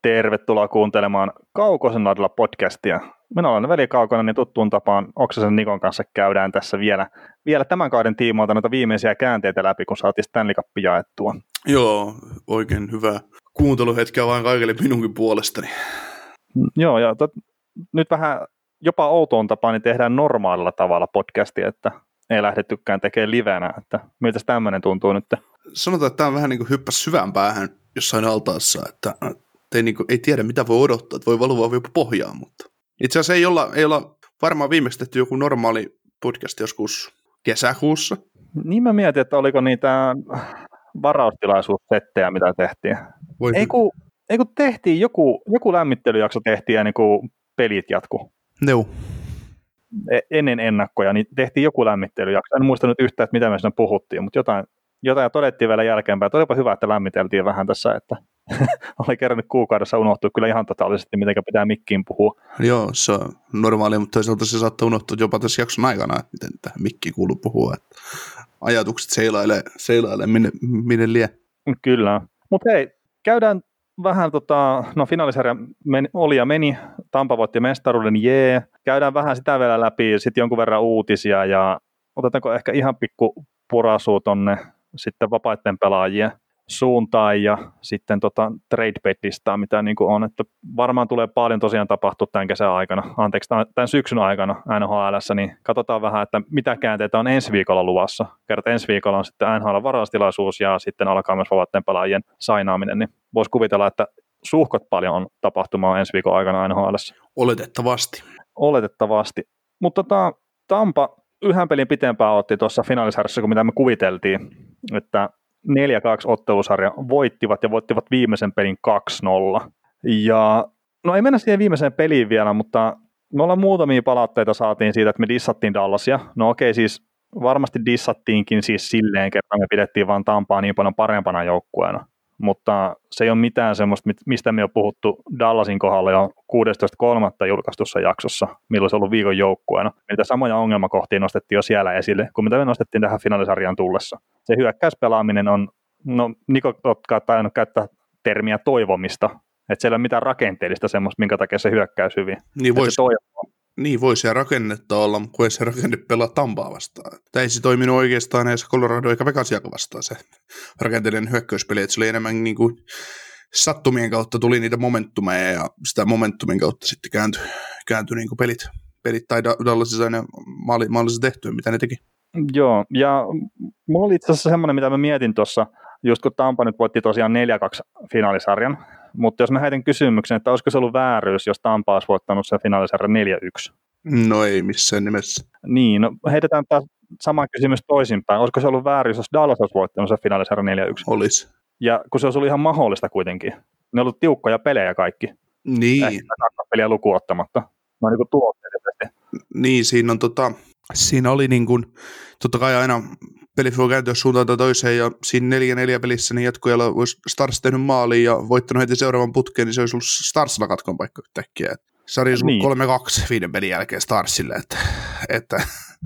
Tervetuloa kuuntelemaan Kaukosen laidalla podcastia. Minä olen Veli Kaukonen ja tuttuun tapaan Oksasen Nikon kanssa käydään tässä vielä tämän kauden tiimoilta noita viimeisiä käänteitä läpi, kun saatiin Stanley Cup jaettua. Joo, oikein hyvä kuunteluhetkeä vaan kaikille minunkin puolestani. Joo, ja nyt vähän jopa outoon tapaan niin tehdään normaalilla tavalla podcastia, että ei lähdettykään tekemään livenä. Että miltä tämmöinen tuntuu nyt? Sanotaan, että tämä on vähän niin kuin hyppäs syvään päähän jossain altaassa, että ei tiedä mitä voi odottaa, että voi valua jopa pohjaan, mutta itse asiassa ei olla varmaan viimeksi tehty joku normaali podcast joskus kesäkuussa. Niin mä mietin, että oliko niitä varaustilaisuussettejä, mitä tehtiin. Ei kun tehtiin joku lämmittelyjakso tehtiin ja niin kuin pelit jatku. Joo. Ennen ennakkoja, niin tehtiin joku lämmittelyjakso. En muista nyt yhtään, että mitä me siinä puhuttiin, mutta jotain todettiin vielä jälkeenpäin. Olipa hyvä, että lämmiteltiin vähän tässä, että oli kerännyt kuukaudessa unohtua kyllä ihan totaalisesti, miten pitää mikkiin puhua. Joo, se on normaalia, mutta toisaalta se saattaa unohtua jopa tässä jakson aikana, että miten tähän mikkiin kuuluu puhua. Että ajatukset seilailee minne lie. Kyllä, mutta hei, käydään vähän, finaalisarja oli ja meni, Tampa voitti mestaruuden, käydään vähän sitä vielä läpi, sitten jonkun verran uutisia ja otetaanko ehkä ihan pikku purasuu tonne sitten vapaiden pelaajien suuntaan ja sitten trade-bet-listaa, mitä niin kuin on, että varmaan tulee paljon tosiaan tapahtua tämän syksyn aikana NHL:ssä, niin katsotaan vähän, että mitä käänteitä on ensi viikolla luvassa. Kerta ensi viikolla on sitten NHL-varaustilaisuus ja sitten alkaa myös vapaiden pelaajien sainaaminen, niin voisi kuvitella, että suhkot paljon on tapahtumaa ensi viikon aikana NHL:ssä. Oletettavasti. Mutta Tampa yhden pelin pitempään otti tuossa finaalisarjassa kuin mitä me kuviteltiin, että 4-2 ottelusarja voittivat viimeisen pelin 2-0. Ja no ei mennä siihen viimeiseen peliin vielä, mutta me ollaan muutamia palautteita saatiin siitä, että me dissattiin Dallasia. No okei, siis varmasti dissattiinkin siis silleen, kerran me pidettiin vaan Tampaa niin paljon parempana joukkueena. Mutta se ei ole mitään semmoista, mistä me on puhuttu Dallasin kohdalla jo 16.3. julkaistussa jaksossa, milloin se on ollut viikon joukkueena. Niitä samoja ongelmakohtia nostettiin jo siellä esille, kuin mitä me nostettiin tähän finaalisarjaan tullessa. Se hyökkäyspelaaminen on, Niko on tainnut käyttää termiä toivomista, että siellä ei ole mitään rakenteellista semmoista, minkä takia se hyökkäys hyvin. Niin voisi ja rakennetta olla, mutta kun ei se rakenne pelaa Tampaa vastaan. Ei se toiminut oikeastaan edes Colorado eikä Vegasiakaan vastaan se rakenteellinen hyökkäyspeli, että se oli enemmän niin kuin sattumien kautta tuli niitä momentumeja ja sitä momentumin kautta sitten kääntyi niin kuin pelit tai Dallasissa aina maalissa tehtyä, mitä ne teki. Joo, ja mulla oli itse asiassa semmoinen, mitä mä mietin tuossa, just kun Tampa nyt voitti tosiaan 4-2 finaalisarjan, mutta jos mä heitän kysymyksen, että olisiko se ollut vääryys, jos Tampa olisi voittanut sen finaalisarjan 4-1? No ei missään nimessä. Niin, no heitetään taas sama kysymys toisinpäin. Olisiko se ollut vääryys, jos Dallas olisi voittanut sen finaalisarjan 4-1? Olisi. Ja kun se olisi ollut ihan mahdollista kuitenkin. Ne on ollut tiukkoja pelejä kaikki. Niin. Ehkä peliä lukuun ottamatta. No niin kuin tulokset. Niin, siinä oli niin kuin, totta kai aina pelit voi kääntyä suuntaan tai toiseen, ja siinä 4-4 pelissä niin jatkojalla olisi Stars tehnyt maaliin ja voittanut heti seuraavan putkeen, niin se olisi ollut Starsilla katkon paikka yhtäkkiä. Sarja olisi ollut 3-2 5 pelin jälkeen Starsille, että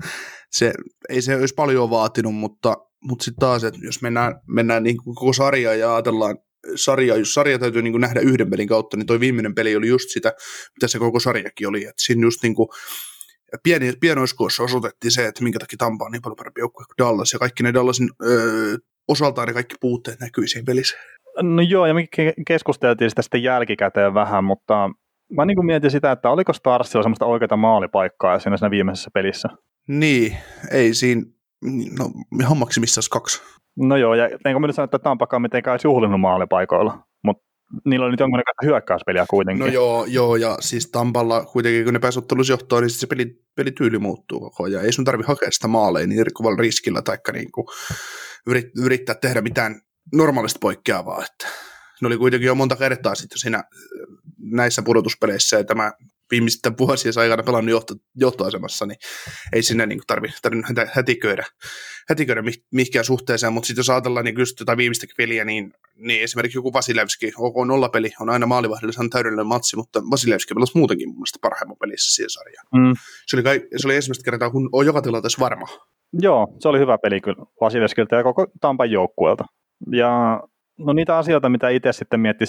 ei se olisi paljon vaatinut, mutta sitten taas, että jos mennään niin kuin koko sarjaa ja ajatellaan, jos sarja täytyy niin kuin nähdä yhden pelin kautta, niin toi viimeinen peli oli just sitä, mitä se koko sarjakin oli, että siinä just niin kuin pienoiskoossa osoitettiin se, että minkä takia Tampa on niin paljon parempi joukkue kuin Dallas, ja kaikki ne Dallasin osaltaan ne kaikki puutteet näkyy siinä pelissä. No joo, ja me keskusteltiin sitä sitten jälkikäteen vähän, mutta mä niin kuin mietin sitä, että oliko Starsilla semmoista oikeaa maalipaikkaa siinä viimeisessä pelissä? Niin, ei siinä, no ihan maksimissaan 2. No joo, ja enkä mä nyt sano, että Tampakaan mitenkään olisi juhlinut maalipaikoilla, mutta niillä oli nyt jonkunlaista hyökkäyspeliä kuitenkin. No joo, ja siis Tampalla kuitenkin, kun ne pääsivät ottelussa johtoon, niin se pelityyli muuttuu koko ajan. Ei sun tarvitse hakea sitä maaleja niin kovalla riskillä, taikka niinku yrittää tehdä mitään normaalista poikkeavaa. Että ne oli kuitenkin jo monta kertaa sitten siinä näissä pudotuspeleissä, ja tämä viimeisten vuosien aikana pelannut johtoasemassa, niin ei sinne niinku tarvinnut hätiköidä mihinkään suhteeseen, mutta sitten jos ajatellaan niin just jotain viimeistäkin peliä, niin esimerkiksi joku Vasilevski, nollapeli on aina maalivahdille saanut täydellinen matsi, mutta Vasilevski pelasi muutenkin mun mielestä parhaimman pelissä siihen sarjaan. Se oli ensimmäistä kertaa, kun on joka tilanteessa varma. Joo, se oli hyvä peli kyllä Vasilevskilta ja koko Tampan joukkueelta. Ja no niitä asioita, mitä itse sitten miettii siinä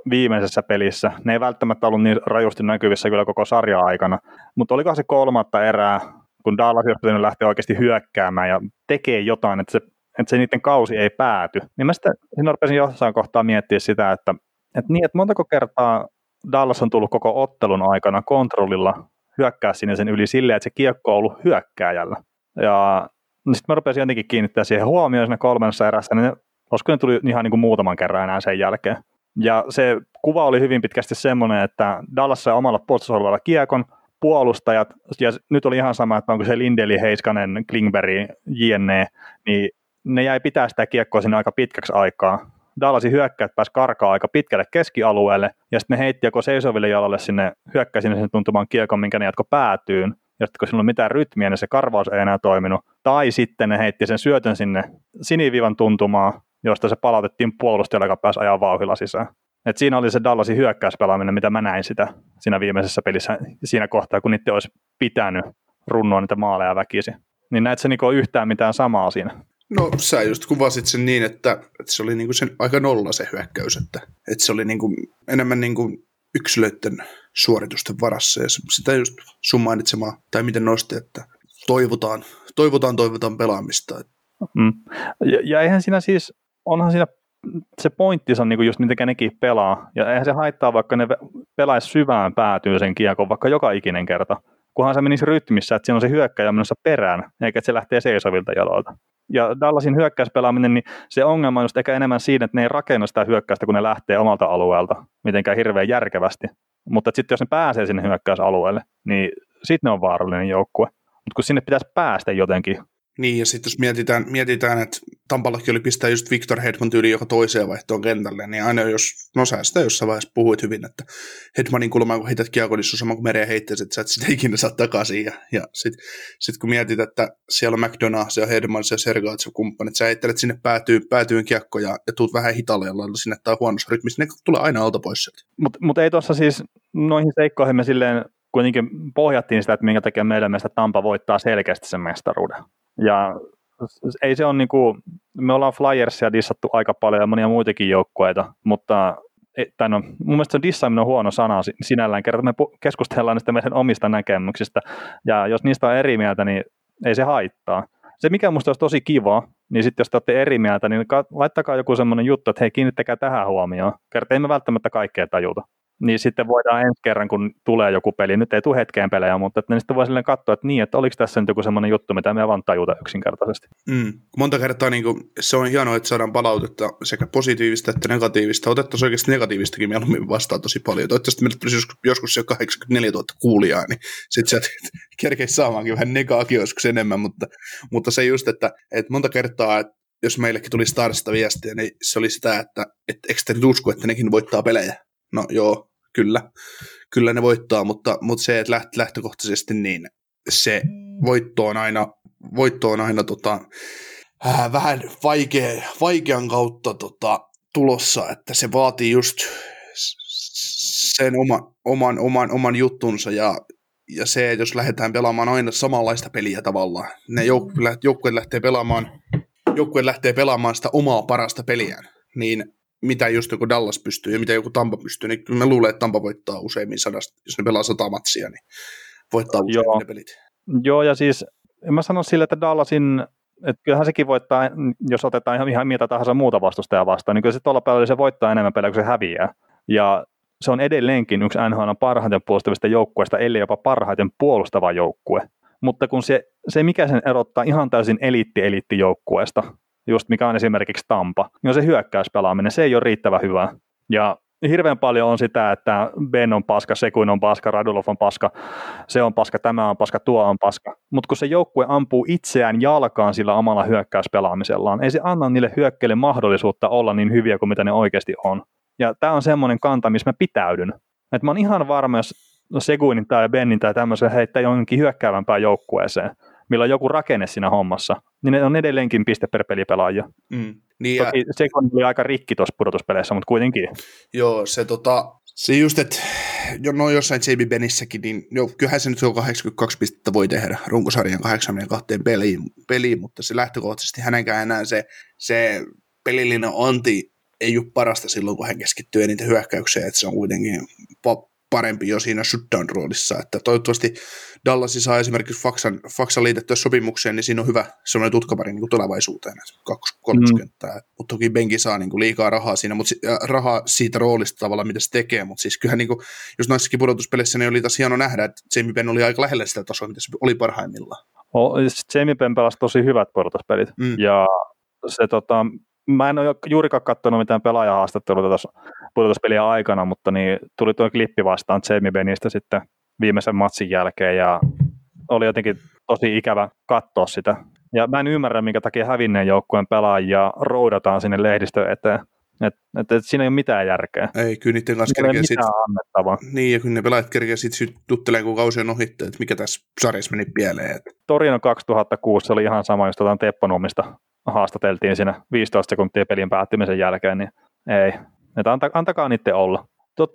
viimeisessä pelissä. Ne ei välttämättä ollut niin rajusti näkyvissä kyllä koko sarjan aikana, mutta olikohan se 3. erää, kun Dallas olisi pitänyt lähteä oikeasti hyökkäämään ja tekee jotain, että se niiden kausi ei pääty. Niin mä sitten siinä rupesin jossain kohtaa miettiä sitä, että montako kertaa Dallas on tullut koko ottelun aikana kontrollilla hyökkää sinne sen yli silleen, että se kiekko on ollut hyökkääjällä. Ja sitten mä rupesin jotenkin kiinnittää siihen huomioon siinä 3. erässä, niin olisiko ne tuli ihan niin kuin muutaman kerran enää sen jälkeen. Ja se kuva oli hyvin pitkästi semmoinen, että Dallas sai omalla puolustusalueella kiekon, puolustajat, ja nyt oli ihan sama, että onko se Lindeli, Heiskanen, Klingberg, JNE, niin ne jäi pitää sitä kiekkoa sinne aika pitkäksi aikaa. Dallasin hyökkäät pääsi karkaa aika pitkälle keskialueelle, ja sitten ne heitti joko seisoville jalalle sinne, hyökkäi sinne sen tuntumaan kiekon, minkä ne jatko päätyyn, ja sitten kun sillä on mitään rytmiä, niin se karvaus ei enää toiminut. Tai sitten ne heitti sen syötön sinne siniviivan tuntumaan, josta se palautettiin puolustajalle, joka pääsi ajaa vauhdilla sisään. Et siinä oli se Dallasin hyökkäyspelaaminen, mitä mä näin sitä siinä viimeisessä pelissä, siinä kohtaa, kun niitä olisi pitänyt runnoa niitä maaleja väkisin. Niin näet se niinku yhtään mitään samaa siinä? No sä just kuvasit sen niin, että se oli niinku sen aika nolla se hyökkäys, että se oli niinku enemmän niinku yksilöiden suoritusten varassa ja sitä just sun mainitsemaa, tai miten nosti, että toivotaan pelaamista. Ja eihän siinä siis, onhan siinä se pointtinsa on niinku just miten nekin pelaa, ja eihän se haittaa, vaikka ne pelaisi syvään päätyyn sen kiekon vaikka joka ikinen kerta, kunhan se menisi rytmissä, että siinä on se hyökkäjä menossa perään, eikä että se lähtee seisovilta jaloilta. Ja Dallasin hyökkäyspelaaminen, niin se ongelma on just ehkä enemmän siinä, että ne ei rakenna sitä hyökkäystä, kun ne lähtee omalta alueelta mitenkään hirveän järkevästi. Mutta sitten jos ne pääsee sinne hyökkäysalueelle, niin sitten ne on vaarallinen joukkue. Mutta kun sinne pitäisi päästä jotenkin. Niin, ja sitten jos mietitään, että Tampallakin oli pistää just Victor Hedman tyyli joka toiseen vaihtoon kentälle, niin aina sä sitä jossain vaiheessa puhuit hyvin, että Hedmanin kulmaan, kun heität kiekon, niin se on sama kuin mereen heittäisi, että sä et sitä ikinä saa takaisin. Ja sitten kun mietit, että siellä on McDonough, siellä on Hedman, siellä on Sergachev kumppanit, sä heittelet sinne päätyyn kiekko ja tuut vähän hitaalle ja lailla sinne tai huonossa rytmissä, ne tulee aina alta pois sieltä. Mutta ei tuossa siis noihin seikkoihin me silleen kuitenkin pohjattiin sitä, että minkä takia meidän mielestä Tampa voittaa selkeästi sen mestaruuden. Ja ei se ole niinku, me ollaan Flyersia dissattu aika paljon ja monia muitakin joukkueita, mutta mun mielestä se dissaaminen on huono sana sinällään, kerran me keskustellaan niistä meidän omista näkemyksistä, ja jos niistä on eri mieltä, niin ei se haittaa. Se, mikä musta olisi tosi kiva, niin sitten jos te olette eri mieltä, niin laittakaa joku semmoinen juttu, että hei, kiinnittäkää tähän huomioon. Kerta ei me välttämättä kaikkea tajuta. Niin sitten voidaan ensi kerran, kun tulee joku peli, nyt ei tule hetkeen pelejä, mutta että sitten voi silleen katsoa, että niin, että oliko tässä nyt joku semmoinen juttu, mitä me vaan tajuta yksinkertaisesti. Monta kertaa niin kuin, se on hienoa, että saadaan palautetta sekä positiivista että negatiivista. Otettaisiin oikeasti negatiivistakin mieluummin vastaan tosi paljon. Toivottavasti meille tulisi joskus jo 84 000 kuulijaa, niin sitten sieltä kerkeisi saamaankin vähän negaakin joskus enemmän, mutta se just, että monta kertaa, että jos meillekin tuli Starsista viestiä, niin se oli sitä, että eikö te nyt usko, että nekin voittaa pelejä? No joo, kyllä ne voittaa, mutta se, että lähtökohtaisesti niin se voitto on aina vähän vaikean kautta tulossa, että se vaatii just sen oman juttunsa ja se, että jos lähdetään pelaamaan aina samanlaista peliä tavallaan, ne joukkueet lähtee pelaamaan sitä omaa parasta peliään, niin mitä just joku Dallas pystyy ja mitä joku Tampa pystyy, niin kyllä mä luulen, että Tampa voittaa useimmin 100, jos ne pelaa 100 matsia, niin voittaa useimmin ne pelit. Joo, ja siis en mä sano sille, että Dallasin, että kyllähän sekin voittaa, jos otetaan ihan mitä tahansa muuta vastustajaa vastaan, niin kyllä se tuolla pelillä se voittaa enemmän pelejä, kun se häviää. Ja se on edelleenkin yksi NHL:n parhaiten puolustavista joukkueista, ellei jopa parhaiten puolustava joukkue. Mutta kun se mikä sen erottaa ihan täysin eliittijoukkueesta, just mikä on esimerkiksi Tampa, niin on se hyökkäyspelaaminen, se ei ole riittävän hyvä. Ja hirveän paljon on sitä, että Ben on paska, Seguin on paska, Radulov on paska, se on paska, tämä on paska, tuo on paska. Mutta kun se joukkue ampuu itseään jalkaan sillä omalla hyökkäyspelaamisellaan, ei se anna niille hyökkäille mahdollisuutta olla niin hyviä kuin mitä ne oikeasti on. Ja tämä on semmoinen kanta, missä mä pitäydyn. Että mä oon ihan varma, jos Seguinin tai Benin tai tämmöisen heittää jonkin hyökkäävämpään joukkueeseen, millä on joku rakenne siinä hommassa, niin ne on edelleenkin piste per pelipelaajia. Niin toki Seguin oli aika rikki tuossa pudotuspeleissä, mutta kuitenkin. Joo, se just, että jossain JB Benissäkin, niin kyllähän se nyt 82 pistettä voi tehdä runkosarjan 82 peliin, mutta se lähtökohtaisesti hänenkään enää se pelillinen anti ei ole parasta silloin, kun hän keskittyy eniten hyökkäykseen, että se on kuitenkin parempi jo siinä shutdown-roolissa, että toivottavasti Dallasi saa esimerkiksi Faksan liitettyä sopimukseen, niin siinä on hyvä semmoinen tutkapari niin kuin tulevaisuuteen, 2-3 kenttää, mutta toki Benki saa niin kuin liikaa rahaa siinä, mutta rahaa siitä roolista tavallaan, mitä se tekee, mutta siis kyllähän niin kuin, jos noissakin pudotuspeleissä, niin oli taas hieno nähdä, että Jamie Benn oli aika lähellä sitä tasoa, mitä se oli parhaimmillaan. Jamie Benn pelasi tosi hyvät pudotuspelit, ja se mä en ole juurikaan katsonut mitään pelaajahaastatteluita tuossa pudotuspelien aikana, mutta niin tuli tuo klippi vastaan Jamie Bennistä sitten viimeisen matsin jälkeen, ja oli jotenkin tosi ikävä katsoa sitä. Ja mä en ymmärrä, minkä takia hävinneen joukkueen pelaajia roudataan sinne lehdistöön eteen. Että siinä ei ole mitään järkeä. Ei, kyllä niiden kanssa kerkeä sitten. Niin, ja kyllä ne pelaajat kerkeä sitten juttelemaan, kun kausi on ohittaa, että mikä tässä sarjassa meni pieleen. Torino 2006 oli ihan sama, jos Teppo Nummista haastateltiin siinä 15 sekuntia pelin päättymisen jälkeen, niin ei. Että antakaa niiden olla.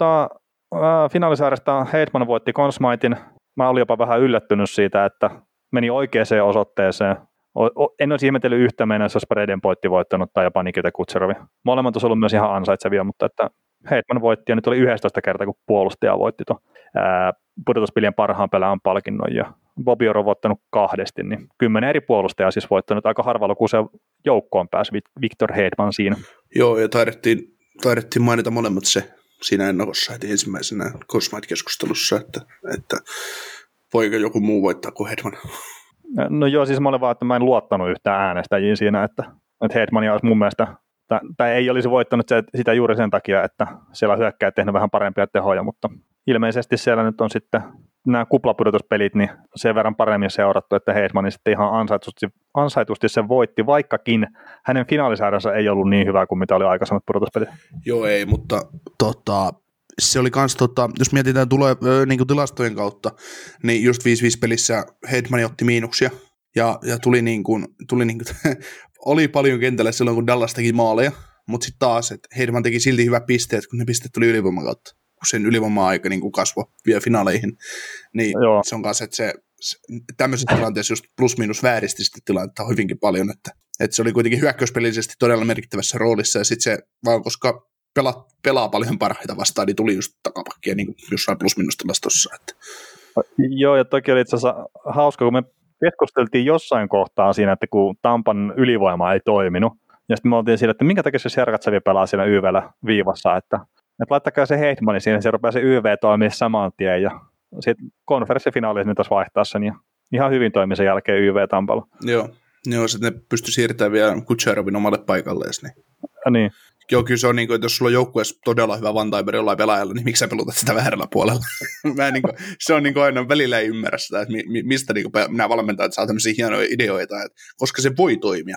Finaalisarjasta Heitman voitti Conn Smithin. Mä olin jopa vähän yllättynyt siitä, että meni oikeaan osoitteeseen. En olisi ihmetellyt yhtä mennä, jos olisi Bredenpoitti voittanut tai jopa Nikita Kutserovi. Molemmat olisi ollut myös ihan ansaitsevia, mutta että Heitman voitti ja nyt oli 11 kertaa, kun puolustaja voitti tuon pudotuspelien parhaan pelaajan palkinnon ja Bobby Orr on voittanut 2, niin 10 eri puolustajaa siis voittanut. Aika harvalukuiseen joukkoon pääsi Victor Hedman siinä. Joo, ja taidettiin mainita molemmat se siinä ennakossa heti ensimmäisenä Conn Smythe-keskustelussa, että voiko joku muu voittaa kuin Hedman. No joo, siis mä olin vaan, että mä en luottanut yhtään äänestäjiin siinä, että Hedmania olisi mun mielestä, tai ei olisi voittanut sitä juuri sen takia, että siellä on hyökkäjät tehnyt vähän parempia tehoja, mutta ilmeisesti siellä nyt on sitten nämä kuplapudotuspelit niin sen verran paremmin seurattu, että Hedman sitten ihan ansaitusti sen voitti, vaikkakin hänen finaalisäädönsä ei ollut niin hyvä kuin mitä oli aikaisemmat pudotuspelit. Joo, ei, mutta se oli kans, jos mietitään niin tilastojen kautta, niin just 5-5 pelissä Hedman otti miinuksia ja tuli oli paljon kentällä silloin, kun Dallas teki maaleja, mutta sitten taas, että Hedman teki silti hyvät pisteet, kun ne pisteet tuli ylivoiman kautta, kun sen ylivoima-aika niin kasvoi vielä finaaleihin, niin joo. Se on kanssa, että tämmöisessä tilanteessa just plus-miinus vääristi sitten tilannetta hyvinkin paljon, että se oli kuitenkin hyökkäyspelillisesti todella merkittävässä roolissa, ja sitten se vaan koska pelaa paljon parhaita vastaan, niin tuli just takapakkia niin jossain plus-minus-tilastossa. Joo, ja toki oli itse asiassa hauska, kun me keskusteltiin jossain kohtaa siinä, että kun Tampan ylivoima ei toiminut, ja sitten me oltiin sillä, että minkä takia se Sergatsevi pelaa siinä YV:llä viivassa, että laittakaa se Heitmani siinä, se rupeaa se YV toimia saman tien, ja sitten konferenssifinaalissa ne taas vaihtaa sen, ja ihan hyvin toimi sen jälkeen YV Tampalla. Joo, sitten ne pystyi siirtämään vielä Kutserovin omalle paikalleen. Niin. Joo, kyllä se on, että jos sulla on joukkueessa todella hyvä one-timer jollain pelaajalla, niin miksi sä pelutat sitä väärällä puolella? Se on aina välillä ei ymmärrä sitä, että mistä nämä valmentajat saa tämmöisiä hienoja ideoita, että koska se voi toimia.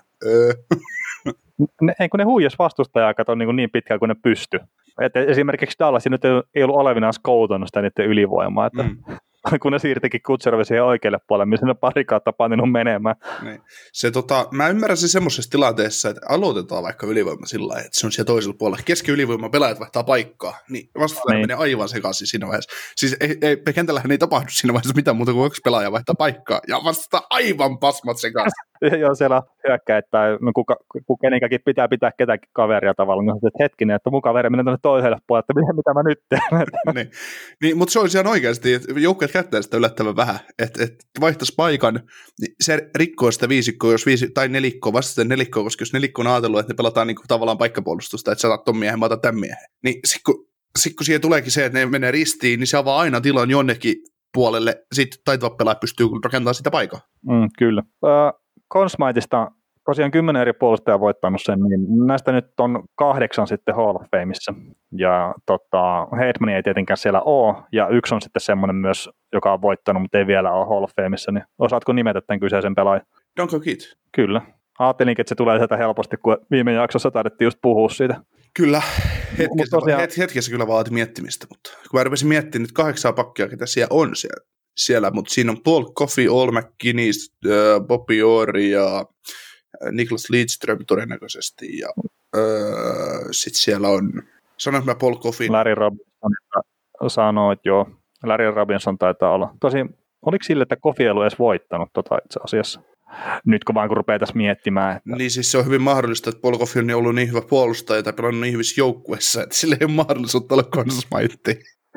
Kun ne huijas vastustajaa kato niin pitkään kuin ne pysty. Että esimerkiksi Dallas nyt ei ollut olevinaan skoutonut sitä niiden ylivoimaa, että kun ne siirtikin Kutserovi siihen oikealle puolelle, missä ne pari kautta paninut menemään. Niin. Mä ymmärrän sen semmoisessa tilanteessa, että aloitetaan vaikka ylivoima sillä lailla, että se on siellä toisella puolella. Keski-ylivoima pelaajat vaihtaa paikkaa, niin vastustaja menee aivan sekaisin siinä vaiheessa. Siis kentällähän ei tapahdu siinä vaiheessa mitään muuta kuin 1 pelaaja vaihtaa paikkaa, ja vastaa aivan pasmat sekaisin. Joo, siellä hyökkäät tai kenenkäkin pitää ketäkin kaveria tavallaan. Että hetkinen, että mun kaveri menee tuonne toiselle puolelle, että mitä mä nyt teen. niin, mutta se on ihan oikeasti, että joukkueet käyttää sitä yllättävän vähän, että vaihtaisi paikan, niin se rikkoo sitä viisikkoa, tai nelikkoa, vasta sitä nelikkoa, koska jos nelikko on ajatellut, että ne pelataan niin kuin tavallaan paikkapuolustusta, että sä otat ton miehen, mä otan tämän miehen. Niin sitten kun siihen tuleekin se, että ne menee ristiin, niin se avaa aina tilan jonnekin puolelle, sitten taitava pelaaja pystyy rakentamaan sitä paikkaa. Kyllä. Conn Smythesta tosiaan 10 eri puolustajaa voittanut sen, niin näistä nyt on 8 sitten Hall of Fameissa. Ja Hedman ei tietenkään siellä ole, ja yksi on sitten semmoinen myös, joka on voittanut, mutta ei vielä ole Hall of Fameissa. Niin osaatko nimetä tämän kyseisen pelaajan? Duncan Keith. Kyllä. Ajattelinkin, että se tulee sieltä helposti, kun viime jaksossa taidettiin just puhua siitä. Kyllä. Hetkessä kyllä vaati miettimistä, mutta kun mä rupesin miettimään nyt 8 pakkia, ketä siellä on siellä, mutta siinä on Paul Coffey, All McKinney, Bobby Orr ja Niklas Lidström todennäköisesti, ja sitten siellä on, sanoinko mä Paul Coffey? Larry Robinson sanoit, joo. Larry Robinson taitaa olla. Tosin, oliko sille, että Coffey ei ollut edes voittanut itse asiassa? nyt kun rupeaa tässä miettimään. Että... Niin siis se on hyvin mahdollista, että Volkov on ollut niin hyvä puolustaja tai pelannut niin hyvissä joukkueissa, että sillä ei ole mahdollisuutta olla Conn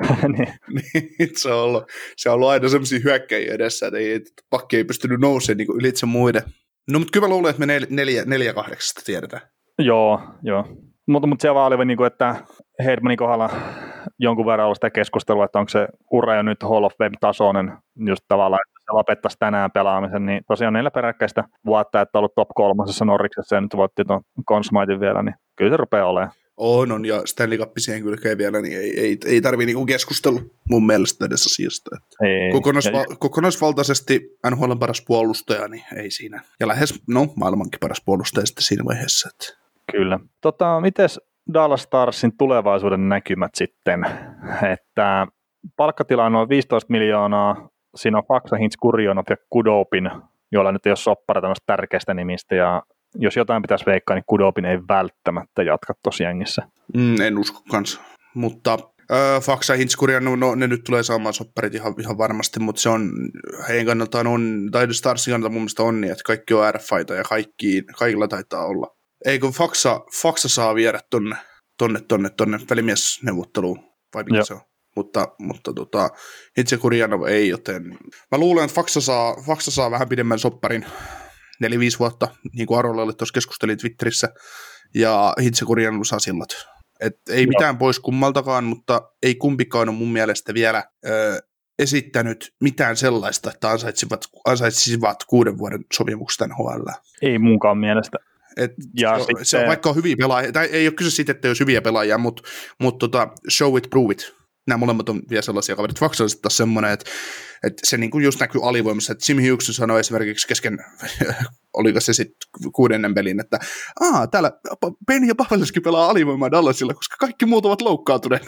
niin. Se on ollut aina sellaisia hyökkäjiä edessä, että pakki ei pystynyt nousemaan niin ylitse muiden. No mutta kyllä mä luulen, että me 4-8 tiedetään. Joo. Mutta se vaan oli niin kuin, että Hedmanin kohdalla jonkun verran ollut sitä keskustelua, että onko se ura jo nyt Hall of Fame-tasoinen, just tavallaan, että se lopettaisi tänään pelaamisen, niin tosiaan 4 peräkkäistä vuotta, että on ollut top 3 Norriksessa ja nyt voitti tuon Conn Smithin vielä, niin kyllä se rupeaa olemaan. On, ja Stanley Cup siihen kylkeen vielä, niin ei tarvitse niinku keskustella mun mielestä edes asiasta. Kokonaisvaltaisesti NHL:n paras puolustaja, niin ei siinä. Ja lähes, maailmankin paras puolustaja sitten siinä vaiheessa. Että. Kyllä. Mites Dallas Starsin tulevaisuuden näkymät sitten? Että palkkatila on noin 15 miljoonaa, siinä on Faksa, Hintz, Gurionov ja Kudobin, joilla nyt ei ole soppareita noista tärkeistä nimistä, ja jos jotain pitäisi veikkaa, niin Kudobin ei välttämättä jatka tuossa jengissä. En usko kanssa, mutta Faksa, Hintz, Gurionov, ne nyt tulee saamaan sopparit ihan varmasti, mutta se on heidän kannaltaan tai Starsin kannalta mun mielestä on niin, että kaikki on RFI:ta ja kaikilla taitaa olla. Eikö Faksa saa viedä tonne välimiesneuvotteluun, vai mikä se on? Mutta itse Gurionov ei, joten mä luulen, että Faksa saa vähän pidemmän sopparin, 4-5 vuotta, niin kuin Arolalle tuossa keskustelin Twitterissä, ja Hintz Gurionov saa sillat. Ei mitään pois kummaltakaan, mutta ei kumpikaan ole mun mielestä vielä esittänyt mitään sellaista, että ansaitsisivat 6 vuoden sopimuksen NHL. Ei munkaan mielestä. Se on vaikka on hyviä pelaajia, tai ei ole kyse siitä, että ei olisi hyviä pelaajia, mutta show it, prove it. Nämä molemmat on vielä sellaisia kaverit. Faksa on sitten semmoinen, että se niin kuin just näkyy alivoimassa, että Jim Hughes sanoi esimerkiksi kesken, oliko se sitten 6. pelin, että täällä Penny ja Pavelski pelaa alivoimaa Dallasilla, koska kaikki muut ovat loukkaantuneet.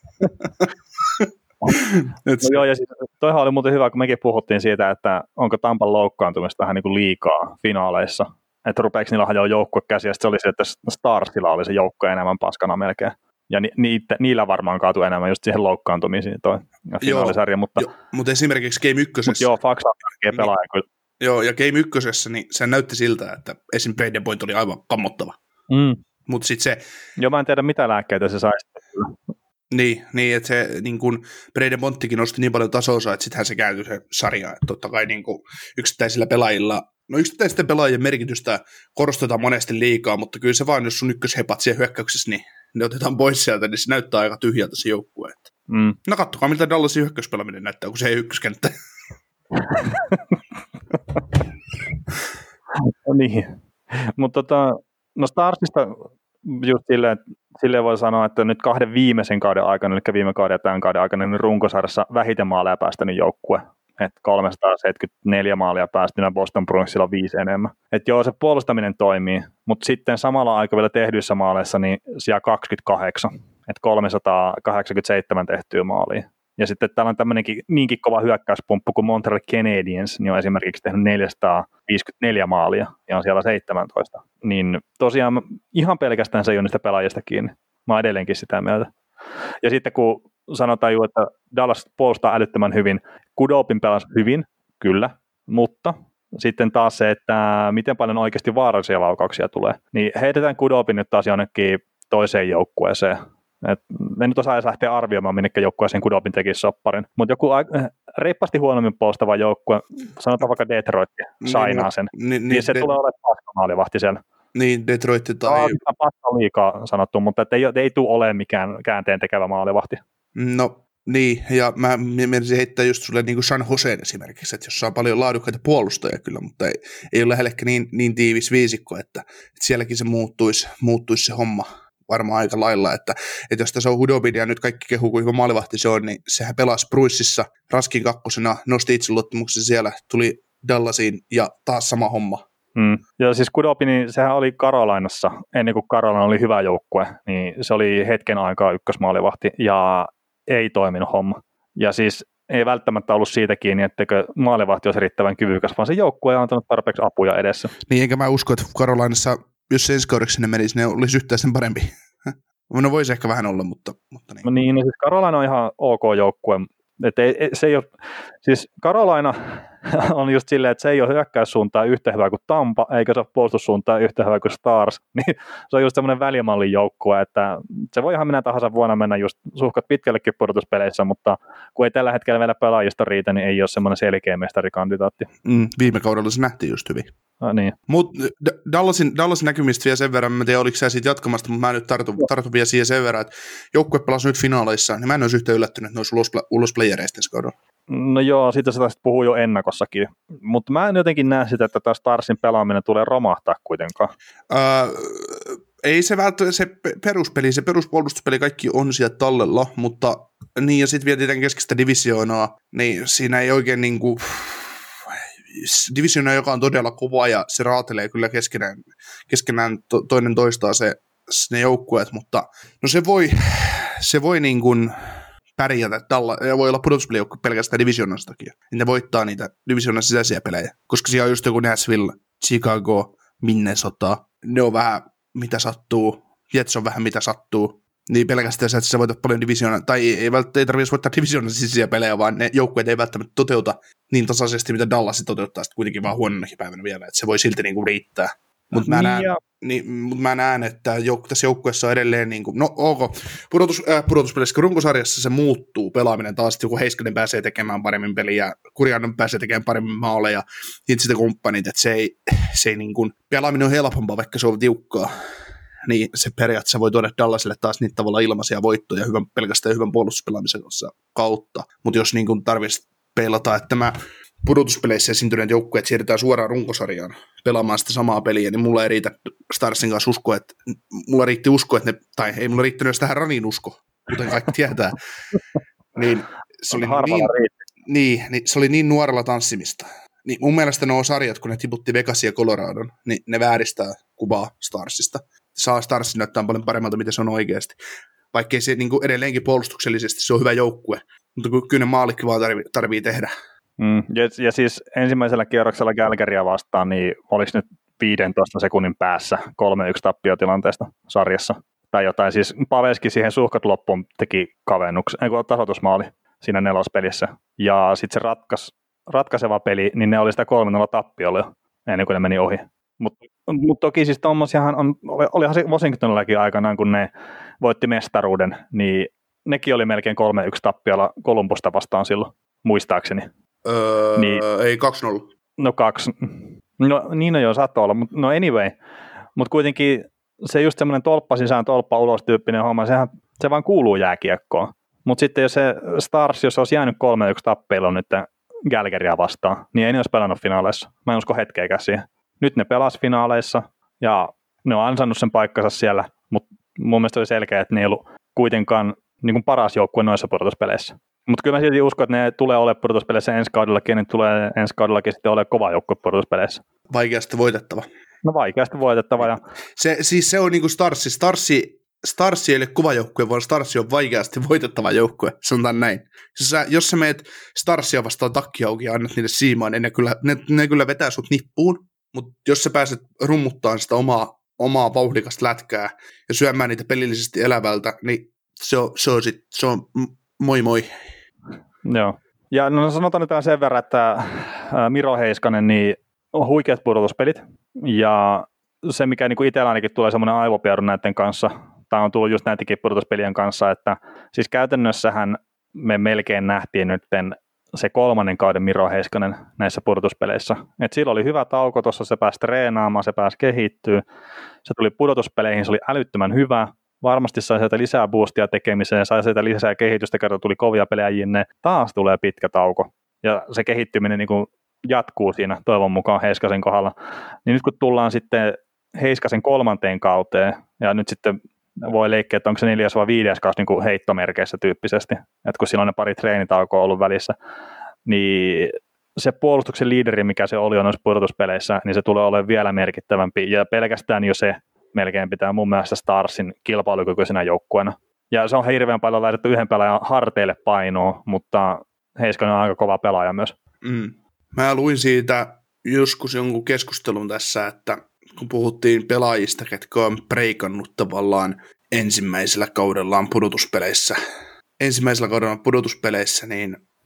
Joo, ja siis toihan oli muuten hyvä, kun mekin puhuttiin siitä, että onko Tampan loukkaantumista vähän niin kuin liikaa finaaleissa, että rupeeko niillä hajoa joukkue käsiä, ja sitten se oli se, että Starsilla oli se joukkue enemmän paskana melkein. Ja niillä varmaan kaatui enemmän just siihen loukkaantumisiin toi finaalisarja. Mutta esimerkiksi Game 1. Joo, Faksa on tärkeä pelaaja kyllä. Joo, ja Game 1. niin se näytti siltä, että esim. Braden Point oli aivan kammottava. Mutta sitten se... Joo, mä en tiedä mitä lääkkeitä se saisi. Niin, että se niin kun Braden Ponttikin nosti niin paljon tasoa, että sittenhän se kääntyi se sarja. Että totta kai niin kun yksittäisillä pelaajilla... No yksittäisten pelaajien merkitystä korostetaan monesti liikaa, mutta kyllä se vaan, jos sun ykköshepat siellä hyökkäyksessä, niin ne otetaan pois sieltä, niin se näyttää aika tyhjältä se joukkue. No katsokaa, miltä Dallasin hyökkäyspelaaminen näyttää, kun se ei ykköskenttä. Niin, mutta no Starsista just silleen voi sanoa, että nyt 2 viimeisen kauden aikana, eli viime kauden ja tämän kauden aikana, niin runkosarjassa vähiten maaleja päästänyt joukkue. Että 374 maalia päästynä Boston Bruinsilla on 5 enemmän. Että joo, se puolustaminen toimii, mutta sitten samalla aikavälillä tehdyissä maaleissa niin siellä 28, että 387 tehtyä maalia. Ja sitten täällä on tämmöinenkin niinkin kova hyökkäyspumppu kuin Montreal Canadiens, niin on esimerkiksi tehnyt 454 maalia ja on siellä 17. Niin tosiaan ihan pelkästään se ei ole niistä pelaajista kiinni. Mä oon edelleenkin sitä mieltä. Ja sitten kun sanotaan jo, että Dallas puolustaa älyttömän hyvin, Kudobin pelasi hyvin, kyllä, mutta sitten taas se, että miten paljon oikeasti vaarallisia laukauksia tulee, niin heitetään Kudobin nyt taas jonnekin toiseen joukkueeseen. Me nyt osaa edes lähteä arvioimaan, minnekä joukkueeseen Kudobin tekisi sopparin, mutta joku reippaasti huonommin puolustava joukkue, sanotaan vaikka Detroit, sainaa sen, niin se tulee olemaan paskamaalivahti siellä. Niin, Detroit tai... Pasta on liikaa sanottu, mutta ei tule olemaan mikään käänteen tekevä maalivahti. No niin, ja mä menisin heittää just sulle niin kuin San Joseen esimerkiksi, että jossa on paljon laadukkaita puolustajia kyllä, mutta ei ole lähellekään niin tiivis viisikko, että sielläkin se muuttuisi se homma varmaan aika lailla, että jos tässä on Hudobin ja nyt kaikki kehuu, kuin hyvä maalivahti se on, niin sehän pelasi Bruississa Raskin kakkosena, nosti itseluottamuksen siellä, tuli Dallasiin ja taas sama homma. Ja siis Kudobin, niin sehän oli Carolinassa, ennen kuin Carolina oli hyvä joukkue, niin se oli hetken aikaa ykkösmaalivahti ja ei toiminut homma. Ja siis ei välttämättä ollut siitä kiinni, etteikö maalivahti olisi riittävän kyvykäs, vaan se joukkue on antanut tarpeeksi apuja edessä. Niin, enkä mä usko, että Carolinassa, jos se ensi kaudeksi ne menisi, ne olisi yhtään sen parempi. No voisi ehkä vähän olla, mutta niin. No niin, siis Carolina on ihan ok joukkue, Se ei ole, siis Carolina on just silleen, että se ei ole hyökkäyssuuntaan yhtä hyvä kuin Tampa, eikä se ole puolustussuuntaan yhtä hyvä kuin Stars, niin se on just semmoinen välimallin joukkue, että se voi ihan minä tahansa vuonna mennä just suhkat pitkällekin pudotuspeleissä, mutta kun ei tällä hetkellä vielä pelaajista riitä, niin ei ole semmoinen selkeä mestarikandidaatti. Viime kaudella se nähtiin just hyvin. Niin. Mutta Dallasin näkymistä vielä sen verran, mä en tiedä oliko sä siitä jatkamasta, mutta mä nyt tartun vielä siihen sen verran, että joukkue pelasi nyt finaaleissa, niin mä en olisi yhtä yllättynyt, että ne olisi ulos playereista ensi kaudella. No joo, siitä se puhuu jo ennakossakin, mutta mä en jotenkin näe sitä, että tämä Starsin pelaaminen tulee romahtaa kuitenkaan. Ei se välttämättä, se peruspeli, se peruspuolustuspeli, kaikki on sieltä tallella, mutta niin ja sitten vielä keskistä divisioonaa, niin siinä ei oikein niinku divisiona, joka on todella kova ja se raatelee kyllä keskenään toinen toistaa ne joukkueet, mutta no se voi niin kuin pärjätä ja voi olla pudotuspelijoukkue pelkästään divisioonasta takia. Ne voittaa niitä divisioonan sisäisiä pelejä, koska siellä on just joku Nashville, Chicago, Minnesota, ne on vähän mitä sattuu, Jets on vähän mitä sattuu, niin pelkästään se, että sä voitat paljon divisioonan, tai ei tarvitse voittaa divisioonan sisäisiä pelejä, vaan ne joukkueet ei välttämättä toteuta niin tasaisesti, mitä Dallas toteuttaa sitten kuitenkin vaan huononakin päivänä vielä, että se voi silti niinku riittää. Mutta mä näen, että tässä joukkueessa on edelleen, niin kuin, no ok, pudotuspelissä runkosarjassa se muuttuu pelaaminen taas, että joku Heiskanen pääsee tekemään paremmin peliä, ja Kurjanen pääsee tekemään paremmin maaleja, ja sitten kumppanit, että se ei niin kuin, pelaaminen on helpompaa, vaikka se on tiukkaa, niin se periaatteessa voi tuoda Dallasille taas niitä tavalla ilmaisia voittoja pelkästään hyvän puolustuspelaamisen kautta, mutta jos niin kuin tarvitsisi peilata, että tämä pudotuspeleissä esiintyneet joukkueet siirretään suoraan runkosarjaan pelaamaan sitä samaa peliä, niin mulla ei riitä Starsin kanssa usko, että mulla riitti usko, että tai ei mulla riittänyt edes tähän Ranin usko, kuten kaikki tietää. Niin se oli niin se oli niin nuorella tanssimista. Niin mun mielestä nuo sarjat, kun ne tiputti Vegasin ja Coloradon, niin ne vääristää kuvaa Starsista. Saa Starsin näyttää paljon paremmalta, mitä se on oikeasti. Vaikkei se niin kuin edelleenkin puolustuksellisesti se on hyvä joukkue, mutta kyllä ne maalikki vaan tarvii tehdä. Ja siis ensimmäisellä kierroksella Calgarya vastaan, niin oliko nyt 15 sekunnin päässä 3-1 tappiotilanteesta sarjassa. Tai jotain, siis Paveski siihen suhkat loppuun teki tasoitusmaali siinä nelospelissä. Ja sitten se ratkaiseva peli, niin ne oli sitä 3-0 tappiolla jo, ennen kuin ne meni ohi. Mutta toki siis tommosiahan olihan se Washingtonillakin aikanaan, kun ne voitti mestaruuden, niin nekin oli melkein 3-1 tappiolla Columbusta vastaan silloin, muistaakseni. Niin, ei 2-0. No 2. No niin jo saattoi olla, mutta no anyway. Mutta kuitenkin se just semmoinen tolppa sisään, tolppa ulos tyyppinen homma, se vaan kuuluu jääkiekkoon. Mutta sitten jos se Stars, jos olisi jäänyt 3-1 tappeilla nyt Calgarya vastaan, niin ei ne olisi pelannut finaaleissa. Mä en usko hetkeäkään siihen. Nyt ne pelasi finaaleissa ja ne on ansainnut sen paikkansa siellä, mutta mun mielestä oli selkeä, että ne ei ollut kuitenkaan niin kuin paras joukkue noissa pudotuspeleissä. Mutta kyllä mä silti uskon, että ne tulee olemaan pudotuspeleissä ensi kaudellakin, ja ne tulee ensi kaudellakin sitten olemaan kova joukkue pudotuspeleissä. Vaikeasti voitettava. No vaikeasti voitettava. Ja se on niin kuin Starsi ei ole kova joukkue, vaan Starsi on vaikeasti voitettava joukkue, sanotaan näin. Jos sä meet Starsia vastaan takki auki ja annat niille siimaan, niin ne kyllä vetää sut nippuun, mutta jos sä pääset rummuttaan sitä omaa vauhdikasta lätkää ja syömään niitä pelillisesti elävältä, niin se on moi moi. Joo. Ja no sanotaan nyt sen verran, että Miro Heiskanen, niin on huikeat pudotuspelit, ja se mikä niin kuin itsellä ainakin tulee semmoinen aivopieru näiden kanssa, tai on tullut just näidenkin pudotuspelien kanssa, että siis käytännössähän me melkein nähtiin nyt se 3. kauden Miro Heiskanen näissä pudotuspeleissä. Et sillä oli hyvä tauko tuossa, se pääsi treenaamaan, se pääsi kehittyä, se tuli pudotuspeleihin, se oli älyttömän hyvä, varmasti sai sieltä lisää boostia tekemiseen, sai sieltä lisää kehitystä, kerran tuli kovia pelejä jinne, taas tulee pitkä tauko, ja se kehittyminen niin kuin jatkuu siinä toivon mukaan Heiskasen kohdalla. Niin nyt kun tullaan sitten Heiskasen 3. kauteen, ja nyt sitten voi leikkiä, että onko se 4. vai 5. kausi niin kuin heittomerkeissä tyyppisesti, että kun silloin ne pari treenitaukoa on ollut välissä, niin se puolustuksen liideri, mikä se oli noissa pudotuspeleissä, niin se tulee olemaan vielä merkittävämpi, ja pelkästään jo se melkein pitää mun mielestä Starsin kilpailukykyisenä joukkueena. Ja se on hirveän paljon laitettu yhden pelaajan harteille painoa, mutta Heiskanen on aika kova pelaaja myös. Mä luin siitä joskus jonkun keskustelun tässä, että kun puhuttiin pelaajista, ketkä on breikannut tavallaan ensimmäisellä kaudellaan pudotuspeleissä, niin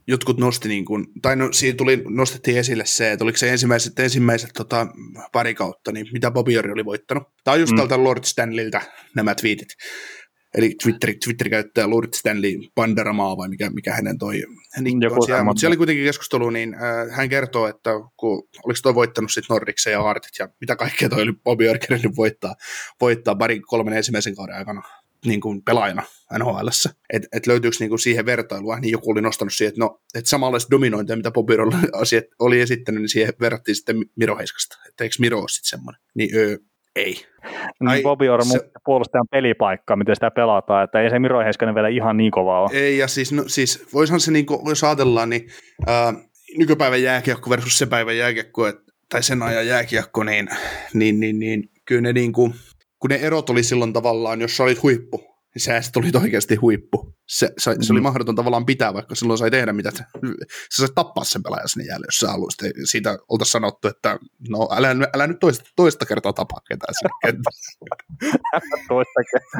jotkut nosti, niin kuin, tai no, siinä nostettiin esille se, että oliko se ensimmäiset pari kautta, niin mitä Bobby Orr oli voittanut. Tämä on just tältä Lord Stanleyltä nämä tweetit. Eli Twitter-käyttäjä Lord Stanley Pandaramaa, vai mikä hänen toi nikko on siellä. Mutta siellä oli kuitenkin keskustelu, niin hän kertoo, että oliko toi voittanut sitten Norriksen ja Artit, ja mitä kaikkea toi oli Bobby Orr kerännyt voittaa pari 3 ensimmäisen kauden aikana niin kuin pelaajana NHL:ssä. Et löytyykö niin kuin siihen vertailua, niin joku oli nostanut siihen, että no, et samanlaista dominointia, mitä Bobby Orr oli esittänyt, niin siihen verrattiin sitten Miro Heiskasta. Että eikö Miro ole sitten semmoinen? Niin ei. Niin Bobby Orr puolustajan pelipaikkaa, miten sitä pelataan, että ei se Miro Heiskanen vielä ihan niin kovaa ole. Ei, ja siis voisihan se, niin kuin, jos ajatellaan, niin nykypäivän jääkiekko versus se päivän jääkiekko, tai sen ajan jääkiekko, niin kyllä ne niin kuin, kun ne erot oli silloin tavallaan, jos sä olit huippu, niin sä sitten olit oikeasti huippu. Se oli mahdoton tavallaan pitää, vaikka silloin sai tehdä mitä. Sä sait tappaa sen pelaajan sinne jälleen, jos sä haluaisit. Siitä oltaisiin sanottu, että no älä nyt toista kertaa tapaa ketään sinne kentällä. Toista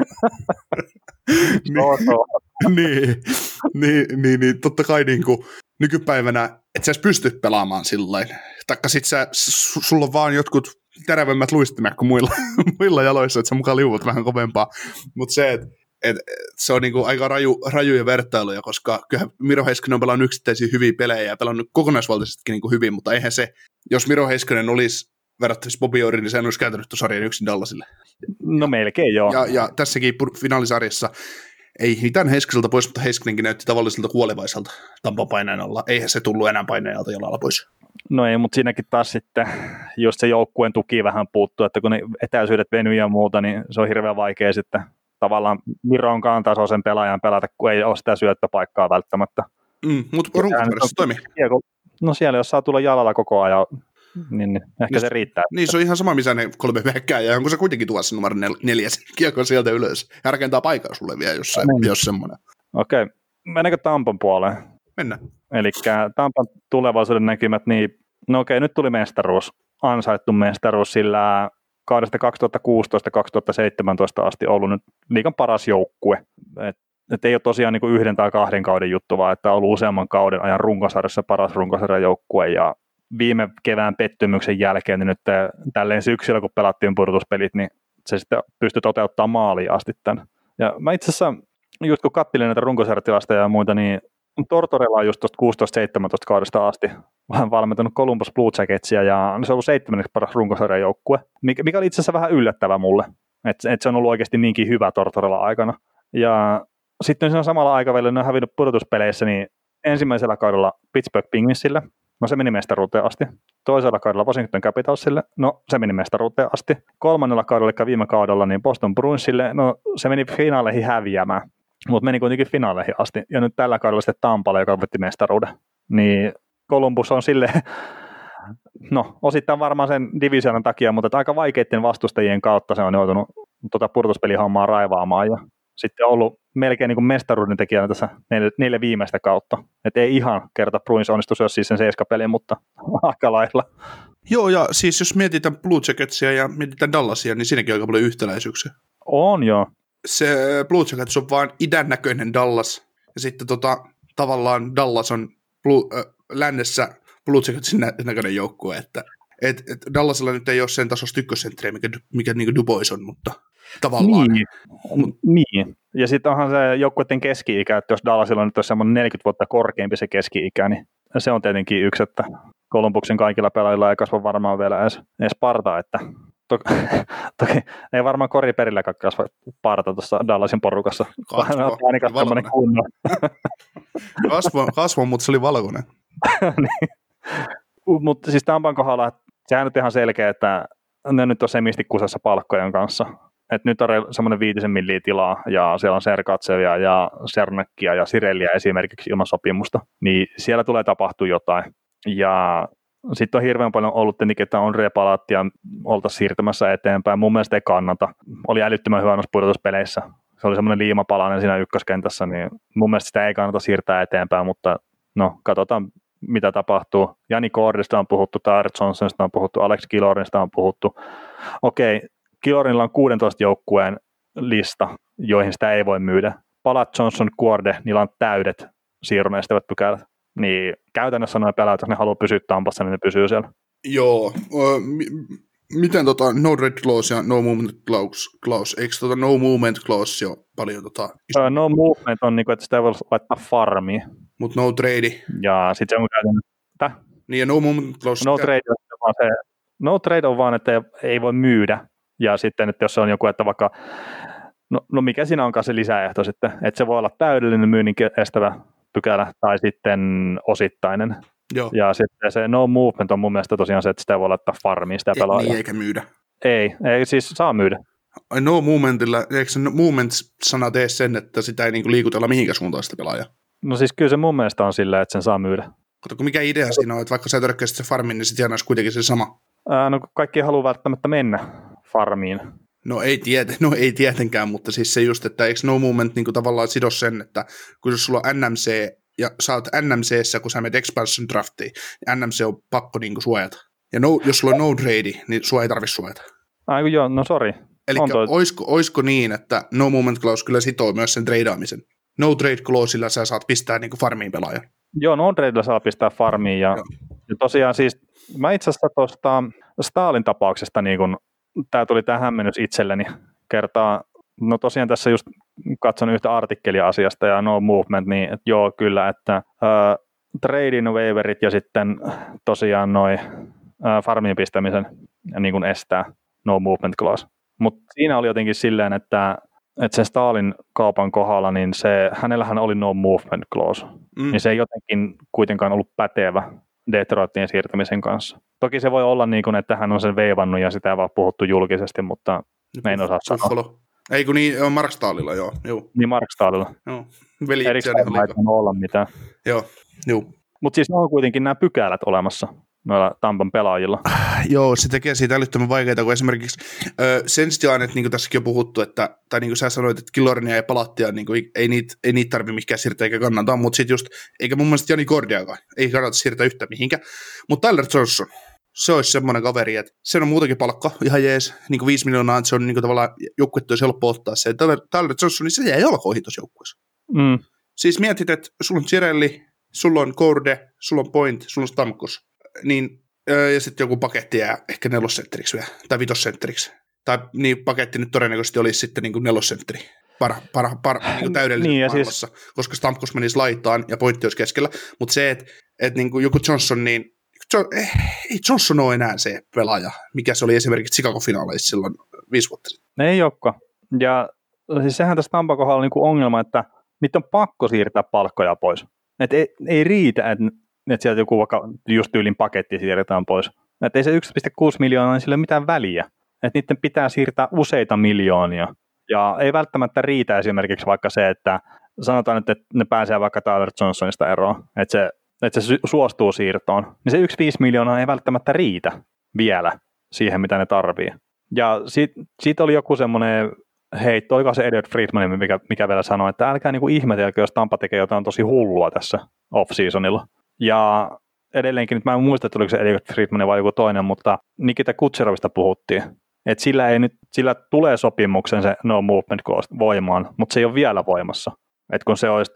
niin, totta kai niin kuin nykypäivänä, et sä edes pysty pelaamaan sillain. Taikka sit sulla on vaan jotkut terävemmät luistimet kuin muilla jaloissa, että sä mukaan liuut vähän kovempaa. Mutta se, että se on niinku aika rajuja vertailuja, koska kyllähän Miro Heiskanen on pelannut yksittäisiä hyviä pelejä ja pelannut kokonaisvaltaisestikin niinku hyvin, mutta eihän se, jos Miro Heiskanen olisi verrattavissa Bobby Orriin, niin sehän olisi käytänyt tuon sarjan yksin Dallasille. No melkein joo. Ja tässäkin finaalisarjassa ei mitään Heiskaselta pois, mutta Heiskanenkin näytti tavalliselta kuolevaiselta Tampan painajan alla. Eihän se tullut enää painajalta jalalla pois. No ei, mutta siinäkin taas sitten, jos se joukkueen tuki vähän puuttuu, että kun ne etäisyydet venyy ja muuta, niin se on hirveän vaikea sitten tavallaan Mironkaan tasoisen pelaajan pelata, kun ei ole sitä syöttöpaikkaa välttämättä. Mutta runkosarjassa toimii. No siellä, jos saa tulla jalalla koko ajan, niin ehkä se riittää. Niin, se on ihan sama, missä ne 3 hyökkääjää, onko se kuitenkin tuossa numero 4 kiekon sieltä ylös ja rakentaa paikkaa sulle vielä, jos semmoinen. Okei, mennäänkö Tampan puoleen? Mennään. Eli Tampan tulevaisuuden näkymät, niin no okei, nyt tuli mestaruus, ansaittu mestaruus, sillä kaudesta 2016-2017 asti ollut nyt liigan paras joukkue. Et ei ole tosiaan niin kuin 1 tai 2 kauden juttu, vaan että on ollut useamman kauden ajan runkosarjassa paras runkosarjan joukkue, ja viime kevään pettymyksen jälkeen, niin nyt tälleen syksyllä, kun pelattiin pudotuspelit, niin se sitten pystyi toteuttamaan maaliin asti tämän. Ja mä itse asiassa, just kun katselin näitä runkosarjatilastoja ja muita, niin Tortorella on just tuosta 16-17 kaudesta asti vähän valmentanut Columbus Blue Jacketsia, ja se on ollut 7. paras runkosarjan joukkue, mikä oli itse asiassa vähän yllättävä mulle, että se on ollut oikeasti niinkin hyvä Tortorella aikana. Ja sitten siinä samalla aikavälillä ne on hävinnyt pudotuspeleissä, niin ensimmäisellä kaudella Pittsburgh Penguinsille, no se meni mestaruuteen asti. Toisella kaudella Washington Capitalsille, no se meni mestaruuteen asti. 3. kaudella, eli viime kaudella, niin Boston Bruinsille, no se meni finaaleihin häviämään, mutta meni kuitenkin finaaleihin asti. Ja nyt tällä kaudella sitten Tampalle, joka voitti mestaruuden. Niin Columbus on silleen, no osittain varmaan sen divisioonan takia, mutta aika vaikeiden vastustajien kautta se on joutunut pudotuspelihommaa raivaamaan. Ja sitten on ollut melkein niin kuin mestaruuden tekijänä tässä 4 viimeistä kautta. Että ei ihan kerta Bruins onnistu syössä siis sen 7-pelin, mutta aika lailla. Joo, ja siis jos mietitään Blue Jacketsia ja mietitään Dallasia, niin siinäkin on aika paljon yhtäläisyyksiä. On joo. Se Blue Jackets on vain idän näköinen Dallas, ja sitten tavallaan Dallas on lännessä Blue Jacketsin näköinen joukkue, että Dallasilla nyt ei ole sen tasosta ykkössentriä, mikä niin kuin Dubois on, mutta tavallaan. Niin. Ja sitten onhan se joukkueiden keski-ikä, että jos Dallasilla nyt on semmoinen 40 vuotta korkeampi se keski-ikä, niin se on tietenkin yksi, että Columbuksen kaikilla pelaajilla ei kasva varmaan vielä edes parta, että toki ei varmaan koriperilläkään kasva parta tuossa Dallasin porukassa. Ainakaan semmoinen kunnon. Kasvo, mutta se oli valkoinen. Niin. Mutta siis Tampan kohdalla, sehän nyt ihan selkeä, että ne nyt on semisti kusessa palkkojen kanssa. Et nyt on semmoinen 5 milliä tilaa, ja siellä on Sergatsevia ja Sernakkia ja Sirelliä esimerkiksi ilman sopimusta. Niin siellä tulee tapahtua jotain. Ja sitten on hirveän paljon ollut, että on Repalattia oltaisiin siirtämässä eteenpäin. Mun mielestä ei kannata. Oli älyttömän hyvä noissa pudotuspeleissä. Se oli semmoinen liimapalainen siinä ykköskentässä, niin mun mielestä sitä ei kannata siirtää eteenpäin, mutta no, katsotaan mitä tapahtuu. Jani Kordista on puhuttu, Tyler Johnsonista on puhuttu, Alex Killornista on puhuttu. Okei, Killornilla on 16 joukkueen lista, joihin sitä ei voi myydä. Palat, Johnson, Korde, niillä on täydet siirron estävät pykälät. niin käytännössä noin pelaajat, jos ne haluaa pysyä Tampassa, niin ne pysyy siellä. Joo, miten no red clause ja no movement clause, eikö no movement clause jo paljon No movement on niinku, että sitä ei voi laittaa farmiin. Mutta no trade. Ja sitten se on käytännössä, niin ja no movement clause. No trade on vaan, että ei voi myydä. Ja sitten, että jos se on joku, että vaikka, no mikä siinä onkaan se lisäehto sitten, että se voi olla täydellinen myynnin estävä pykälä tai sitten osittainen. Joo. Ja sitten se no movement on mun mielestä tosiaan se, että sitä voi laittaa farmiin sitä pelaajaa. Niin eikä myydä. Ei siis saa myydä. No movementilla, eikö se movement-sana tee sen, että sitä ei niinku liikutella mihinkään suuntaan sitä pelaajaa? No siis kyllä se mun mielestä on sillä, että sen saa myydä. Kato, mikä idea siinä on, että vaikka sä törkkäisit se farmin, niin sitten jäännäisi kuitenkin se sama. No kaikki ei halua välttämättä mennä farmiin. No ei tietenkään, mutta siis se just, että eikö no movement niinku tavallaan sido sen, että kun jos sulla on NMC ja sä oot NMC:ssä, kun sä menet expansion draftiin, niin NMC on pakko niinku suojata. Ja jos sulla on no trade, niin sua ei tarvitse suojata. Joo, no sori. Eli oisko niin, että no movement clause kyllä sitoo myös sen tradeaamisen? No trade clauseilla sä saat pistää niinku farmiin pelaajan. Joo, no tradeilla saa pistää farmiin. Ja tosiaan siis mä itse asiassa tuosta Stalin tapauksesta, niin kun tämä tuli tämä hämmennys itselleni kertaa. No tosiaan tässä just katson yhtä artikkelia asiasta ja no movement, niin että joo kyllä, että trading waiverit ja sitten tosiaan noi farmiin pistämisen niin kun estää no movement clause. Mutta siinä oli jotenkin silleen, että sen Stalin kaupan kohdalla, niin hänellähän oli no movement clause, niin se ei jotenkin kuitenkaan ollut pätevä Detroitin siirtämisen kanssa. Toki se voi olla niin kuin, että hän on sen veivannut ja sitä ei vaan puhuttu julkisesti, mutta me en osaa sanoa. Ei kun niin, on Mark Stahlilla, joo. Niin Mark Stahlilla. Joo, erikseen ei olla mitään. Joo. Mutta siis on kuitenkin nämä pykälät olemassa noilla Tampan pelaajilla. Joo, se tekee siitä älyttömän vaikeaa, kun esimerkiksi sen sijaan, että niin kuin tässäkin on puhuttu, että, tai niin kuin sä sanoit, että Killornia ja Palattia, niin kuin, ei niitä tarvitse mihinkään siirtää eikä kannata, mutta sitten just, eikä mun mielestä Jani Kordiakaan, ei kannata siirtää yhtään mihinkään, mutta Tyler Johnson, se olisi semmoinen kaveri, että sen on muutenkin palkka ihan jees, niin kuin 5 miljoonaa, että se on niin kuin tavallaan joukkuetta olisi helppo ottaa se. Tyler Johnson, niin se jäi jalkoihin tuossa joukkueessa. Siis mietit, että sulla on Cirelli, sulla on Korde, sulla on Point, sulla on Stamkos, niin, ja sitten joku paketti jää ehkä 4-sentteriksi vielä, tai 5-sentteriksi. Tai niin paketti nyt todennäköisesti olisi sitten niin kuin 4-sentteri. Niin täydellisessä maailmassa, siis koska Stamkos menisi laitaan ja Pointti olisi keskellä. Mutta se, että niin kuin joku Johnson, niin ei Johnson ole enää se pelaaja, mikä se oli esimerkiksi Chicago-finaaleissa silloin 5 vuotta sitten. Ei olekaan. Ja siis sehän tässä Tampan kohdalla on niin kuin ongelma, että niitä on pakko siirtää palkkoja pois. Että ei riitä, että sieltä joku vaikka just tyylin paketti siirretään pois. Että ei se 1,6 miljoonaa, niin sillä ei ole mitään väliä. Että niiden pitää siirtää useita miljoonia. Ja ei välttämättä riitä esimerkiksi vaikka se, että sanotaan, että ne pääsee vaikka Tyler Johnsonista eroon, että se suostuu siirtoon. Niin se 1,5 miljoonaa ei välttämättä riitä vielä siihen, mitä ne tarvii. Ja siitä oli joku semmoinen heitto, oliko se Elliot Friedman, mikä vielä sanoi, että älkää niinku ihmetelkö, jos Tampa tekee jotain tosi hullua tässä off-seasonilla. Ja edelleenkin, nyt mä en muista, että oliko se Elliot Friedman vai joku toinen, mutta Nikita Kutserovista puhuttiin. Että sillä tulee sopimuksen se no movement clause voimaan, mutta se ei ole vielä voimassa. Että kun se olisi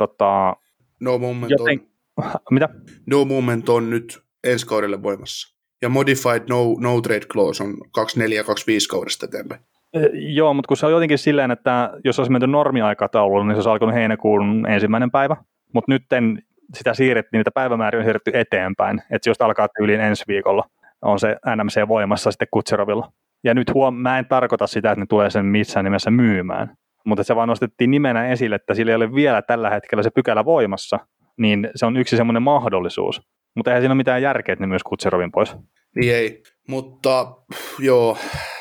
No movement Mitä? No movement on nyt ensi kaudelle voimassa. Ja modified no trade clause on 24-25 kaudesta eteenpäin. Joo, mutta kun se on jotenkin silleen, että jos olisi menty normiaikatauluun, niin se olisi alkanut heinäkuun 1. päivä. Mutta nyt sitä siirrettiin, niitä päivämääriä on siirretty eteenpäin. Että se just alkaa tyyliin ensi viikolla. On se NMC voimassa sitten Kutserovilla. Ja nyt mä en tarkoita sitä, että ne tulee sen missään nimessä myymään. Mutta se vaan nostettiin nimenä esille, että sillä ei ole vielä tällä hetkellä se pykälä voimassa. Niin se on yksi semmoinen mahdollisuus. Mutta eihän siinä ole mitään järkeä, että ne myös Kutserovin pois. Niin ei, mutta joo.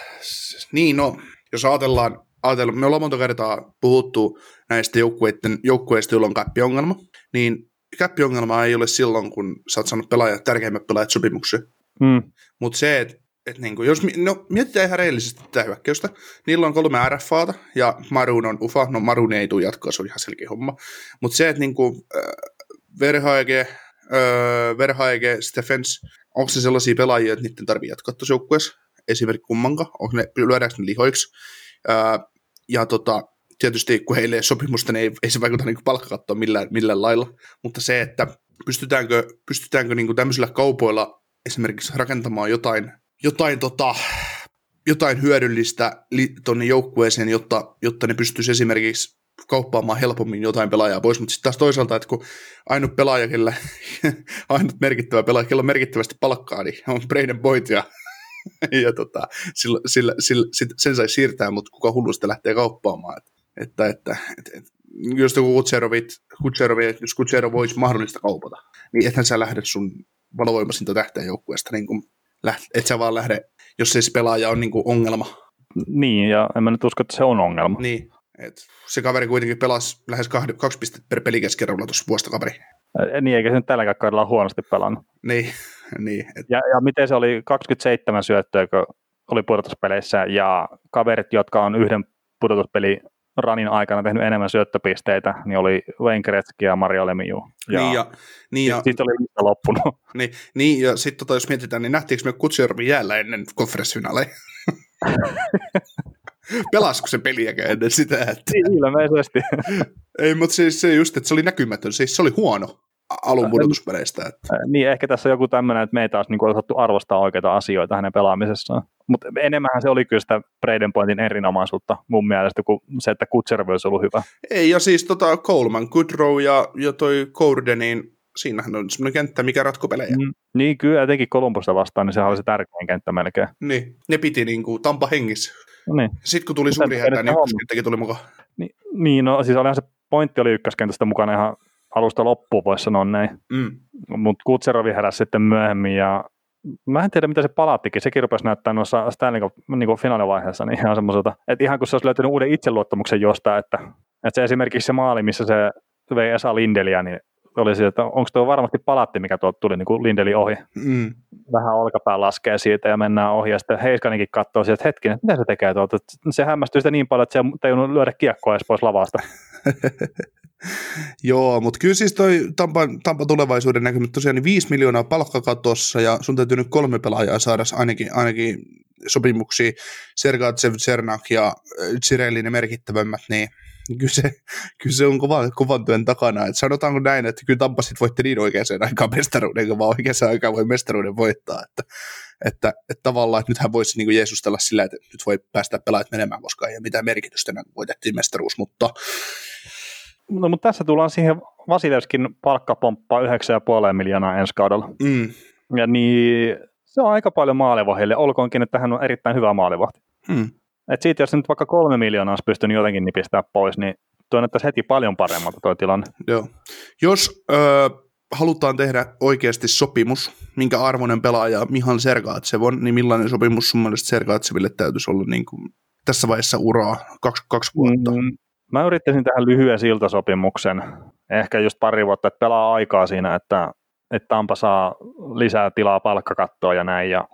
Niin no, jos ajatellaan, me ollaan monta kertaa puhuttu näistä joukkueista, joilla on käppiongelma, niin käppiongelma ei ole silloin, kun sä oot saanut tärkeimmät pelaajat sopimuksia. Mutta se, että niinku, jos mietitään ihan reellisesti tätä hyökkäystä, niillä on 3 RFAta ja Maroon on UFA, no Maroon ei tule jatkoa, se on ihan selkeä homma, mutta se, että niinku, Verhaege, Stephens, onko se sellaisia pelaajia, että niiden tarvitsee jatkaa tuossa joukkueessa, esimerkiksi kummankaan, lyödäänkö ne lihoiksi, ja tietysti kun heille ei sopimusta, niin ei se vaikuta niin palkkakattoon millään lailla, mutta se, että pystytäänkö niin kuin tämmöisillä kaupoilla esimerkiksi rakentamaan jotain hyödyllistä tuonne joukkueeseen, jotta ne pystyisi esimerkiksi kauppaamaan helpommin jotain pelaajaa pois, mutta sitten taas toisaalta, että kun ainut merkittävä pelaaja, kellä on merkittävästi palkkaa, niin on Braden Boyd ja sen saisi siirtää, mutta kuka hullu sitä lähtee kauppaamaan. Jos joku jos Kutserov voisi mahdollista kaupata, niin ethän sä lähde sun valovoimaisinta tähtäjän joukkueesta, niin et sä vaan lähde, jos se pelaaja on niin kuin ongelma. Niin, ja en mä nyt usko, että se on ongelma. Niin, se kaveri kuitenkin pelasi lähes 2 pistettä per pelikeskerolla tuossa vuostakaveri. Niin, eikä se nyt tälläkään kaudella huonosti pelannut. Niin. Ja miten se oli 27 syöttöä, kun oli pudotuspeleissä, ja kaverit, jotka on yhden pudotuspeli ranin aikana tehnyt enemmän syöttöpisteitä, niin oli Wayne Gretzky ja Mario Lemieux. Sitten oli lista loppunut. Niin, ja sitten jos mietitään, niin nähtiinkö me Kutserovin jäällä ennen konferenssifinaaleja? Pelasiko se peliäkään ennen sitä? Että... Ilmeisesti. Ei, mutta siis se just, että se oli näkymätön. Siis se oli huono alun pudotuspeleistä. Että... Niin, ehkä tässä on joku tämmöinen, että me ei taas niin osattu arvostaa oikeita asioita hänen pelaamisessaan. Mutta enemmänhän se oli kyllä sitä Braden Pointin erinomaisuutta mun mielestä kuin se, että Kutserov olisi ollut hyvä. Ei, ja siis Coleman, Goodrow ja toi Courde, niin siinähän on semmoinen kenttä, mikä ratko pelejä. Niin, kyllä etenkin Columbusta vastaan, niin sehän oli se tärkein kenttä melkein. Niin, ne piti niinku Tampa hengissä. Niin. Sitten kun tuli suuri hätä, niin ykköskenttäkin tuli mukaan. Niin, no siis olihan se pointti oli ykköskentästä mukana ihan alusta loppuun, voisi sanoa näin. Mutta Kutserovi heräsi sitten myöhemmin, ja mä en tiedä, mitä se palattikin. Sekin rupesi näyttää noissa Stanley niin finaalivaiheessa niin ihan semmoiselta, että ihan kun se olisi löytynyt uuden itseluottamuksen jostain, että se esimerkiksi se maali, missä se vei Esa Lindeliä, niin oli se, että onko tuo varmasti palatti, mikä tuolta tuli niin kuin Lindeli ohi. Vähän olkapää laskee siitä ja mennään ohi, ja sitten Heiskaninkin katsoo sieltä, että hetkinen, mitä se tekee tuolta. Se hämmästyy sitä niin paljon, että se ei tajunnut lyödä kiekkoa edes pois lavasta. Joo, mutta kyllä siis toi Tampa tulevaisuuden näkymät tosiaan niin 5 miljoonaa palkkakatossa, ja sun täytyy nyt 3 pelaajaa saada ainakin sopimuksia, Sergatsev, Cernak ja Cirelli ne merkittävämmät, niin kyllä se on kovan työn takana. Et sanotaanko näin, että kyllä Tampa sit voitti niin oikeaan aikaan mestaruuden, eikä vaan oikeaan aikaan voi mestaruuden voittaa. Että tavallaan, että nythän voisi niinku jeesustella sillä, että nyt voi päästä pelaajat menemään, koska ei ole mitään merkitystä, kun voitettiin mestaruus, mutta... No, mutta tässä tullaan siihen Vasilevskin palkkapomppaa 9,5 miljoonaa ensi kaudella. Ja niin, se on aika paljon maalivahille, olkoonkin, että hän on erittäin hyvä maalivahti. Et siitä, jos nyt vaikka 3 miljoonaa olisi pystynyt jotenkin nipistää pois, niin tuo näyttäisi heti paljon paremmalta tuo tilanne. Joo. Jos halutaan tehdä oikeasti sopimus, minkä arvoinen pelaaja Mihail Sergatsev on, niin millainen sopimus sun mielestä Sergatseville täytyisi olla niin kuin tässä vaiheessa uraa 2 vuotta? Mä yrittäisin tähän lyhyen siltasopimuksen, ehkä just pari vuotta, että pelaa aikaa siinä, että Tampa saa lisää tilaa palkkakattoa ja näin. Ja,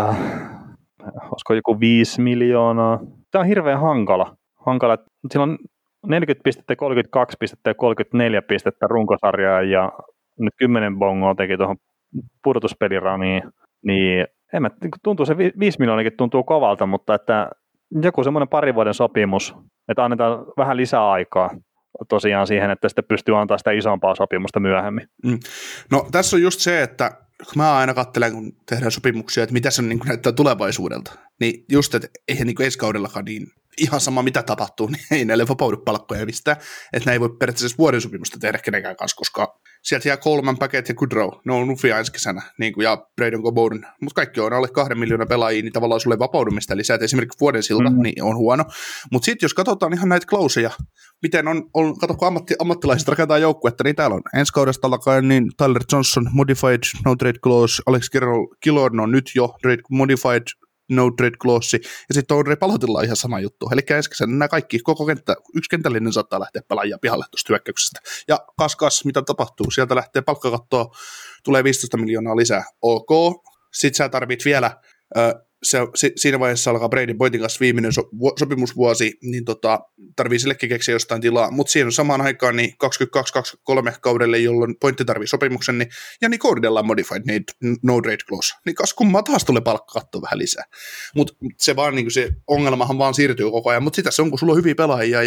olisiko joku 5 miljoonaa? Tämä on hirveän hankala. Että sillä on 40 pistettä, 32 pistettä ja 34 pistettä runkosarjaa, ja nyt 10 bongoa teki tuohon pudotuspeliraniin, niin tuntuu se 5 miljoonaakin tuntuu kovalta, mutta että joku semmoinen 2 vuoden sopimus, että annetaan vähän lisää aikaa tosiaan siihen, että sitten pystyy antaa sitä isompaa sopimusta myöhemmin. No tässä on just se, että mä aina katselen, kun tehdään sopimuksia, että mitä se on, niin kuin näyttää tulevaisuudelta, niin just, että eihän niin kuin ensi kaudellakaan niin ihan sama mitä tapahtuu, niin ei näille vapaudu palkkoja mistään, että näin ei voi periaatteessa vuoden sopimusta tehdä kenenkään kanssa, koska sieltä jää Coleman, Paquette ja Goodrow, ne on nufia ensi kesänä, niin kuin, ja Braden Coburn, mutta kaikki on alle 2 miljoonaa pelaajia, niin tavallaan sulle vapaudumista lisää, että esimerkiksi vuoden silta, niin on huono, mutta sitten jos katsotaan ihan näitä klauseja, miten on kato, kun ammattilaiset rakentaa joukkuetta, niin täällä on ensi kaudesta alkaen, niin Tyler Johnson, modified, no trade clause, Alex Killorn on nyt jo modified, no trade clause, ja sitten Ondrej Palotilla ihan sama juttu. Eli ensi kesänä nämä kaikki, koko kenttä, yksi kentällinen saattaa lähteä pelaajia pihalle tuosta hyökkäyksestä. Ja kas, mitä tapahtuu? Sieltä lähtee palkkakattoa, tulee 15 miljoonaa lisää. OK. Sitten sä tarvit vielä, siinä vaiheessa alkaa Brady Boydin kanssa viimeinen sopimusvuosi, niin tarvii sillekin keksiä jostain tilaa, mutta siinä on samaan aikaan niin 22-23 kaudelle, jolloin pointti tarvii sopimuksen, niin, ja niin Cordella on modified no trade clause, niin kas kummaa taas tulee palkkakattoa vähän lisää. Mutta se vaan niin se ongelmahan vaan siirtyy koko ajan, mutta sitä se on, kun sulla on hyviä pelaajia ja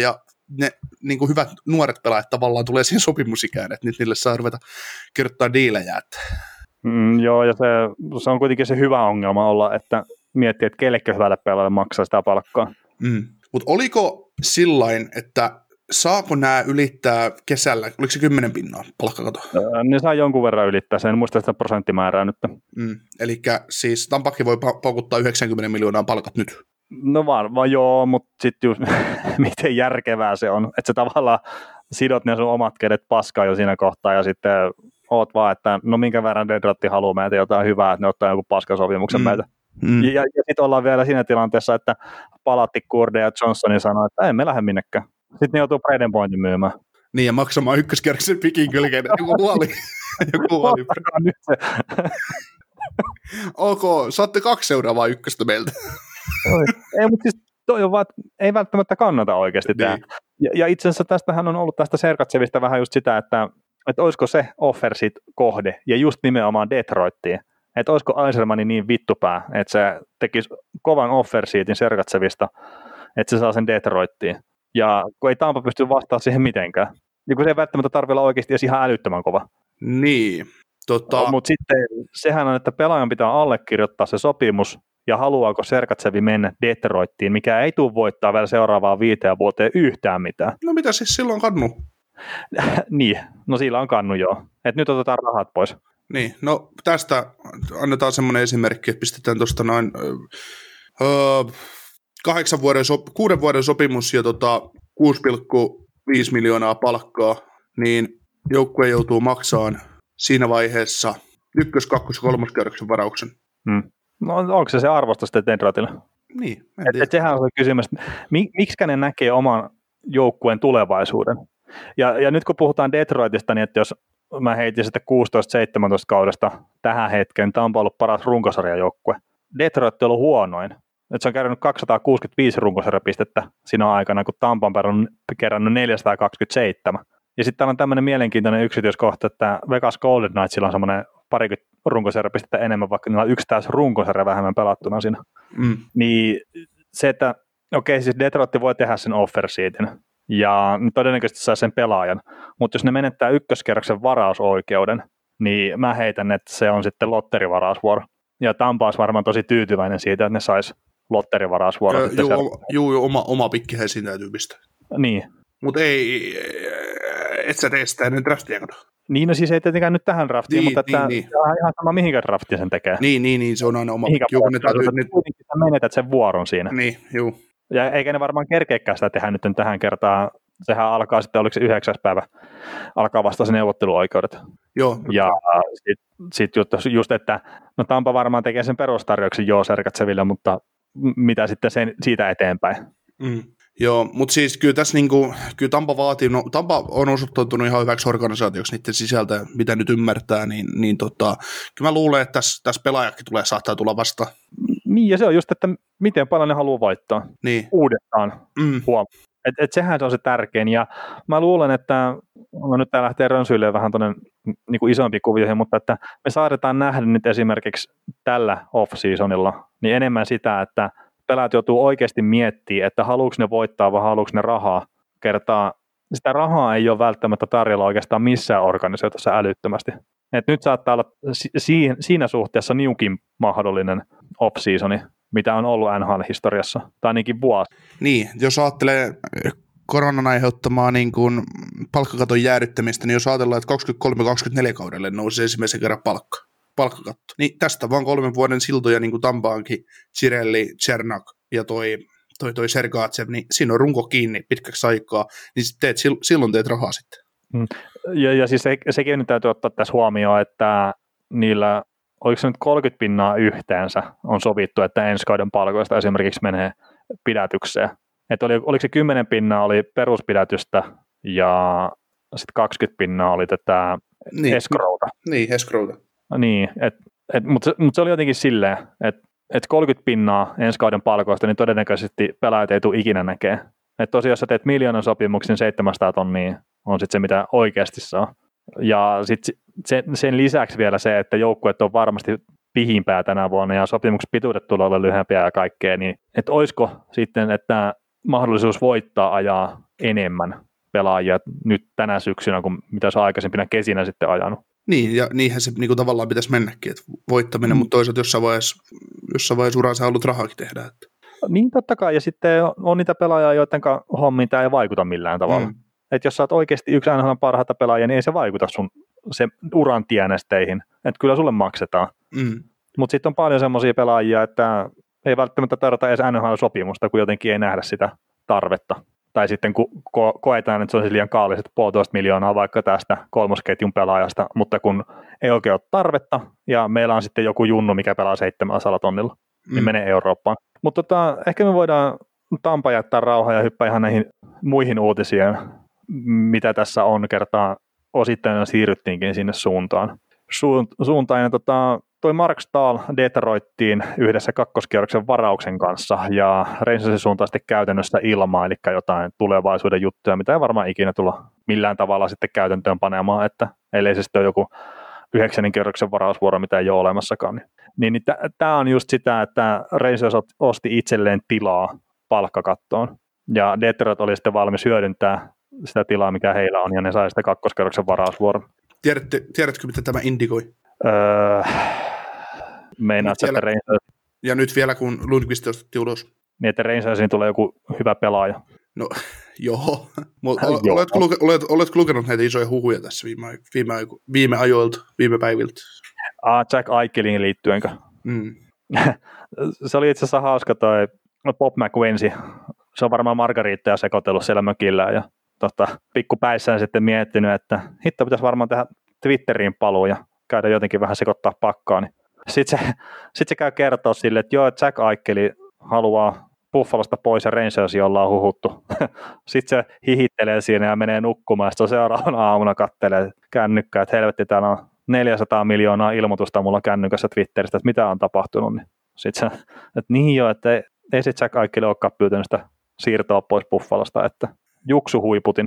ne niin kuin hyvät nuoret pelaajat tavallaan tulee siihen sopimusikään, että nyt niille saa ruveta kirjoittaa diilejä. Joo, ja se on kuitenkin se hyvä ongelma olla, että miettii, että kellekä hyvälle pelaajalle maksaa sitä palkkaa. Mutta oliko sillain, että saako nämä ylittää kesällä, oliko se 10 pinnaa palkkakato? Ne saa jonkun verran ylittää, sen en muista sitä prosenttimäärää nyt. Eli siis Tampakki voi paukuttaa 90 miljoonaa palkat nyt. No vaan joo, mutta sitten just miten järkevää se on, että sä tavallaan sidot ne sun omat kädet paskaan jo siinä kohtaa ja sitten oot vaan, että no minkä verran Detroit haluaa meitä jotain hyvää, että ne ottaa jonkun paskasopimuksen meitä. Ja sitten ollaan vielä siinä tilanteessa, että palatti Kurde ja Johnsonin sanoo, että ei me lähde minnekään. Sitten ne joutuu Braden Pointin myymään. Niin, ja maksamaan ykköskerroksen pikin kylkeen, joku huoli. Nyt se. Ok, saatte 2 seuraavaa ykköstä meiltä. Ei, mutta siis toi on vaan, ei välttämättä kannata oikeasti tehdä. Ja itse asiassa tästähän on ollut tästä Sergatsevista vähän just sitä, että olisiko se offer sit kohde, ja just nimenomaan Detroittiin. Että olisiko Eisermani niin vittupää, että se tekisi kovan offer siitin Sergatsevista, että se saa sen Detroittiin. Ja kun ei Tampa pysty vastaamaan siihen mitenkään. Ja kun se ei välttämättä tarvitse olla oikeasti edes ihan älyttömän kova. Niin. Mutta sitten sehän on, että pelaajan pitää allekirjoittaa se sopimus, ja haluaako Sergatsevi mennä Detroittiin, mikä ei tule voittaa vielä seuraavaan 5 vuoteen yhtään mitään. No mitä siis silloin kannu? Niin, no sillä on kannu joo. Että nyt otetaan rahat pois. Niin, no tästä annetaan semmoinen esimerkki, että pistetään tuosta noin 6 vuoden sopimus ja 6,5 miljoonaa palkkaa, niin joukkue joutuu maksamaan siinä vaiheessa ykkös-, kakkos- ja kolmoskierroksen varauksen. No onko se arvosta sitten Detroitille? Niin, et sehän on se kysymys, miksi ne näkee oman joukkueen tulevaisuuden? Ja nyt kun puhutaan Detroitista, niin että jos mä heitin sitten 16-17 kaudesta tähän hetkeen, tämä on ollut paras runkosarjajoukkue. Detroit on ollut huonoin. Nyt se on kerännyt 265 runkosarjapistettä siinä aikana, kun Tampa on kerännyt 427. Ja sitten täällä on tämmöinen mielenkiintoinen yksityiskohta, että Vegas Golden Knightsilla on semmoinen 20 runkosarjapistettä enemmän, vaikka niillä on yksi taas runkosarja vähemmän pelattuna siinä. Niin se, että okei, siis Detroit voi tehdä sen offer sheetin, ja todennäköisesti saa sen pelaajan, mutta jos ne menettää ykköskerroksen varausoikeuden, niin mä heitän, että se on sitten lotterivarausvuoro. Ja Tampa olisi varmaan tosi tyytyväinen siitä, että ne sais lotterivarausvuoro. Oma pikkihän siinä täytyy pistää. Niin. Mutta ei, et sä tee sitä ennen draftia, kato. Niin, no siis ei tietenkään nyt tähän draftiin, mutta niin. Ihan sama mihinkä draftiin sen tekee. Niin, se on aina oma pikki. Kuitenkin sä menetät sen vuoron siinä. Niin, juu. Ja eikä ne varmaan kerkeäkään sitä tehdä nyt tähän kertaan. Sehän alkaa sitten, oliko se 9. päivä, alkaa vasta se neuvotteluoikeudet. Joo. Ja sitten just, että no Tampa varmaan tekee sen perustarjouksen Sergatseville, mutta mitä sitten siitä eteenpäin. Joo, mutta siis kyllä tässä kyllä Tampa vaatii, Tampa on osoittautunut ihan hyväksi organisaatioksi niiden sisältä, mitä nyt ymmärtää, niin kyllä mä luulen, että tässä pelaajakin saattaa tulla vastaan. Niin, ja se on just, että miten paljon ne haluaa voittaa uudestaan. Et sehän se on se tärkein, ja mä luulen, että no nyt tää lähtee rönsyille vähän tuonne niin isompiin kuvioihin, mutta että me saadaan nähdä nyt esimerkiksi tällä off-seasonilla niin enemmän sitä, että pelaat joutuu oikeasti miettimään, että haluuks ne voittaa vai haluuks ne rahaa. Kertaa sitä rahaa ei ole välttämättä tarjolla oikeastaan missään organisaatiossa älyttömästi. Et nyt saattaa olla siinä suhteessa niukin mahdollinen off-seasoni, mitä on ollut NHL-historiassa, tai ainakin vuosi. Niin, jos ajattelee koronan aiheuttamaa niin kuin palkkakaton jäädyttämistä, niin jos ajatellaan, että 23-24 kaudelle nousi ensimmäisen kerran palkkakatto, niin tästä vaan 3 vuoden siltoja, niin kuin Tampaankin, Cirelli, Chernak ja toi Sergatsev, niin siinä on runko kiinni pitkäksi aikaa, niin silloin teet rahaa sitten. Ja siis sekin nyt täytyy ottaa tässä huomioon, että niillä, oliko se nyt 30 pinnaa yhteensä, on sovittu, että ensi kauden palkoista esimerkiksi menee pidätykseen. Että oliko se 10 pinnaa oli peruspidätystä ja sitten 20 pinnaa oli tätä escrowta. Niin, escrowta. Niin, mutta se oli jotenkin silleen, että 30 pinnaa ensi kauden palkoista, niin todennäköisesti pelaajat ei tule ikinä näkemään. Että tosiaan, jos sä teet 1 miljoonan sopimuksen, 700 tonnia on sitten se, mitä oikeasti saa. Ja sitten sen lisäksi vielä se, että joukkueet on varmasti pihimpää tänä vuonna ja sopimuksen pituudet tulee olla lyhyempiä ja kaikkea, niin että olisiko sitten, että mahdollisuus voittaa ajaa enemmän pelaajia nyt tänä syksynä kuin mitä se on aikaisempina kesinä sitten ajanut. Niin, ja niinhän se niin tavallaan pitäisi mennäkin, että voittaminen, mutta toisaalta jossain vaiheessa uraa sä haluat rahaakin tehdä. Että. Niin totta kai, ja sitten on niitä pelaajia, joiden hommiin tämä ei vaikuta millään tavalla. Että jos sä oot oikeasti yksi NHL parhaita pelaajia, niin ei se vaikuta sun se uran tienesteihin. Että kyllä sulle maksetaan. Mutta sitten on paljon semmoisia pelaajia, että ei välttämättä tarvita edes NHL-sopimusta, kun jotenkin ei nähdä sitä tarvetta. Tai sitten kun koetaan, että se on liian kallis, että 1,5 miljoonaa vaikka tästä kolmosketjun pelaajasta, mutta kun ei oikein ole tarvetta, ja meillä on sitten joku junnu, mikä pelaa 700 tonnilla, niin menee Eurooppaan. Mutta ehkä me voidaan Tampa jättää rauhaa ja hyppää ihan näihin muihin uutisiin, mitä tässä on kertaa osittain siirryttiinkin sinne suuntaan. Ja toi Mark Stahl Detroittiin yhdessä kakkoskierroksen varauksen kanssa, ja Rangersin suuntaan sitten käytännössä ilmaa, eli jotain tulevaisuuden juttuja, mitä ei varmaan ikinä tulla millään tavalla sitten käytäntöön panemaan, että ellei se sitten ole joku 9. kierroksen varausvuoro, mitä ei ole olemassakaan. Niin tämä on just sitä, että Rangers osti itselleen tilaa palkkakattoon, ja Detroit oli sitten valmis hyödyntää sitä tilaa, mikä heillä on, ja ne sai sitä kakkoskerroksen varausvuoron. Tiedätkö, mitä tämä indikoi? Meinaat, että Rangers... Ja nyt vielä, kun Lundqvist ostettiin ulos. Niin, että Rangersiin tulee joku hyvä pelaaja. No, joo. Oletko lukenut näitä isoja huhuja tässä viime ajoilta, viime päiviltä? Jack Eicheliin liittyenkö? Se oli itse asiassa hauska toi Bob McWenzie. Se on varmaan margariitteja sekoitellut siellä mökillä ja pikkupäissään sitten miettinyt, että hitto pitäisi varmaan tehdä Twitteriin paluu ja käydä jotenkin vähän sekoittaa pakkaa. Niin. Sitten se käy kertoa sille, että joo, Jack Eichel haluaa Buffalosta pois ja Rangersia ollaan huhuttu. Sitten se hihittelee siinä ja menee nukkumaan ja sitten seuraavana aamuna kattelee kännykkää, että helvetti, täällä on 400 miljoonaa ilmoitusta mulla kännykässä Twitteristä, että mitä on tapahtunut. Niin. Sitten se, että niin joo, että ei se Jack Eichel olekaan pyytänyt sitä siirtoa pois Buffalosta, että Juksu huiputin.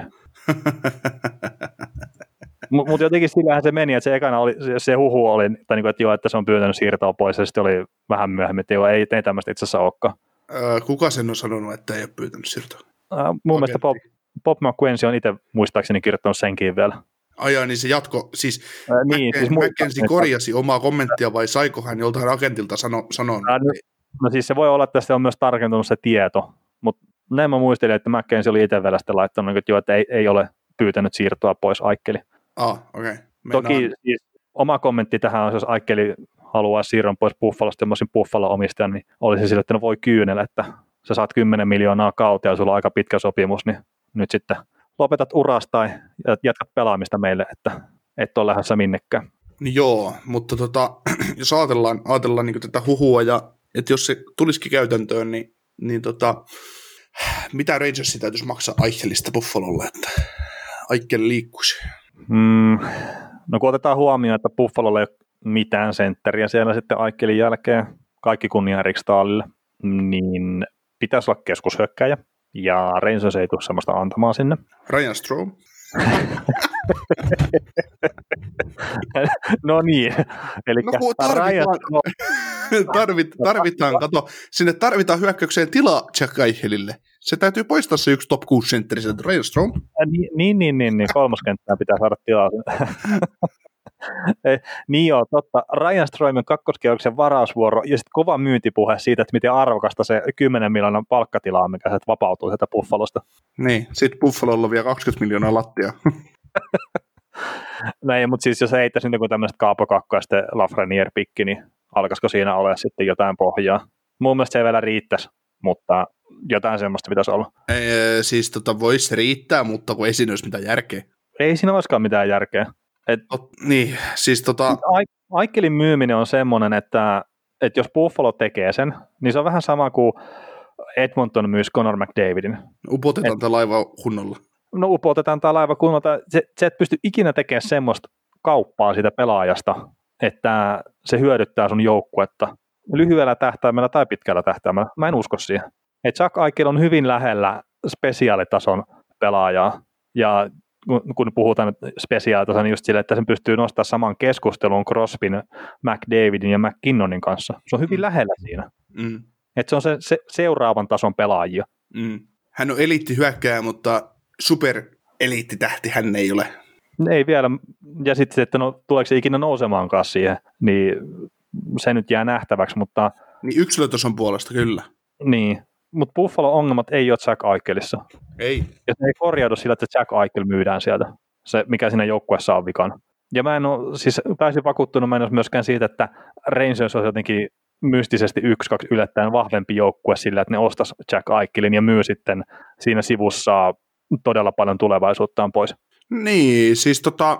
Mutta jotenkin sillähän se meni, että se ekana oli, se huhu oli, tai niin kuin, että joo, että se on pyytänyt siirtoa pois, ja sitten oli vähän myöhemmin, että joo, ei tämmöistä itse asiassa olekaan. Kuka sen on sanonut, että ei ole pyytänyt siirtoa? Mun mielestä Bob McWenzie on itse muistaakseni kirjoittanut senkin vielä. Ajaa, niin se jatko, siis McKenzie korjasi omaa kommenttia, vai saiko hän joltain agentilta sanoa? No siis se voi olla, että se on myös tarkentunut se tieto, mutta näin mä muistelin, että McKenzie oli itse vielä sitten laittanut, että joo, että ei ole pyytänyt siirtoa pois Eicheli. Okay. Toki siis oma kommentti tähän on, jos Eicheli haluaa siirron pois Buffalosta, ja mä olisin Buffalo-omistajan, niin olisi sille, että no voi kyynellä, että sä saat 10 miljoonaa kautta ja sulla on aika pitkä sopimus, niin nyt sitten lopetat urasta tai jatkat pelaamista meille, että et ole lähdössä minnekään. Joo, mutta jos ajatellaan niin tätä huhua, ja että jos se tulisikin käytäntöön, niin mitä Rangersin täytyisi maksaa Eichelistä Buffalolle, että Eichel liikkuisi? No kun otetaan huomioon, että Buffalolla ei ole mitään sentteriä siellä sitten Eichelin jälkeen, kaikki kunnia Erik Stahlille, niin pitäisi olla keskushyökkäjä, ja Rangers ei tule semmoista antamaan sinne. Ryan Strome. No niin, eli tarvitaan, kato, sinne tarvitaan hyökkäykseen tilaa Jack Eichelille. Se täytyy poistaa se yksi top 6 sentteri, se Ryan Strome. Niin, kolmoskenttään pitää saada tilaa. Niin joo, totta. Ryan Stromen kakkoskierroksen varausvuoro ja sitten kova myyntipuhe siitä, että miten arvokasta se 10 miljoonan palkkatilaa, mikä se vapautuu sieltä Buffalosta. Niin, sitten Buffalolla vielä 20 miljoonaa lattia. No ei, mutta siis jos heittäisi nyt joku tämmöiset Kaapo Kakko ja sitten Lafreniere-pikki, niin alkaisiko siinä olla sitten jotain pohjaa? Mun mielestä se ei vielä riittäisi, mutta jotain semmoista pitäisi olla. Siis voisi riittää, mutta kun ei siinä olisi mitään järkeä. Ei siinä olisikaan mitään järkeä. Niin, siis Eichelin myyminen on semmoinen, että jos Buffalo tekee sen, niin se on vähän sama kuin Edmonton myys Connor McDavidin. Upotetaan tämä laiva kunnolla. No upotetaan tämä laiva kunnolla. Se et pysty ikinä tekemään semmoista kauppaa siitä pelaajasta, että se hyödyttää sun joukkuetta lyhyellä tähtäimellä tai pitkällä tähtäimellä. Mä en usko siihen. Jack Eichel on hyvin lähellä spesiaalitason pelaajaa, ja kun puhutaan spesiaalitason, niin just sille, että sen pystyy nostamaan saman keskustelun Crosbyn, McDavidin ja McKinnonin kanssa. Se on hyvin lähellä siinä. Että se on se seuraavan tason pelaajia. Hän on eliittihyökkääjä, mutta supereliittitähti hän ei ole. Ei vielä, ja sitten, että tuleeko se ikinä nousemaankaan siihen, niin se nyt jää nähtäväksi, mutta... Niin yksilötason puolesta kyllä. Niin, mutta Buffalo-ongelmat ei ole Jack Eichelissa. Ei. Ja se ei korjaudu sillä, että Jack Eichel myydään sieltä, se mikä siinä joukkueessa on vikana. Ja mä en ole, siis täysin vakuuttunut, mä en ole myöskään siitä, että Rangers on jotenkin mystisesti 1-2 yllättäen vahvempi joukkue sillä, että ne ostaisi Jack Eichelin ja myy sitten siinä sivussa todella paljon tulevaisuuttaan pois. Niin, siis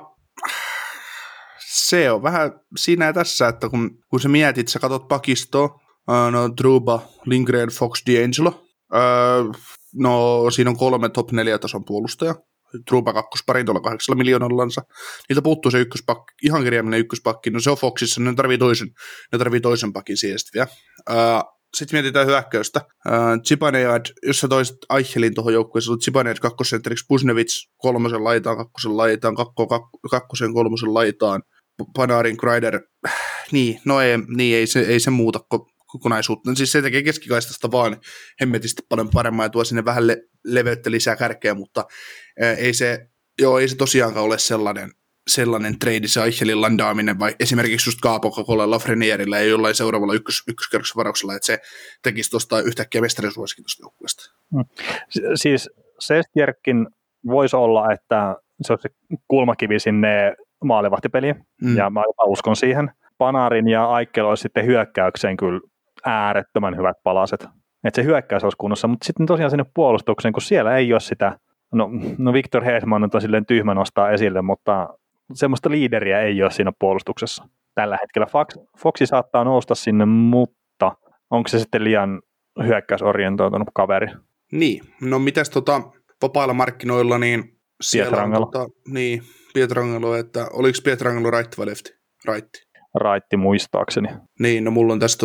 se on vähän siinä ja tässä, että kun sä mietit, sä katot pakistoa, no Trouba, Lindgren, Fox, D'Angelo, no siinä on 3 top 4 tason puolustaja, Trouba kakkospari tuolla 8 miljoonallansa, niiltä puuttuu se ykköspakki, ihan kirjaimellinen ykköspakki, no se on Foxissa, ne tarvii toisen pakin siihen vielä. Sitten mietitään hyökkäystä. Zibanejad, jos sä toisit Eichelin tuohon joukkueeseen, Zibanejad kakkosentteriksi, Buchnevich kolmosen laitaan, kakkosen kolmosen laitaan, Panarin, Kreider, ei se muuta kokonaisuutta. Siis se tekee keskikaistasta vaan hemmetisti paljon paremmin ja tuo sinne vähän leveyttä lisää kärkeä, mutta ei se tosiaankaan ole sellainen trade, se Eichelin landaaminen, vai esimerkiksi just Kaapo Kakolla Lafreniereillä ja jollain seuraavalla ykköskerroksen varauksella, että se tekisi tuosta yhtäkkiä mestarisuosikin tuosta joukkueesta. Siis Sestjärkin voisi olla, että se on se kulmakivi sinne maalivahtipeliin, ja mä uskon siihen. Panarin ja Eichel olisi sitten hyökkäykseen kyllä äärettömän hyvät palaset, että se hyökkäys olisi kunnossa, mutta sitten tosiaan sinne puolustukseen, kun siellä ei ole sitä, no Victor Hedman on silleen tyhmä nostaa esille, mutta semmoista liideriä ei ole siinä puolustuksessa tällä hetkellä. Foxi saattaa nousta sinne, mutta onko se sitten liian hyökkäysorientoitunut kaveri? Niin, no mitäs vapailla markkinoilla, niin Pietrangelo. Pietrangelo, että oliko Pietrangelo right vai lefti? Raitti muistaakseni. Niin, no mulla on tässä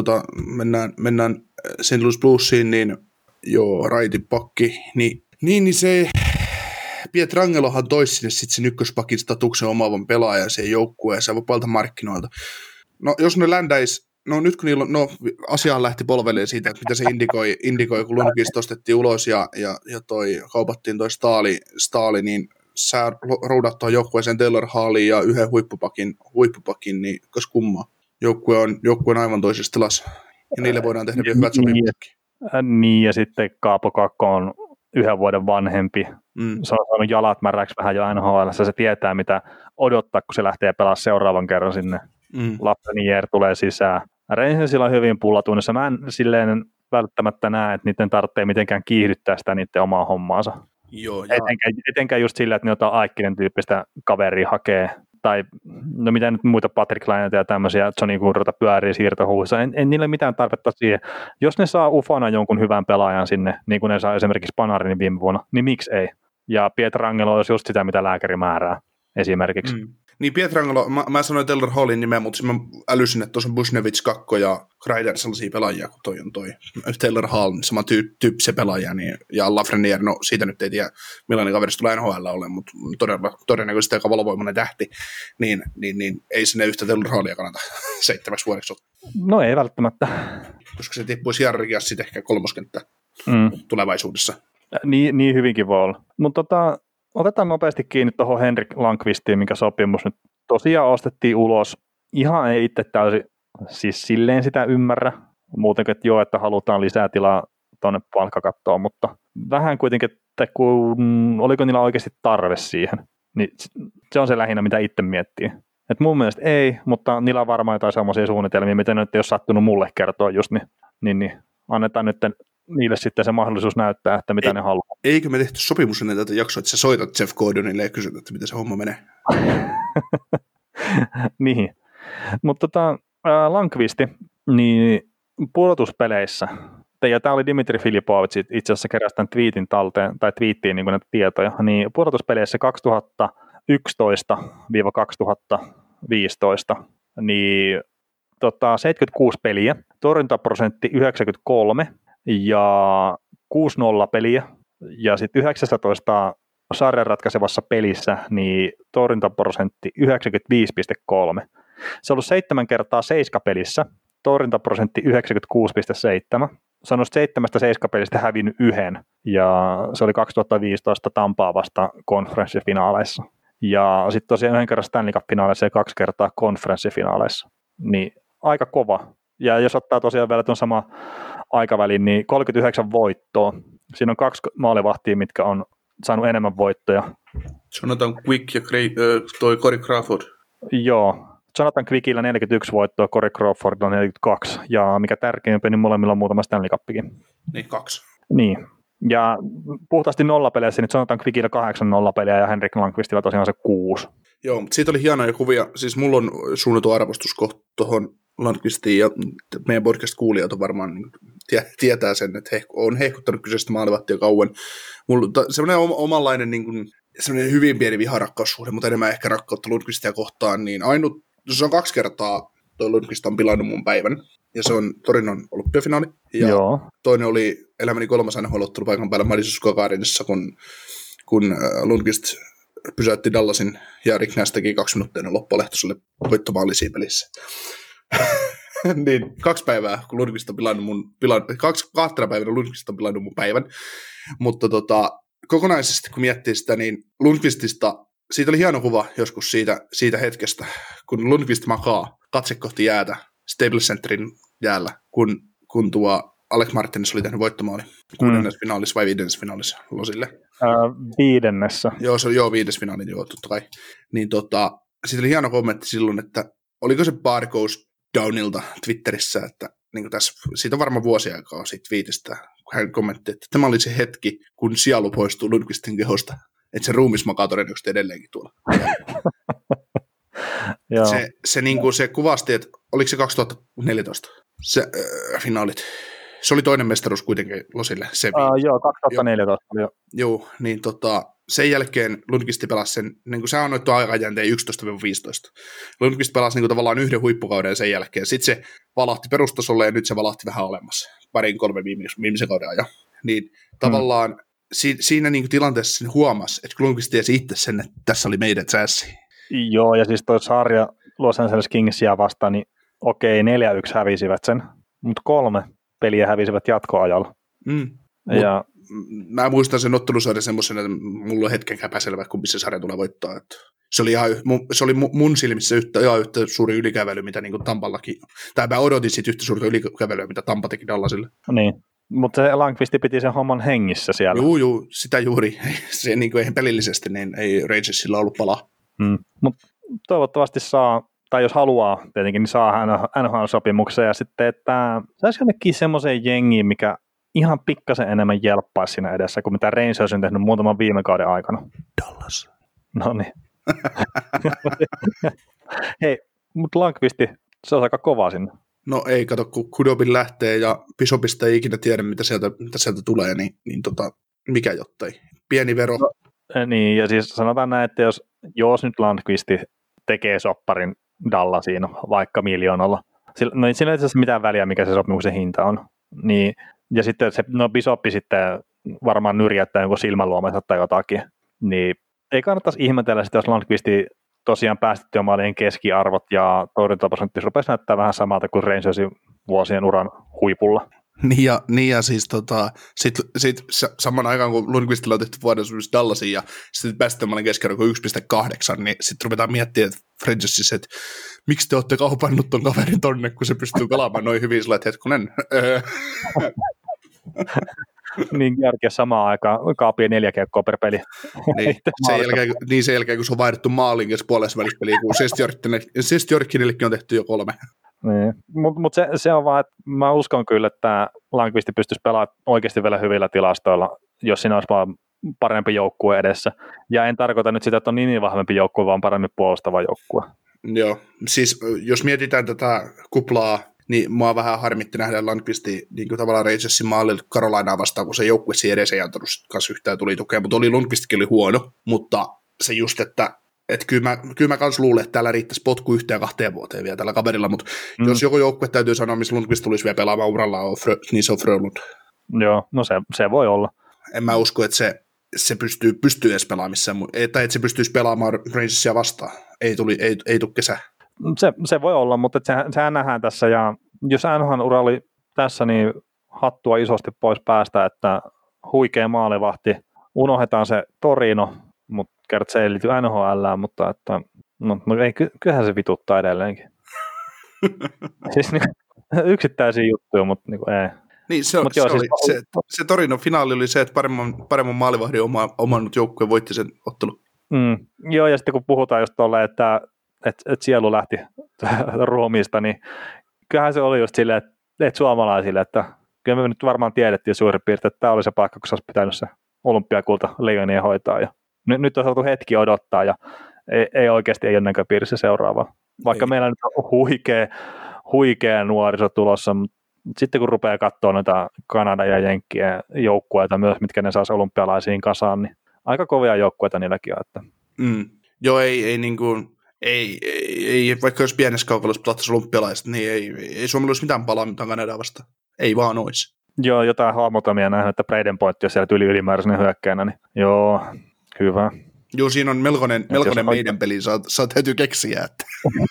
mennään St. Louis Bluesiin, niin joo, raitin pakki, niin se Pietrangelohan toisi sinne sitten sen ykköspakin statuksen omaavan pelaajan siihen joukkueeseen vapailta markkinoilta. No jos ne ländäis, no nyt kun niillä on, asiaan lähti polveleen siitä, että mitä se indikoi kun Lundqvist ostettiin ulos ja kaupattiin toi Staali, niin sä roudat tuohon joukkueeseen Taylor Halliin ja yhden huippupakin, niin kas kummaa. Joukkue on aivan toisessa tilassa ja niille voidaan tehdä hyvät sopimuksetkin. Niin, ja sitten Kaapo Kakko on 1 vuoden vanhempi. Se on saanut jalat märäksi vähän jo NHL. Se tietää, mitä odottaa, kun se lähtee pelaamaan seuraavan kerran sinne. Lafreniere tulee sisään. Rangersilla on hyvin pullatunnissa. Mä en silleen välttämättä näe, että niiden tarvitsee mitenkään kiihdyttää sitä niiden omaa hommaansa. Joo, etenkään just sillä, että ne jotain Aikkinen tyyppistä kaveria hakee. Tai no mitä nyt muita Patrick Laineita ja tämmöisiä Johnny Goodrota pyörii siirtohuussa. En niille mitään tarvetta siihen. Jos ne saa ufana jonkun hyvän pelaajan sinne, niin kuin ne saa esimerkiksi Panarin viime vuonna, niin miksi ei? Ja Pietrangelo olisi just sitä, mitä lääkäri määrää esimerkiksi. Niin Pietrangelo, mä sanoin Taylor Hallin nimeä, mutta mä älysin, että tuossa on Buchnevich, Kakko ja Kreider sellaisia pelaajia, kun toi on toi Taylor Hall, niin sama tyyppisiä pelaajia, niin, ja Lafreniere, no siitä nyt ei tiedä, millainen kaverista tulee NHL ole, mutta todennäköisesti aika valovoimainen tähti, niin ei sinne yhtä Taylor Hallia kannata 7 vuodeksi ottaa. No ei välttämättä. Koska se tippuisi Jarrias sitten ehkä 3. kenttä tulevaisuudessa. Niin hyvinkin voi olla. Mutta otetaan nopeasti kiinni tuohon Henrik Lundqvistiin, mikä sopimus nyt tosiaan ostettiin ulos. Ihan ei itse täysin siis silleen sitä ymmärrä. Muutenkin, että joo, että halutaan lisää tilaa tuonne palkkakattoon, mutta vähän kuitenkin, että oliko niillä oikeasti tarve siihen. Niin se on se lähinnä, mitä itse miettii. Et mun mielestä ei, mutta niillä on varmaan jotain sellaisia suunnitelmia, mitä nyt ei ole sattunut mulle kertoa just, niin annetaan nyt niille sitten se mahdollisuus näyttää, että mitä ne haluaa. Eikö me tehty sopimus ennen tätä jaksoa, että sä soitat Jeff Gordonille ja kysyt, että miten se homma menee? Niin, mutta Lundqvisti, niin pudotuspeleissä, ja tämä oli Dimitri Filipovic itse asiassa keräsi tämän tweetin talteen, tai twiittiin niin näitä tietoja, niin pudotuspeleissä 2011-2015, niin 76 peliä, torjuntaprosentti 93 ja 6-0 peliä, ja sitten 19 sarjan ratkaisevassa pelissä niin torjuntaprosentti 95,3. Se on ollut 7 kertaa 7 pelissä, torjuntaprosentti 96,7, se on 7 pelistä hävinnyt yhden, ja se oli 2015 Tampaa vasta konferenssifinaaleissa. Ja sitten tosiaan yhden kerran Stanley Cup-finaaleissa ja 2 kertaa konferenssifinaaleissa. Niin aika kova. Ja jos ottaa tosiaan vielä tuon sama aikavälin, niin 39 voittoa. Siinä on 2 maalivahtia, mitkä on saanut enemmän voittoja. Jonathan Quick ja toi Corey Crawford. Joo. Jonathan Quickillä 41 voittoa, Corey Crawfordilla 42. Ja mikä tärkeämpi, niin molemmilla on muutama Stanley Cupikin. Niin, 2. Niin. Ja puhtaasti nollapeleissä, niin Jonathan Quickillä 8 nollapeliä ja Henrik Lundqvistilla tosiaan se 6. Joo, mutta siitä oli hienoja kuvia. Siis mulla on suunnattu arvostus tuohon Lundqvistiin, ja meidän podcast-kuulijat on varmaan tietää sen, että on hehkuttanut kyseistä maalivahtia kauan. Mulla semmoinen omanlainen niin kuin, semmoinen hyvin pieni viharakkaussuhde, mutta enemmän ehkä rakkautta Lundqvistia kohtaan, niin se on 2 kertaa toi Lundqvist on pilannut mun päivän, ja se on Torinon olympiafinaali, ja Joo. toinen oli elämäni 3. NHL-ottelu paikan päällä Madison Square Gardenissa, kun Lundqvist pysäytti Dallasin, ja Rick Nash teki 2 minuuttia ennen loppualehtoselle voittomaali siinä pelissä. Niin 2 päivää, kun Lundqvist on pilannut 2 päivänä Lundqvist on pilannut mun päivän, mutta kokonaisesti kun miettii sitä, niin Lundqvistista, siitä oli hieno kuva joskus siitä hetkestä, kun Lundqvist makaa katse kohti jäätä Staples Centerin jäällä, kun tuo Alec Martinez oli tehnyt voittomaali 6. finaalissa vai 5. finaalissa Losille. 5. Joo, 5. finaali, joo, totta kai. Niin siitä oli hieno kommentti silloin, että oliko se bar goes downilta Twitterissä, että niin tässä, siitä on varmaan vuosia aikaa siitä viitistä, kun hän kommentti, että tämä oli se hetki, kun sielu poistuu Lundqvistin kehosta, että se ruumis makaa todennäköisesti edelleenkin tuolla. se kuvasti, että oliko se 2014 se finaalit. Se oli toinen mestaruus kuitenkin Losille. Joo, 2014. Joo, niin sen jälkeen Lundqvist pelasi sen, niin kuin sä annoit aikajänteen 11-15. Lundqvist pelasi niin kuin tavallaan yhden huippukauden sen jälkeen. Sitten se valahti perustasolle ja nyt se valahti vähän alemmas 2-3 viimeisen kauden ajan. Niin tavallaan siinä niin kuin tilanteessa sen huomasi, että Lundqvist tiesi itse sen, että tässä oli meidän chanssi. Joo, ja siis toi sarja Los Angeles Kingsia vastaan, niin okei, 4-1 hävisivät sen, mutta 3 peliä hävisivät jatkoajalla. Ja mä muistan sen ottelusarjan semmoisena, että mulla on hetken epäselvä, kumpi se sarja tulee voittaa. Että se oli mun silmissä ihan yhtä suuri ylikävely, mitä niin kuin Tampallakin, tai mä odotin siitä yhtä suurta ylikävelyä, mitä Tampa teki Dallasille. Niin, mutta se Lundqvist piti sen homman hengissä siellä. Joo, sitä juuri. Se niin kuin, ei pelillisesti, niin ei Rangersilla ollut palaa. Mutta toivottavasti saa, tai jos haluaa tietenkin, niin saa NHL-sopimuksen, ja sitten, että saisi jonnekin semmoiseen jengiin, mikä ihan pikkasen enemmän jelppaisi siinä edessä, kuin mitä Rangers on tehnyt muutaman viime kauden aikana. Dallas. No niin. Hei, mutta Lundqvisti, se on aika kova sinne. No ei, kato, kun Kudobin lähtee ja Bishopista ei ikinä tiedä, mitä sieltä tulee, niin mikä jottei. Pieni vero. No, niin, ja siis sanotaan näin, että jos nyt Lundqvisti tekee sopparin Dallasiin vaikka miljoonalla, no ei sillä itse asiassa mitään väliä, mikä se sopimuksen hinta on. Niin, ja sitten se Bishoppi sitten varmaan nyrjättää jonkun silmänluomensa tai jotakin, niin ei kannattaisi ihmetellä sitä, jos Lundqvisti tosiaan päästettyä maalien keskiarvot ja torjuntaprosentti rupesi näyttää vähän samalta kuin Rangersin vuosien uran huipulla. Niin ja siis sit saman aikaan, kun Lundqvistilla on tehty vuoden Dallasiin ja sitten päästettyä maalien keskiarvo 1,8, niin sitten ruvetaan miettimään Rangersissa, että miksi te olette kaupannut ton kaverin tonne, kun se pystyy pelaamaan noin hyvin, sillä että hetkunen. Niin järkeä samaan aikaan kaapia 4 kiekkoa per peli. Sen jälkeen, kun se on vaihdettu maalin puolessa välissä peliä, kun Sestjorkinillekin on tehty jo 3. Niin. Mutta se on vaan, että mä uskon kyllä, että Lundqvist pystyisi pelaamaan oikeasti vielä hyvillä tilastoilla, jos siinä olisi vaan parempi joukkue edessä. Ja en tarkoita nyt sitä, että on niin vahvempi joukkue, vaan paremmin puolustava joukkue. Joo, siis jos mietitään tätä kuplaa, niin mua vähän harmitti nähdä Lundqvistin niin kuin tavallaan Rangersin maalilla Carolinaa vastaan, kun se joukkue siinä edes ei antanut kanssa yhtään tuli tukea, mutta Lundqvistkin oli huono, mutta se just, että kyllä mä kans luulen, että täällä riittäisi potku 1 ja 2 vuoteen vielä tällä kaverilla, mutta jos joku joukkue täytyy sanoa, missä Lundqvist tulisi vielä pelaamaan uralla, niin se on Frölund. Joo, no se voi olla. En mä usko, että se pystyy edes pelaamaan missään, tai että se pystyisi pelaamaan Rangersia vastaan. Ei tule kesä. Se voi olla, mutta sehän nähdään tässä, ja jos NHL-ura oli tässä, niin hattua isosti pois päästä, että huikea maalivahti, unohdetaan se Torino, mutta kerta se ei liity NHL:ään, mutta että, no ei, kyllähän se vituttaa edelleenkin. Siis niin, yksittäisiä juttuja, mutta niin ei. Niin, se Torinon finaali oli se, että paremman maalivahdin omannut joukkue voitti sen ottelun. Joo, ja sitten kun puhutaan just tolleen, että sielu lähti ruumiista, niin kyllähän se oli just silleen, että suomalaisille, että kyllä me nyt varmaan tiedettiin suurin piirtein, että tämä oli se paikka, kun se olisi pitänyt se olympiakulta Leijonien hoitaa. Ja nyt on saatu hetki odottaa, ja ei oikeasti ei ole näköpiirissä seuraavaa. Vaikka ei. Meillä nyt on huikea nuoriso tulossa, mutta sitten kun rupeaa katsoa noita Kanadan ja Jenkkien joukkueita myös, mitkä ne saisi olympialaisiin kasaan, niin aika kovia joukkueita niilläkin on. Että. Joo, ei niin kuin, ei, vaikka jos pienessä kaukalossa pelattaisiin olympialaiset, niin ei Suomella olisi mitään palaa mitään Kanadaa vastaan. Ei vaan olisi. Joo, jotain hahmotamia nähnyt, että Braden Point, jos siellä ylimääräisenä hyökkäänä, niin joo, hyvä. Joo, siinä on melkoinen meidän peli, saa täytyy keksiä. Että.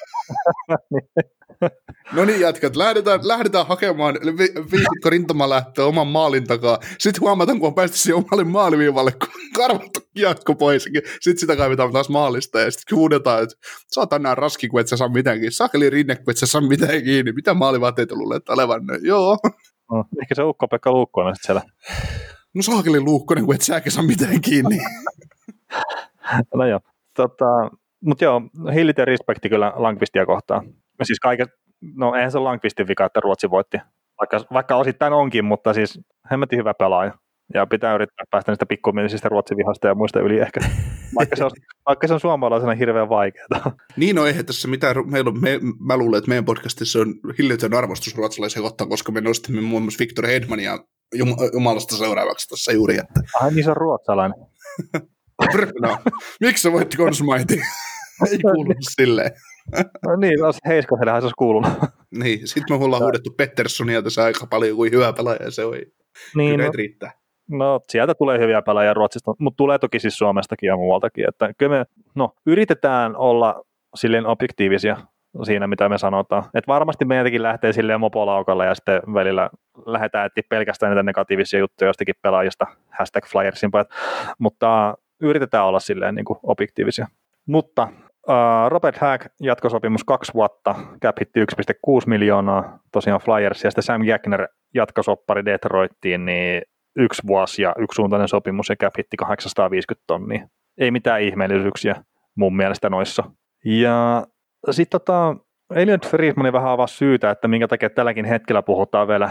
No niin, jatkat. Lähdetään hakemaan viisikko rintamalähtöä oman maalin takaa. Sitten huomataan, kun on päästy siihen omalle maaliviivalle, kun karvattu kiekko pois. Sitten sitä kaivetaan taas maalista ja sitten huudetaan, että sä oot tänään raski, kun et sä saa mitäänkin. Sakeli rinne, kun et sä saa mitään kiinni. Mitä maalivaateita luulet olevan? Joo. No, ehkä se Ukko-Pekka Luukkonen sitten siellä. No Sakeli Luukkonen, kun et säkin saa mitään kiinni. No joo. Mutta joo, hillit ja respekti kyllä Lankvistia kohtaan. Siis no eihän se ole Lankvistin vika, että Ruotsi voitti. Vaikka osittain onkin, mutta siis hemmetin hyvä pelaaja. Ja pitää yrittää päästä niistä pikkumielisistä Ruotsin vihasta ja muista yli ehkä. Vaikka se on suomalaisena hirveän vaikeaa. Niin, no eihän tässä mitään. Mä luulen, että meidän podcastissa on hillitön arvostus ruotsalaisia kohtaan, koska me nostimme muun muassa Victor Hedmania jumalasta seuraavaksi tässä juuri. Että. Ai niin, se on ruotsalainen. No, miksi sä voitti Consumaitin? Ei kuulunut silleen. No niin, Heiskasellehan se olisi kuulunut. Niin, sitten me ollaan huudettu Petterssonia tässä aika paljon kuin hyvä pelaaja, se on niin, kyllä riittää. No sieltä tulee hyviä pelaajia Ruotsista, mutta tulee toki siis Suomestakin ja muualtakin. Että kyllä me yritetään olla silleen objektiivisia siinä, mitä me sanotaan. Että varmasti meiltäkin lähtee silleen mopolaukalla ja sitten välillä lähdetään etsiä pelkästään niitä negatiivisia juttuja jostakin pelaajista, #Flyersin, mutta yritetään olla silleen niin kuin objektiivisia. Mutta Robert Hagg jatkosopimus 2 vuotta, cap hitti 1,6 miljoonaa, tosiaan Flyers, ja sitten Sam Gagner jatkosoppari Detroittiin, niin 1 vuosi ja yksisuuntainen sopimus ja cap hitti 850 tonnia. Ei mitään ihmeellisyyksiä mun mielestä noissa. Ja sitten Elliot Friedmanin vähän avasi syytä, että minkä takia tälläkin hetkellä puhutaan vielä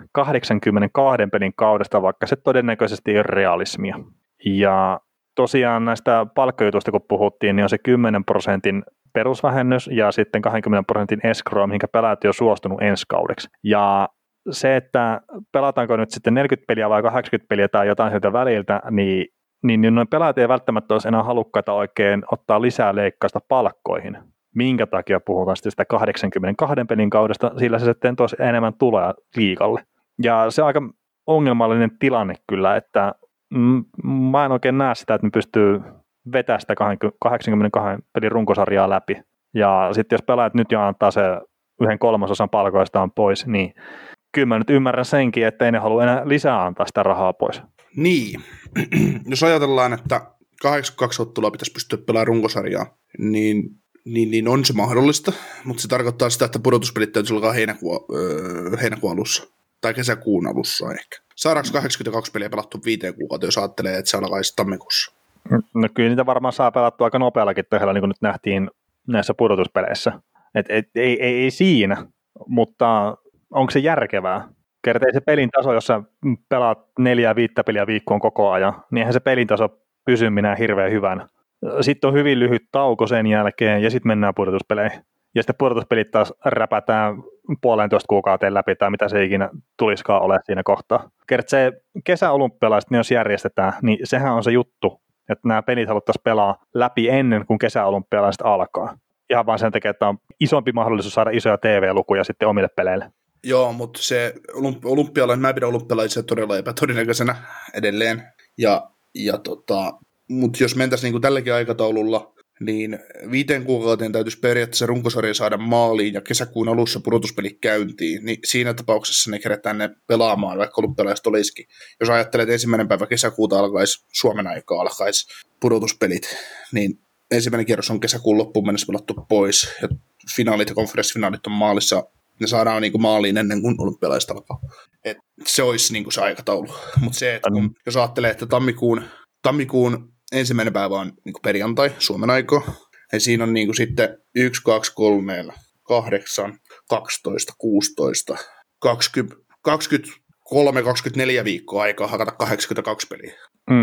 82 pelin kaudesta, vaikka se todennäköisesti ei ole realismia. Ja tosiaan näistä palkkajutuista, kun puhuttiin, niin on se 10% perusvähennys ja sitten 20% escrow, mihinkä pelaat jo suostunut ensi kaudeksi. Ja se, että pelataanko nyt sitten 40 peliä vai 80 peliä tai jotain sieltä väliltä, niin noin pelaajat ei välttämättä olisi enää halukkaita oikein ottaa lisää leikkausta palkkoihin. Minkä takia puhutaan sitten sitä 82 pelin kaudesta, sillä se sitten toisi enemmän tulee liigalle. Ja se on aika ongelmallinen tilanne kyllä, että mä en oikein näe sitä, että me pystyy vetämään sitä 82 pelin runkosarjaa läpi. Ja sitten jos pelaajat nyt jo antaa se 1/3 palkoistaan pois, niin kyllä mä nyt ymmärrän senkin, että ei ne halua enää lisää antaa sitä rahaa pois. Niin, jos ajatellaan, että 82 ottelua pitäisi pystyä pelaamaan runkosarjaa, niin on se mahdollista, mutta se tarkoittaa sitä, että pudotuspelit täytyy alkaa heinäkuun alussa. Tai kesäkuun alussa ehkä. Saadaanko 82 peliä pelattua 5 kuukautta, jos ajattelee, että se alkaisi tammikuussa? No kyllä niitä varmaan saa pelattua aika nopeallakin tehdä, niin kuin nyt nähtiin näissä pudotuspeleissä. Ei siinä, mutta onko se järkevää? Kertee se pelin taso, jos sä pelaat 4-5 peliä viikkoon koko ajan, niin eihän se pelin taso pysy minä hirveän hyvän. Sitten on hyvin lyhyt tauko sen jälkeen ja sitten mennään pudotuspeleihin. Ja sitten pudotuspelit taas räpätään 1,5 kuukauteen läpi tai mitä se ikinä tulisikaan ole siinä kohtaa. Kerta se kesäolympialaiset, ne jos järjestetään, niin sehän on se juttu, että nämä pelit haluttaisiin pelaa läpi ennen kuin kesäolympialaiset alkaa. Ihan vaan sen takia, että on isompi mahdollisuus saada isoja TV-lukuja sitten omille peleille. Joo, mutta se mä pidän olympialaisia todella epätodennäköisenä edelleen. Mutta jos mentäisiin niin kuin tälläkin aikataululla, niin 5 kuukauteen täytyisi periaatteessa runkosarja saada maaliin ja kesäkuun alussa pudotuspelit käyntiin, niin siinä tapauksessa ne kerätään ne pelaamaan, vaikka olympialaiset olisikin. Jos ajattelet, että 1. päivä kesäkuuta alkaisi Suomen aikaa alkaisi pudotuspelit, niin ensimmäinen kierros on kesäkuun loppuun mennessä pelattu pois, ja finaalit ja konferenssifinaalit on maalissa, ne saadaan niin kuin maaliin ennen kuin olympialaiset alkaa. Et se olisi niin kuin se aikataulu. Mutta se, että jos ajattelee, että tammikuun 1. päivä on niin kuin perjantai Suomen aikaa, ja siinä on niin kuin sitten 1, 2, 3, 4, 8, 12, 16, 20, 23, 24 viikkoa aikaa hakata 82 peliä.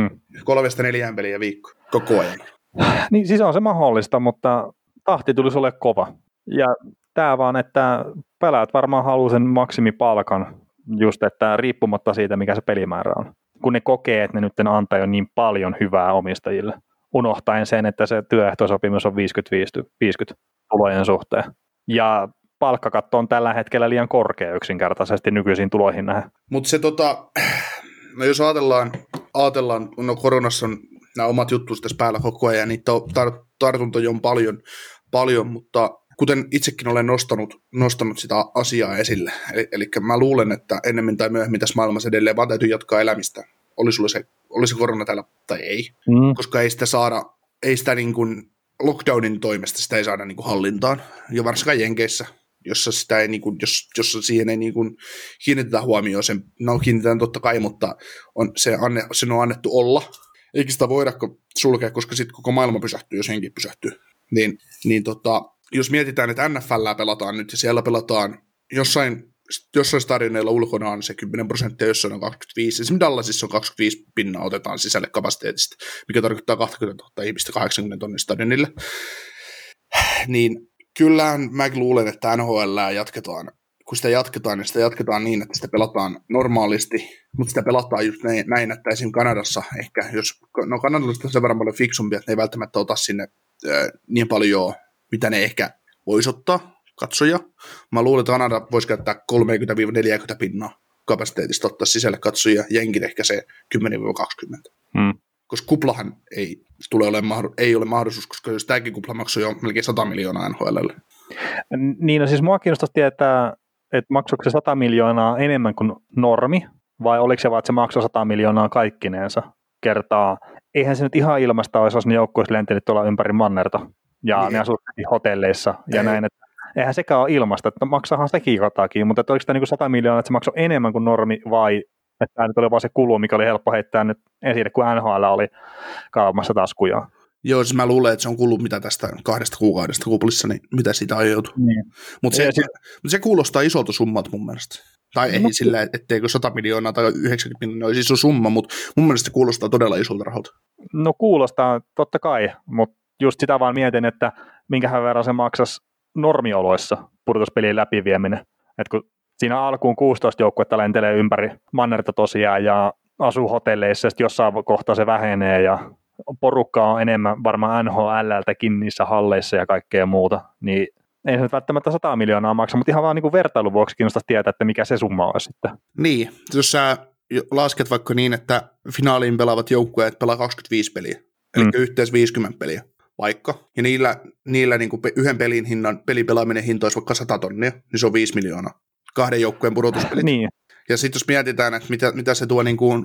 3-4 peliä viikko koko ajan. Niin siis on se mahdollista, mutta tahti tulisi olla kova. Ja tämä vaan, että pelaajat varmaan haluaa sen maksimipalkan, just että riippumatta siitä, mikä se pelimäärä on. Kun ne kokee, että ne nyt antaa jo niin paljon hyvää omistajille, unohtaen sen, että se työehtosopimus on 50-50 tulojen suhteen. Ja palkkakatto on tällä hetkellä liian korkea yksinkertaisesti nykyisiin tuloihin nähden. Mutta se no jos ajatellaan, no koronassa on nämä omat juttus tässä päällä koko ajan, niitä tartuntoja on paljon, mutta kuten itsekin olen nostanut sitä asiaa esille, eli mä luulen, että ennemmin tai myöhemmin tässä maailmassa edelleen vaan täytyy jatkaa elämistä, oli se korona täällä tai ei, koska ei sitä niin kuin lockdownin toimesta sitä ei saada niin kuin hallintaan, ja varsinkaan Jenkeissä, jossa sitä ei niin kuin, jossa siihen ei niin kuin kiinnitetä huomioon, kiinnitetään totta kai, mutta sen on annettu olla, eikä sitä voida sulkea, koska sitten koko maailma pysähtyy, jos henki pysähtyy, niin jos mietitään, että NFL:ää pelataan nyt ja siellä pelataan jossain stadioneilla ulkona on se 10%, jossain on 25%. Esimerkiksi Dallasissa on 25% otetaan sisälle kapasiteetista, mikä tarkoittaa 20 000 ihmistä 80 tonnin stadionille. Niin kyllähän mä luulen, että NHL:ää jatketaan. Kun sitä jatketaan, niin sitä jatketaan niin, että sitä pelataan normaalisti, mutta sitä pelataan just näin, että esimerkiksi Kanadassa ehkä, kanadalaiset on sen verran paljon fiksumpia, että ne ei välttämättä ota sinne niin paljon, mitä ne ehkä voisi ottaa katsoja. Mä luulen, että Kanada voisi käyttää 30-40% kapasiteetista ottaa sisälle katsojia, jenkit ehkä se 10-20. Koska kuplahan ei ole mahdollisuus, koska jos tämäkin kupla maksoi jo melkein 100 miljoonaa NHL:lle. Niin, no siis mua kiinnostaisi tietää, että maksoiko se 100 miljoonaa enemmän kuin normi, vai oliko se vaan, että se maksoi 100 miljoonaa kaikkineensa kertaa. Eihän se nyt ihan ilmasta olisi, jos ne joukkueet lentelit tuolla ympäri mannerta, ja niin, ne asuivat hotelleissa, ja näin, että eihän sekään ole ilmasta, että maksahan sitäkin jotakin, mutta oliko sitä niin kuin 100 miljoonaa, että se maksoi enemmän kuin normi, vai että tämä nyt oli vaan se kulu, mikä oli helppo heittää nyt esille, kun NHL oli kaavamassa taskujaan. Joo, siis mä luulen, että se on kulu mitä tästä 2 kuukaudesta kuplissa, niin mitä siitä aiheutuu. Mutta se kuulostaa isolta summat mun mielestä. Tai ei sillä, etteikö 100 miljoonaa tai 90 miljoonaa olisi iso summa, mutta mun mielestä se kuulostaa todella isolta rahalta. No kuulostaa totta kai, mutta just sitä vaan mietin, että minkähän verran se maksaisi normioloissa pudotuspelien läpivieminen. Et kun siinä alkuun 16 joukkuetta lentelee ympäri mannerta tosiaan ja asuu hotelleissa, ja jossain kohtaa se vähenee ja porukkaa on enemmän varmaan NHL:ltäkin niissä halleissa ja kaikkea muuta, niin ei se nyt välttämättä 100 miljoonaa maksa, mutta ihan vaan niin kuin vertailun vuoksi kiinnostaisi tietää, että mikä se summa on sitten. Niin, jos sä lasket vaikka niin, että finaaliin pelaavat joukkueet pelaa 25 peliä, eli yhteensä 50 peliä vaikka, ja niillä niin kuin yhden pelipelaaminen hinta olisi vaikka 100 tonnia, niin se on 5 miljoonaa. 2 joukkueen pudotuspelit. Niin. Ja sitten jos mietitään, että mitä se tuo niin kuin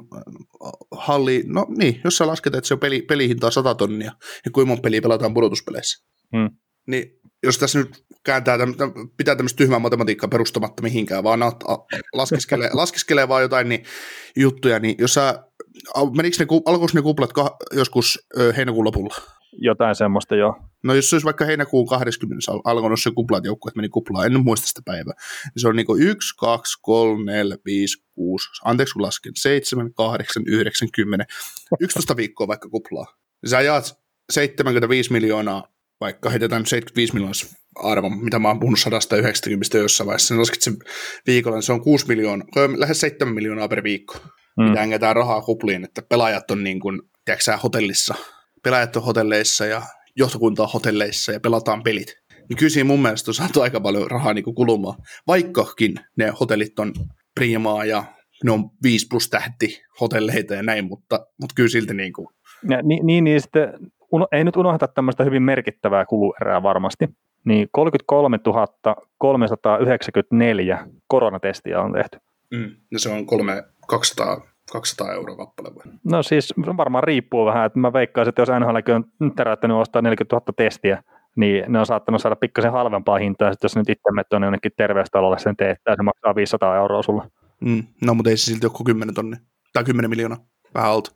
halli, no niin, jos sä lasket, että se on pelihinta on 100 tonnia, ja kuinka monta peliä pelataan pudotuspeleissä. Niin jos tässä nyt pitää tämmöistä tyhmää matematiikkaa perustamatta mihinkään, vaan laskeskelee vaan jotain niin juttuja, niin jos alkoiko ne kuplat joskus heinäkuun lopulla? Jotain semmoista, joo. No jos se olisi vaikka heinäkuun 20. alkanut se kuplat joukkueet meni kuplaan, en muista sitä päivää. Se on niin kuin 1, 2, 3, 4, 5, 6, anteeksi kun lasken, 7, 8, 9, 10, 11 viikkoa vaikka kuplaa. Sä jaat 75 miljoonaa, vaikka heitetään 75 miljoonaa arvo, mitä mä oon puhunut 190 jossain vaiheessa, niin lasket sen viikolla, niin se on 6 miljoonaa, lähes 7 miljoonaa per viikko, mitä hängetään rahaa kupliin, että pelaajat on niin kuin, tiedätkö hotellissa, pelaajat on hotelleissa ja johtokunta on hotelleissa ja pelataan pelit. Niin kyllä siinä mun mielestä on saatu aika paljon rahaa niin kuin kulumaan, vaikkakin ne hotellit on priimaa ja ne on 5+ tähti hotelleita ja näin, mutta kyllä silti niin kuin. Niin sitten ei nyt unohdeta tämmöistä hyvin merkittävää kuluerää varmasti, niin 33 394 koronatestiä on tehty. Ja se on 200 euroa kappale vai? No siis varmaan riippuu vähän, että mä veikkaisin, että jos NHLkin on täräyttänyt ostaa 40 000 testiä, niin ne on saattanut saada pikkasen halvempaa hintaa, että jos nyt itse menet tuonne jonnekin terveystalolle sen teettää, se maksaa 500 euroa sulle. No, mutta ei se silti ole kuin 10 tonnia, tai 10 miljoonaa, vähän alta.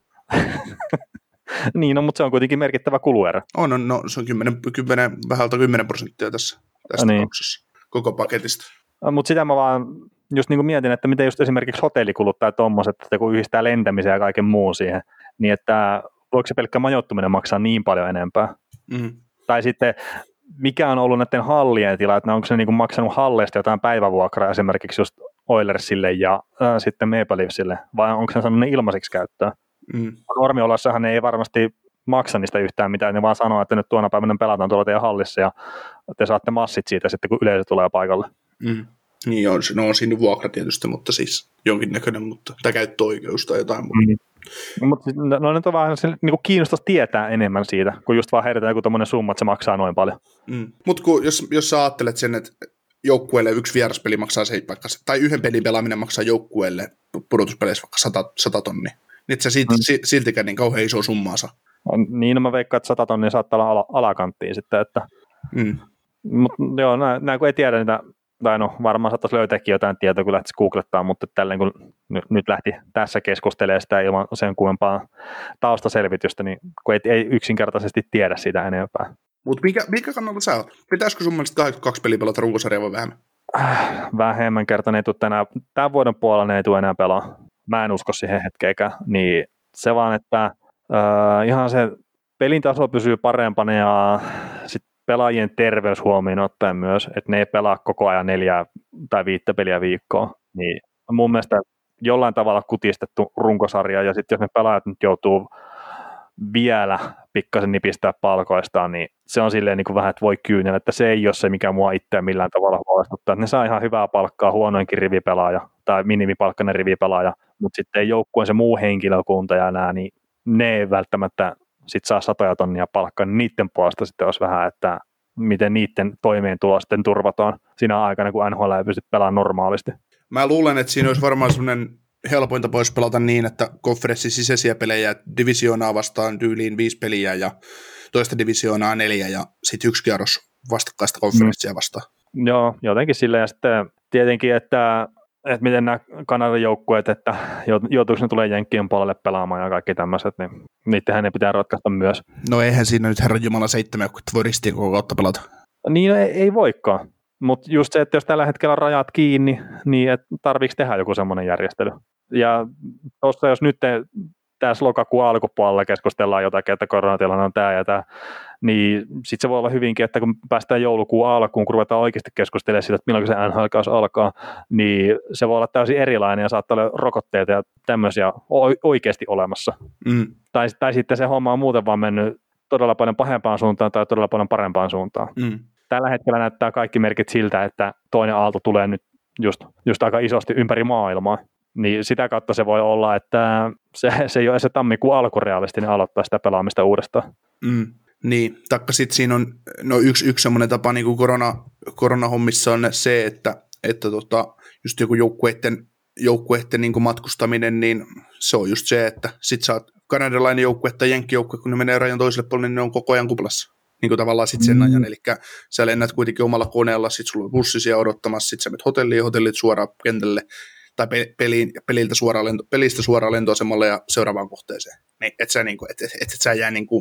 Niin, no, mutta se on kuitenkin merkittävä kuluerä. No se on vähän alta 10% tässä tapauksessa koko paketista. Mutta sitä mä vaan just niin kuin mietin, että miten just esimerkiksi hotellikulut tai tommoset, että kun yhdistää lentämisen ja kaiken muun siihen, niin että voiko se pelkkä majoittuminen maksaa niin paljon enempää? Tai sitten mikä on ollut näiden hallien tila, että onko se niin kuin maksanut halleista jotain päivävuokraa esimerkiksi just Oilersille ja sitten Maple Leafsille, vai onko se saanut ne ilmaiseksi käyttöön? Normiolossahan ne ei varmasti maksa niistä yhtään mitään, ne vaan sanoo, että nyt tuona päivänä pelataan tuolla teidän hallissa ja te saatte massit siitä sitten, kun yleisö tulee paikalle. Niin on siinä vuokra tietysti, mutta siis jonkinnäköinen, tai käyttöoikeus tai jotain muuta. Mutta no nyt on vähän niin kiinnostaisi tietää enemmän siitä, kun just vaan heitetään joku tommoinen summa, että se maksaa noin paljon. Mutta jos sä ajattelet sen, että joukkueelle yksi vieraspeli maksaa se vaikka, tai yhden pelin pelaaminen maksaa joukkueelle pudotuspeleissä vaikka 100 tonnia, niin et sä siltikään niin kauhean iso summaa saa. Niin, no mä veikkaan, että 100 tonnia saattaa olla alakanttiin sitten, että mutta joo, näin kun ei tiedä niitä, tai no varmaan saattaisi löytääkin jotain tietoa, kun lähtisi googlettaa, mutta tälleen kun nyt lähti tässä keskustelemaan sitä ilman sen kummempaa taustaselvitystä, niin kun ei yksinkertaisesti tiedä sitä enempää. Mutta mikä kannalta sä oot? Pitäisikö sun mielestä 82 peliä pelata runkosarjaa vai vähemmän? Vähemmän kertaa ne ei tule tämän vuoden puolella ne ei tule enää pelaa. Mä en usko siihen hetkeäkään, niin se vaan, että ihan se pelin taso pysyy parempana ja sitten pelaajien terveys huomioon ottaen myös, että ne ei pelaa koko ajan 4 tai 5 peliä viikkoa, niin mun mielestä jollain tavalla kutistettu runkosarja, ja sitten jos ne pelaajat nyt joutuu vielä pikkasen nipistää palkoistaan, niin se on silleen niin kuin vähän, että voi kyynellä, että se ei ole se, mikä mua itseä millään tavalla huolestuttaa. Ne saa ihan hyvää palkkaa, huonoinkin rivipelaaja tai minimipalkkainen rivipelaaja, mutta sitten joukkueen se muu henkilökunta ja nämä, niin ne ei välttämättä sit saa 100 tonnia palkkaa, niin niiden puolesta sitten olisi vähän, että miten niiden toimeentulo sitten turvataan siinä aikana, kun NHL ei pysty pelaamaan normaalisti. Mä luulen, että siinä olisi varmaan semmoinen helpointa pois pelata niin, että konferenssin sisäisiä pelejä, divisioonaa vastaan tyyliin 5 peliä ja toista divisioonaa 4 ja sitten 1 kierros vastakkaista konferenssia vastaan. Joo, jotenkin silleen, ja sitten tietenkin, että miten nämä Kanadan joukkueet, että joutuuko ne tulee Jenkkien puolelle pelaamaan ja kaikki tämmöiset, niin niittenhän ne pitää ratkaista myös. No eihän siinä nyt Herran Jumala 7, kun voi ristiin koko kautta pelata. Niin, ei voikaan. Mutta just se, että jos tällä hetkellä on rajat kiinni, niin tarviiko tehdä joku semmoinen järjestely. Ja tuossa jos nyt tässä lokakuun alkupuolella keskustellaan jotakin, että koronatilanne on tämä ja tämä, niin sitten se voi olla hyvinkin, että kun päästään joulukuun alkuun, kun ruvetaan oikeasti keskustelemaan siitä, että milloin se NHL-kaus alkaa, niin se voi olla täysin erilainen ja saattaa olla rokotteita ja tämmöisiä oikeasti olemassa. Tai sitten se homma on muuten vaan mennyt todella paljon pahempaan suuntaan tai todella paljon parempaan suuntaan. Tällä hetkellä näyttää kaikki merkit siltä, että toinen aalto tulee nyt just aika isosti ympäri maailmaa. Niin sitä kautta se voi olla, että se ei ole se tammikuun alku realistinen aloittaa sitä pelaamista uudestaan. Niin, taikka sitten siinä on yksi semmoinen tapa niin kuin koronahommissa on se, että just joku joukkueiden niin kuin matkustaminen, niin se on just se, että sit sä oot kanadalainen joukkue tai jenkkijoukkue, kun ne menee rajan toiselle puolelle, niin ne on koko ajan kuplassa. Niin kuin tavallaan sitten sen ajan, eli sä lennät kuitenkin omalla koneella, sit sulla on bussi siellä odottamassa, sit sä menet hotellit suoraan kentälle, tai pelistä suoraan lentoasemalle ja seuraavaan kohteeseen. Niin, et sä jää niinku,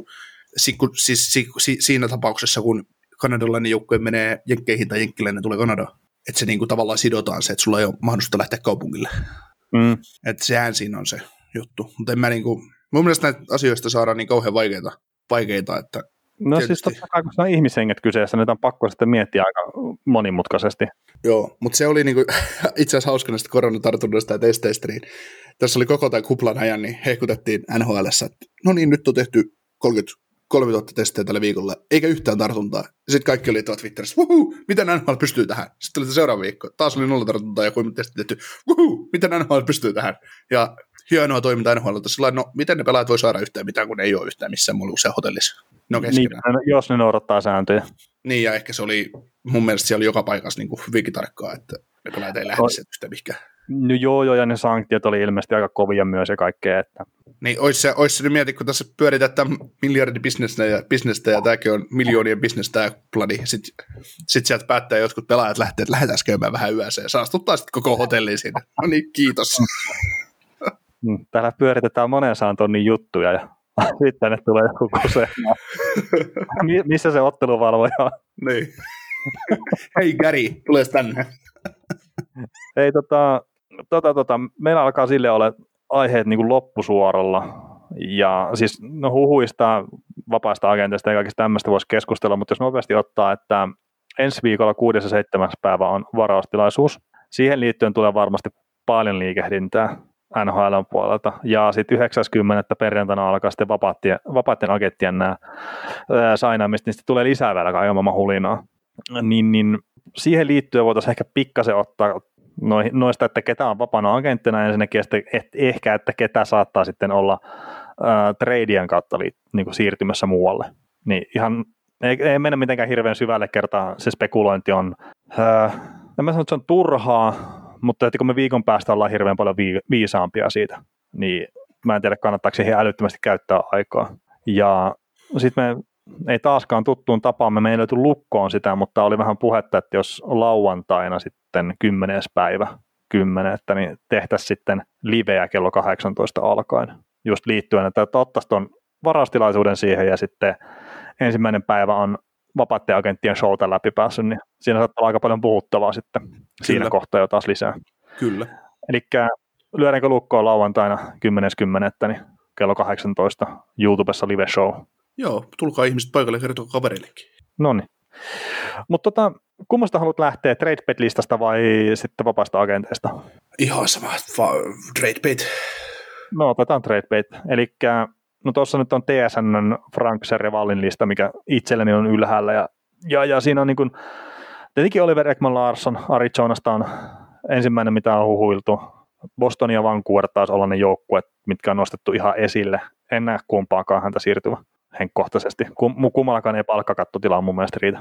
siinä tapauksessa, kun kanadalainen joukkue menee jenkkeihin tai jenkkiläinen tulee Kanadaan, että se niinku tavallaan sidotaan se, että sulla ei ole mahdollista lähteä kaupungille. Että sehän siinä on se juttu. Mutta mun mielestä näitä asioista saadaan niin kauhean vaikeita, että no tietysti. Siis totta kai, kun se on ihmishenget kyseessä, niin on pakko sitten miettiä aika monimutkaisesti. Joo, mutta se oli niinku, itse asiassa hauska näistä koronatartunnoista ja testeistä, niin tässä oli koko tämän kuplan ajan, niin hehkutettiin NHL:ssä, että no niin, nyt on tehty 30 3000 testejä tällä viikolla, eikä yhtään tartuntaa. Sitten kaikki oli Twitterissä, miten NHL pystyy tähän? Sitten tuli seuraava viikko, taas oli 0 tartuntaa ja kuin testit tehty, miten NHL pystyy tähän? Ja hienoa toimintaa NHL, sillä no miten ne pelaajat voi saada yhtään mitään, kun ei ole yhtään missään muussa hotellissa. No keskenään. Niin, jos ne noudattaa sääntöjä. Niin, ja ehkä se oli, mun mielestä siellä oli joka paikassa niin kuin hyvinkin tarkkaa, että ne pelaajat ei lähde sieltä yhtään mihinkään. No joo, ja ne sanktiot oli ilmeisesti aika kovia myös ja kaikkea. Että... Niin, ois se nyt mieti, kun tässä pyöritetään miljardibisnestä ja tämäkin on miljoonien bisnes tämä plani. Sitten sieltä päättää jotkut pelaajat lähtee, että lähdetään käymään vähän yössä ja saastuttaa sitten koko hotelliin siinä. No niin, kiitos. Täällä pyöritetään monen tonnin juttuja ja sitten tänne tulee joku kuseen. Missä se otteluvalvoja on? Niin. Hei Gary, tules tänne. Ei, meillä alkaa sille olla aiheet niin kuin loppusuoralla. Ja siis huhuista, vapaista agenteista ja kaikista tämmöistä voisi keskustella, mutta jos nopeasti ottaa, että ensi viikolla 6. ja 7. päivä on varaustilaisuus. Siihen liittyen tulee varmasti paljon liikehdintää NHL:n puolelta. Ja sitten 90. perjantaina alkaa sitten vapaiden agenttien nämä sainaamista, niin sitten tulee lisää vielä kaiken maailman hulinaa. Niin siihen liittyen voitaisiin ehkä pikkasen ottaa noista, että ketä on vapaana agenttina, ja ensinnäkin ehkä, että ketä saattaa sitten olla treidien kautta niin kuin siirtymässä muualle. Niin ihan ei mennä mitenkään hirveän syvälle kertaa, se spekulointi on, en mä sano, että se on turhaa, mutta että kun me viikon päästä ollaan hirveän paljon viisaampia siitä, niin mä en tiedä, kannattaako siihen älyttömästi käyttää aikaa. Ja sitten me ei taaskaan tuttuun tapaan, me ei löyty lukkoon sitä, mutta oli vähän puhetta, että jos lauantaina sitten 10. päivä 10. niin tehtäisiin sitten liveä kello 18 alkaen, just liittyen, että ottaisiin tuon varaustilaisuuden siihen ja sitten ensimmäinen päivä on vapaiden agenttien showta läpi päässyt, niin siinä saattaa olla aika paljon puhuttavaa sitten siinä kohtaa jo taas lisää. Kyllä. Elikkä lyödäänkö lukkoon lauantaina 10.10. niin kello 18 YouTubessa live show. Joo, tulkaa ihmiset paikalle ja kertokaa kavereillekin. Noniin. Mutta kummasta haluat lähteä, TradeBet-listasta vai sitten vapaista agenteista? Ihan sama, TradeBet. No, otetaan TradeBet. Elikkä no tuossa nyt on TSN:n Frank Shervallin lista, mikä itselleni on ylhäällä. Ja siinä on niin kuin, tietenkin Oliver Ekman-Larsson, Arizonasta on ensimmäinen, mitä on huhuiltu. Boston ja Vancouver taas olla ne joukkueet, mitkä on nostettu ihan esille. En näe kumpaakaan häntä siirtyvä henkkohtaisesti. Kummallakaan ei palkkakattotilaa mun mielestä riitä.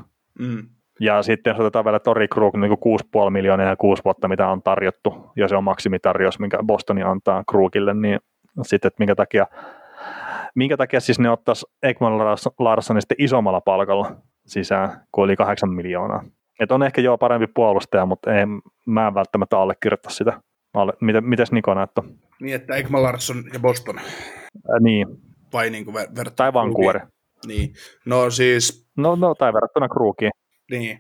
Ja sitten jos otetaan vielä Torrey Krug, niin 6,5 miljoonaa ja 6 vuotta, mitä on tarjottu, ja se on maksimitarjous, minkä Bostoni antaa Krugille, niin sitten, että minkä takia siis ne ottaisi Ekman Larssonin sitten isommalla palkalla sisään, kuin oli 8 miljoonaa. Että on ehkä jo parempi puolustaja, mutta mä en välttämättä allekirjoita sitä. Mites Niko näet on? Niin, että Ekman Larsson ja Boston. Niin. Vai niin kuin verrattuna tai Vancouver. Niin. No siis... No tai verrattuna Krugiin. Niin.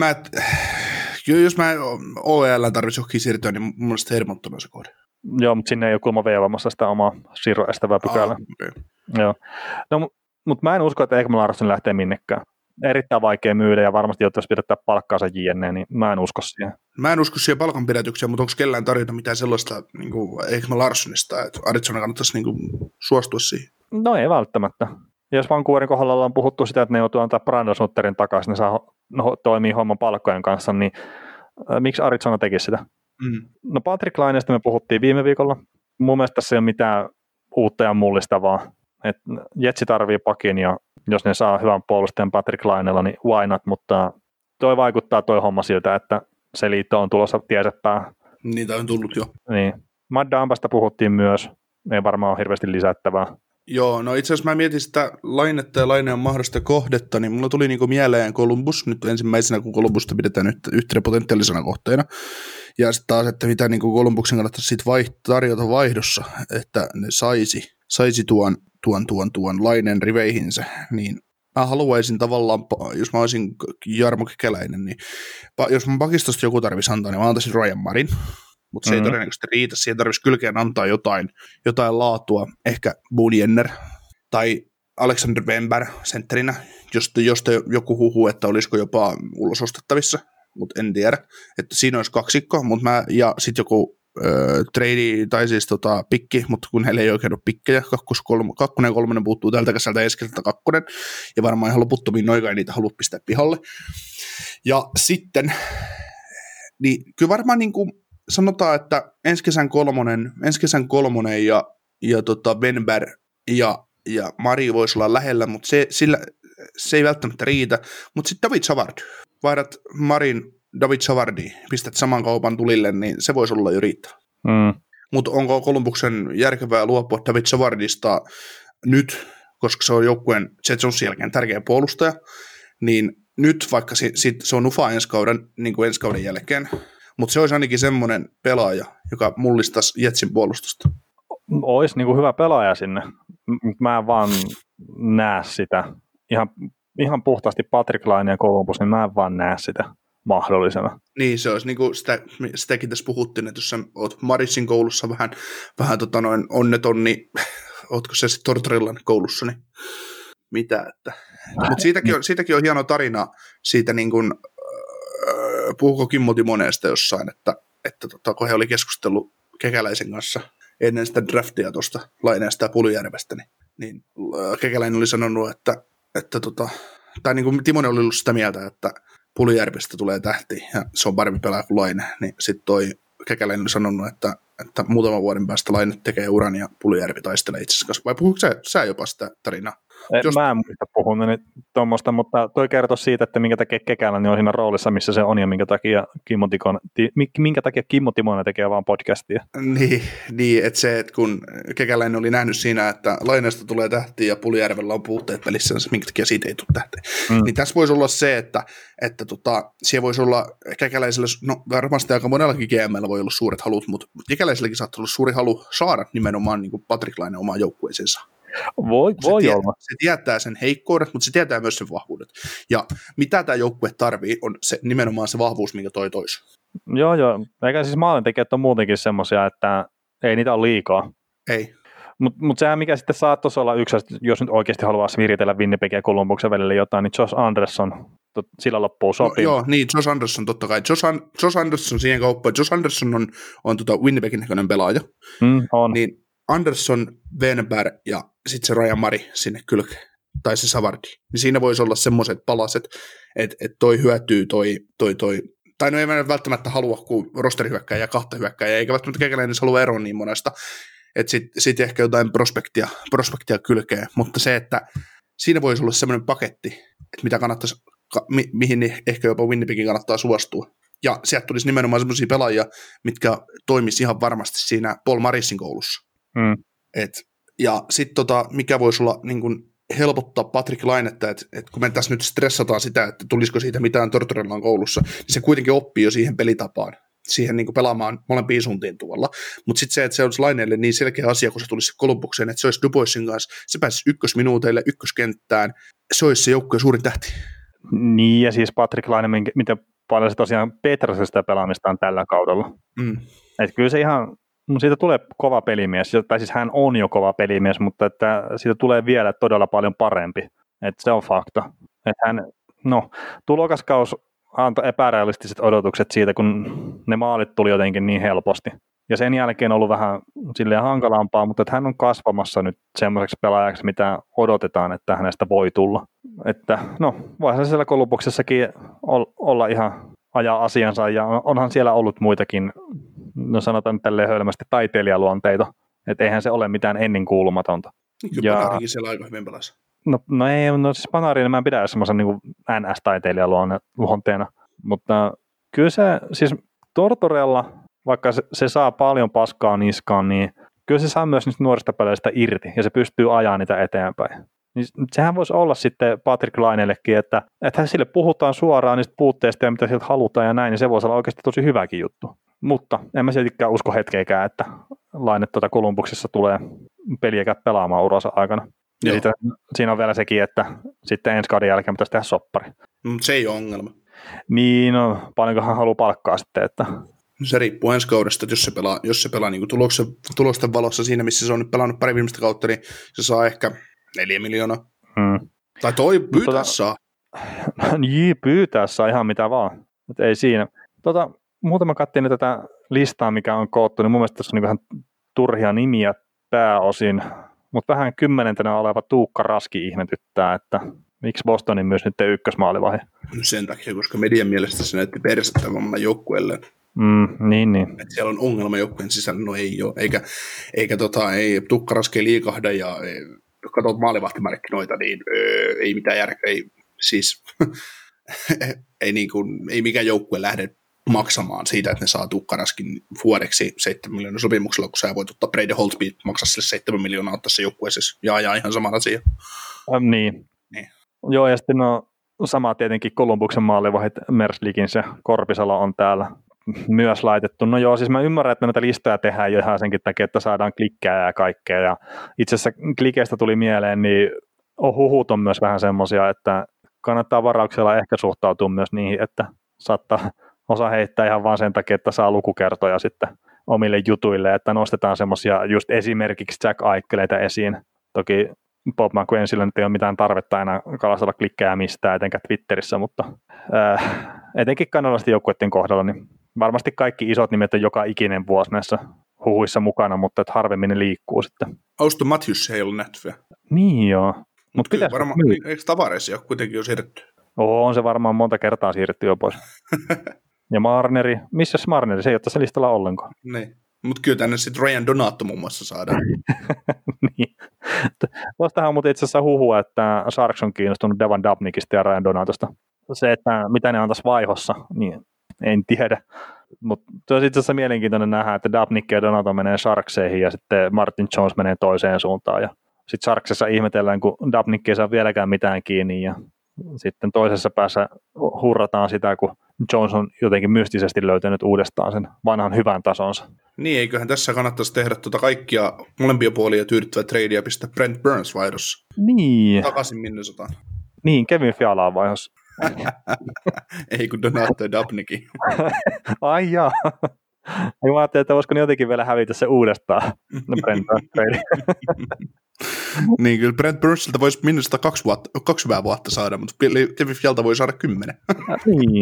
Jos mä OEL tarvitsen johonkin siirtyä, niin mun mielestä hermottuna se kohde. Joo, mutta sinne ei ole kulma veivamassa sitä omaa siirron estävää pykälää. Okay. Joo. No, mutta mä en usko, että Ekman Larsson lähtee minnekään. Erittäin vaikea myydä ja varmasti joutuisi pidättää palkkaansa jne, niin mä en usko siihen. Mä en usko siihen palkanpidätykseen, mutta onko kellään tarjota mitään sellaista niin kuin Ekman Larssonista, että Arizona kannattaisi niin kuin suostua siihen? No ei välttämättä. Ja jos Vancouverin kohdalla ollaan puhuttu sitä, että ne joutuu antaa Brandon Snutterin takaisin, ne saa toimii homman palkkojen kanssa, niin miksi Arizona tekisi sitä? No Patrick Lainesta me puhuttiin viime viikolla. Mun mielestä tässä ei ole mitään uutta ja mullistavaa. Et Jetsi tarvii pakin ja jos ne saa hyvän puolustajan Patrick Lainella, niin why not, mutta toi vaikuttaa toi homma siltä, että se liitto on tulossa tiensä päähän. Niitä on tullut jo. Niin. Matt Dumpasta puhuttiin myös, ei varmaan ole hirveästi lisättävää. Joo, no itse asiassa mä mietin sitä Lainetta ja Laineen mahdollista kohdetta, niin mulla tuli niinku mieleen Columbus nyt ensimmäisenä, kun Columbusta pidetään nyt yhtenä potentiaalisena kohteena. Ja sitten taas, että mitä niinku Columbuksen kannattaisi sit tarjota vaihdossa, että ne saisi tuon Laineen riveihinsä, niin mä haluaisin tavallaan, jos mä olisin Jarmo Kekäläinen, niin jos mä pakistosta joku tarvitsisi antaa, niin mä antaisin Ryan Marin. Mutta se ei todennäköisesti riitä. Siihen tarvitsisi kylkeen antaa jotain laatua. Ehkä Boone tai Alexander Wember sentterinä, josta joku huhuu, että olisiko jopa ulosostettavissa, mutta en tiedä. Että siinä olisi kaksikko, ja sitten joku trade, tai siis pikki, mutta kun heillä ei oikein ole pikkejä, kakkonen ja kolmonen puuttuu tältä käsältä Eskeltä kakkonen, ja varmaan ihan loputtomiin noikaan niitä haluaa pistää pihalle. Ja sitten, niin kyllä varmaan niin kuin sanotaan, että ensi kesän kolmonen ja Benberg ja Mari voisi olla lähellä, mutta se ei välttämättä riitä. Mutta sitten David Savard, vaihdat Marin David Savardiin, pistät saman kaupan tulille, niin se voisi olla jo riittää. Mutta onko Columbuksen järkevää luopua David Savardista nyt, koska se on joukkueen Jet Jonesin jälkeen tärkeä puolustaja, niin nyt vaikka se on ufa ensi kauden jälkeen, mutta se olisi ainakin semmoinen pelaaja, joka mullistaisi Jetsin puolustusta. Olisi niin kuin hyvä pelaaja sinne, mä en vaan näe sitä. Ihan puhtaasti Patrick Laine ja Columbus, niin mä en vaan näe sitä mahdollisena. Niin, se olisi niin kuin sitäkin tässä puhuttiin, että jos sä oot Maritsin koulussa vähän onneton, niin ootko se sitten Tortorillan koulussa, niin mitä, että. Mutta siitäkin on hieno tarina siitä niin kuin, puhuko Kimmo Timoneesta jossain, että kun he oli keskustellut Kekäläisen kanssa ennen sitä draftia tuosta Laineesta ja Puljärvestä, niin Kekäläinen oli sanonut, tai niin kuin Timonen oli ollut sitä mieltä, että Puljärvestä tulee tähti ja se on parempi pelaaja kuin Laine, niin sitten toi Kekäläinen oli sanonut, että muutaman vuoden päästä Laine tekee uran ja Puljärvi taistelee itse asiassa. Vai puhuuko sä jopa sitä tarinaa? Mä en muista puhunut tuommoista, mutta toi kertoo siitä, että minkä takia Kekäläinen on siinä roolissa, missä se on ja minkä takia Kimmo Timonen tekee vaan podcastia. Niin että se, että kun Kekäläinen oli nähnyt siinä, että Laineesta tulee tähti ja Puljärvellä on puutteet pelissä, niin minkä takia siitä ei tule tähtiä. Niin tässä voisi olla se, että siellä voisi olla Kekäläisellä, no varmasti aika monellakin GM:llä voi olla suuret halut, mutta Kekäläiselläkin saattaa olla suuri halu saada nimenomaan niin kuin Patrick Laine omaan joukkueeseensa. Voi olla. Se tietää sen heikkoudet, mutta se tietää myös sen vahvuudet. Ja mitä tämä joukkue tarvii, on se, nimenomaan se vahvuus, minkä toi toisi. Joo. Eikä siis maalintekijät on muutenkin semmoisia, että ei niitä ole liikaa. Ei. Mutta sehän mikä sitten saattaisi olla yksi, jos nyt oikeasti haluaa viritellä Winnipegin ja Columbuksen välillä jotain, niin Josh Anderson, sillä loppuu sopimus. Joo, niin Josh Anderson totta kai. Josh Anderson siihen kauppaan. Josh Anderson on Winnipegin näköinen pelaaja. On. Niin Anderson, Wenberg ja sitten se Ryan Mari sinne kylkeen, tai se Savardi. Niin siinä voisi olla semmoiset palaset, että toi hyötyy tai no ei välttämättä halua kuin rosterihyökkääjä ja kahta hyökkääjää, eikä välttämättä Kekäläinen halua eroa niin monesta, että sitten ehkä jotain prospektia kylkeen, mutta se, että siinä voisi olla semmoinen paketti, että mitä kannattaisi, mihin ehkä jopa Winnipegin kannattaa suostua. Ja sieltä tulisi nimenomaan semmoisia pelaajia, mitkä toimisi ihan varmasti siinä Paul Marissin koulussa. Ja sitten mikä voisi olla niin kun helpottaa Patrick Lainetta, että kun me tässä nyt stressataan sitä, että tulisiko siitä mitään Tortorellaan koulussa, niin se kuitenkin oppii jo siihen pelitapaan, siihen niin pelaamaan molempiin suuntiin tuolla. Mutta sitten se, että se olisi Laineelle niin selkeä asia, kun se tulisi Columbukseen, että se olisi Duboisin kanssa, se pääsisi ykkösminuuteille, ykköskenttään, se olisi se joukkueen suurin tähti. Niin, ja siis Patrick Laine, miten paljon se tosiaan petrasi sitä pelaamistaan tällä kaudella. Että kyllä se ihan, siitä tulee kova pelimies, tai siis hän on jo kova pelimies, mutta että siitä tulee vielä todella paljon parempi. Että se on fakta. Että tulokaskaus antoi epärealistiset odotukset siitä, kun ne maalit tuli jotenkin niin helposti. Ja sen jälkeen on ollut vähän silleen hankalampaa, mutta että hän on kasvamassa nyt semmoiseksi pelaajaksi, mitä odotetaan, että hänestä voi tulla. Että voihan se siellä Columbuksessakin olla ihan ajaa asiansa, ja onhan siellä ollut muitakin, sanotaan tälleen hölmästi, taiteilijaluonteita. Että eihän se ole mitään ennenkuulumatonta. Kyllä Panarikin siellä aika hyvin pelasi. No siis Panarin mä en pidä semmoisen niin NS-taiteilijaluonteena, mutta kyllä se, siis Tortorella, vaikka se saa paljon paskaa niskaan, niin kyllä se saa myös niistä nuorista peleistä irti, ja se pystyy ajamaan niitä eteenpäin. Niin sehän voisi olla sitten Patrick Lainellekin, että sille puhutaan suoraan niistä puutteista ja mitä sieltä halutaan ja näin, niin se voisi olla oikeasti tosi hyväkin juttu. Mutta en mä siltikään usko hetkeäkään, että Laine Columbuksessa tulee peliäkään pelaamaan uransa aikana. Ja siinä on vielä sekin, että sitten ensi kauden jälkeen pitäisi tehdä soppari. Se ei ole ongelma. Niin, paljonko hän haluaa palkkaa sitten, että se riippuu ensi kaudesta, että jos se pelaa niin kuin tulosten valossa siinä, missä se on nyt pelannut pari viimeistä kautta, niin se saa ehkä 4 miljoonaa. Tai pyytää saa. Niin, pyytää saa ihan mitä vaan. Et ei siinä. Muuten mä katsoin tätä listaa, mikä on koottu, niin mun mielestä tässä on niin vähän turhia nimiä pääosin, mutta vähän 10. oleva Tuukka Raski ihmetyttää, että miksi Bostonin myös nyt ykkösmaalivahi? Sen takia, koska median mielestä se näytti persettävämmän joukkueelle. Niin. Että siellä on ongelma joukkueen sisällä, no ei ole, ei Tuukka Raski liikahda ja katsot maalivahtimarkkinoita, niin ei mitään järkeä, siis ei mikään joukkue lähde maksamaan siitä, että ne saa Tuukka Raskin vuodeksi 7 miljoonaa sopimuksella, kun sä voit ottaa Brady Holtby maksaa sille 7 miljoonaa ottaa se joukkueeseen. Ja ihan sama asia. Niin. Joo, ja sitten sama tietenkin Columbuksen maalivahit, Merzlikins ja Korpisalo on täällä myös laitettu. No joo, siis mä ymmärrän, että näitä listoja tehdään jo ihan senkin takia, että saadaan klikkejä ja kaikkea. Ja itse asiassa klikeistä tuli mieleen, niin huhut on myös vähän semmoisia, että kannattaa varauksella ehkä suhtautua myös niihin, että saattaa osa heittää ihan vaan sen takia, että saa lukukertoja sitten omille jutuille, että nostetaan semmoisia just esimerkiksi Jack Eicheleitä esiin. Toki Bob McQuainsillä nyt ei ole mitään tarvetta enää kalastella klikkejä mistään, etenkään Twitterissä, mutta etenkin kanadalaisten joukkueiden kohdalla, niin varmasti kaikki isot nimet on joka ikinen vuosi näissä huhuissa mukana, mutta että harvemmin ne liikkuu sitten. Auston Matthews ei ollut nähty vielä. Niin joo. Mutta varmaan, eikö Tavares ole kuitenkin jo siirretty? On se varmaan monta kertaa siirretty jo pois. Ja Marneri, missä Marneri? Se ei ole tässä listalla ollenkaan. Niin, mutta kyllä tänne sitten Ryan Donato muun muassa saadaan. Niin. Tuostahan on muuten itse asiassa huhua, että Sharks on kiinnostunut Devan Dubnikista ja Ryan Donatosta. Se, että mitä ne on tässä vaihossa, niin en tiedä. Mutta se on itse asiassa mielenkiintoinen nähdä, että Dubnik ja Donato menee Sharkseihin ja sitten Martin Jones menee toiseen suuntaan. Ja sitten Sharksessa ihmetellään, kun Dubnik ei saa vieläkään mitään kiinni ja sitten toisessa päässä hurrataan sitä, kun Jones on jotenkin mystisesti löytänyt uudestaan sen vanhan hyvän tasonsa. Niin, eiköhän tässä kannattaisi tehdä kaikkia molempia puolia tyydyttävää tradea ja pistää Brent Burns vaihdossa. Niin. Takaisin Minnesotaan. Niin, Kevin Fiala on vaihdossa. Ei kun Donato ja Dubnikin. Ai jaa. Mä ajattelin, että voisiko ne jotenkin vielä hävitä se uudestaan. Brent Burns trade. Niin, kyllä Brent Burnsilta voisi Minnesota 2 hyvää vuotta saada, mutta Kevin Fialta voi saada 10. Niin.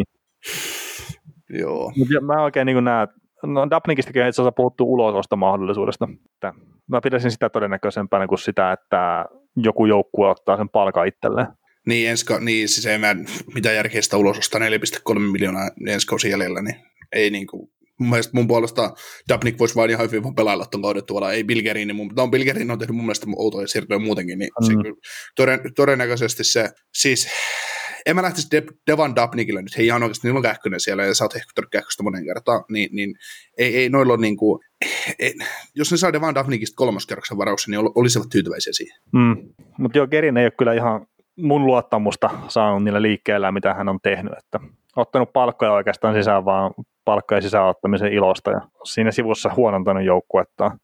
Joo. Mä oikein niin näen, no Dubnikistakin on itse asiassa puhuttu ulososta mahdollisuudesta. Mä pitäisin sitä todennäköisempänä kuin sitä, että joku joukkue ottaa sen palkan itselleen. Niin, siis ei mitään järkeä sitä ulososta 4,3 miljoonaa ensi kausi jäljellä, niin ei niinku. Mun puolesta Dubnik voisi vaan ihan hyvin pelailla tuon kauden tuolla, ei Bilgerini, Bilgerini on tehnyt mun mielestä outoja siirtoja muutenkin, niin se todennäköisesti se, siis en mä lähtisi Devan Dubnikille nyt, hei ihan oikeasti, niillä on Kähkönen siellä, ja sä oot hehkuttanut Kähköstä monen kertaa, niin ei noilla ole niinku, jos ne saa Devan Dubnikista 3. kerroksen varauksen, niin olisivat tyytyväisiä siihen. Mutta joo, Gerin ei ole kyllä ihan mun luottamusta saanut niillä liikkeellä, mitä hän on tehnyt, että ottanut palkkoja oikeastaan sisään vaan palkkoja sisäänottamisen ilosta ja siinä sivussa huonontanut joukkuettaan.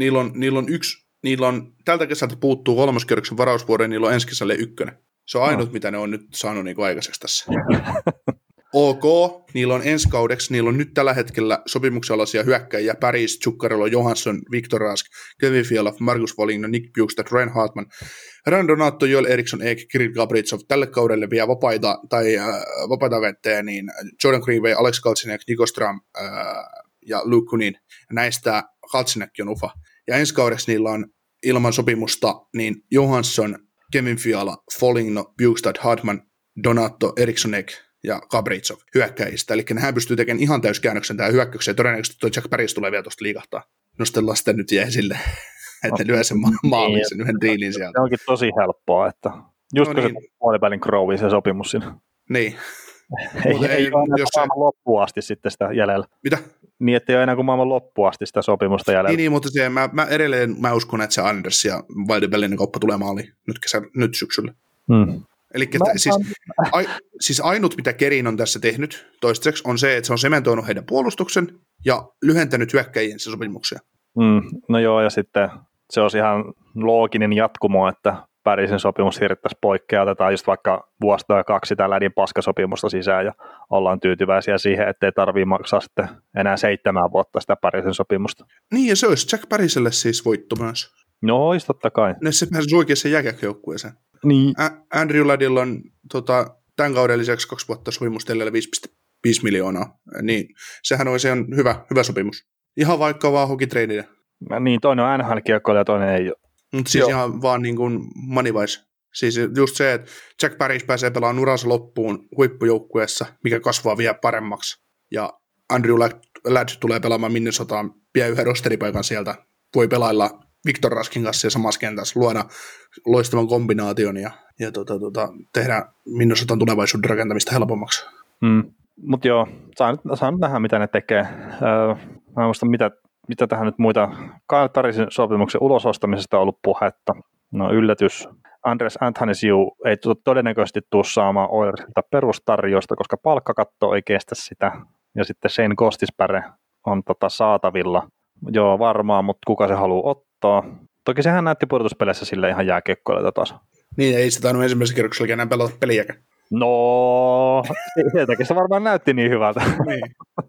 Niillä on tältä kesältä puuttuu 3. kierroksen varausvuoden, niillä on ensi kesälle 1. Se on ainut, mitä ne on nyt saanut niin aikaiseksi tässä. OK, niillä on ensi kaudeksi, niillä on nyt tällä hetkellä sopimuksalaisia hyökkäjiä, Paris, Zuccarello, Johansson, Victor Rask, Kevin Fiala, Marcus Foligno, Nick Bjugstad, Ryan Hartman, Ryan Donato, Joel Eriksson, Kirill Gabritsov, tälle kaudelle vielä vapaita agentteja, niin Jordan Greenway, Alex Galchenyuk, Niko Stram ja Luke Kunin. Näistä Galchenyuk on ufa. Ja ensi kaudeksi niillä on ilman sopimusta niin Johansson, Kevin Fiala, Foligno, Bjugstad, Hartman, Donato, Eriksson, ja Gabritsov hyökkäjistä. Eli nehän pystyy tekemään ihan täyskäännöksen tähän hyökkäykseen. Todennäköisesti tuo Jack Paris tulee vielä tuosta liikahtaa. Nostellaan sitä nyt esille, että ne lyö sen maalin, sen yhden diilin sieltä. Se onkin tosi helppoa, että just kun se puolivälin Crowin se sopimus siinä. Niin. ei ole enää maailman loppuun asti sitten sitä jäljellä. Mitä? Niin, että ei ole enää kuin maailman loppuun asti sitä sopimusta jäljellä. Niin, mutta se, mä edelleen uskon, että se Anders ja Wildebellinen kauppa tulee maaliin nyt syksyllä. Eli siis ainut, mitä Kerin on tässä tehnyt toistaiseksi, on se, että se on sementoinut heidän puolustuksen ja lyhentänyt hyökkäjien sopimuksia. No joo, ja sitten se olisi ihan looginen jatkumo, että Parisin sopimus siirrettäisiin poikkea, otetaan just vaikka vuosi tai 2 sitä lädin paskasopimusta sisään ja ollaan tyytyväisiä siihen, ettei tarvitse maksaa sitten enää 7 vuotta sitä Parisin sopimusta. Niin, ja se olisi Jack Pariselle siis voitto myös. No, olisi totta kai. Se pääsisi oikeassa jääkiekkojoukkueeseen. Niin. Andrew Laddilla on tämän kauden lisäksi 2 vuotta sopimusta 5,5 5 miljoonaa. Niin sehän olisi ihan hyvä sopimus. Ihan vaikka vaan hockeytradeille. Niin, toinen on NHL-kiekkoilija ja toinen ei ole. Mutta siis ihan vaan niin kuin money-wise. Siis just se, että Jack Parrish pääsee pelaamaan uransa loppuun huippujoukkueessa, mikä kasvaa vielä paremmaksi. Ja Andrew Ladd tulee pelaamaan Minnesotaan, vie yhden rosteripaikan sieltä. Voi pelailla Victor Raskin kanssa ja samassa kentässä, luoda loistavan kombinaation ja tehdä Minnesotan tulevaisuuden rakentamista helpommaksi. Mutta joo, saa nyt nähdä, mitä ne tekee. Mä en muista, mitä tähän nyt muita. Kyle Turrisin sopimuksen ulosostamisesta on ollut puhetta. No yllätys. Andres Athanasiou ei todennäköisesti tule saamaan Oilersilta perustarjousta, koska palkkakatto ei kestä sitä. Ja sitten Shane Gostispäre on saatavilla. Joo, varmaan, mutta kuka se haluaa ottaa? Toki sehän näytti pudotuspeleissä sille ihan jääkiekkoilta taas. Niin, ei se tainnut ensimmäisessä kierroksella enää pelata peliäkään. No, sieltäkin se varmaan näytti niin hyvältä. Niin.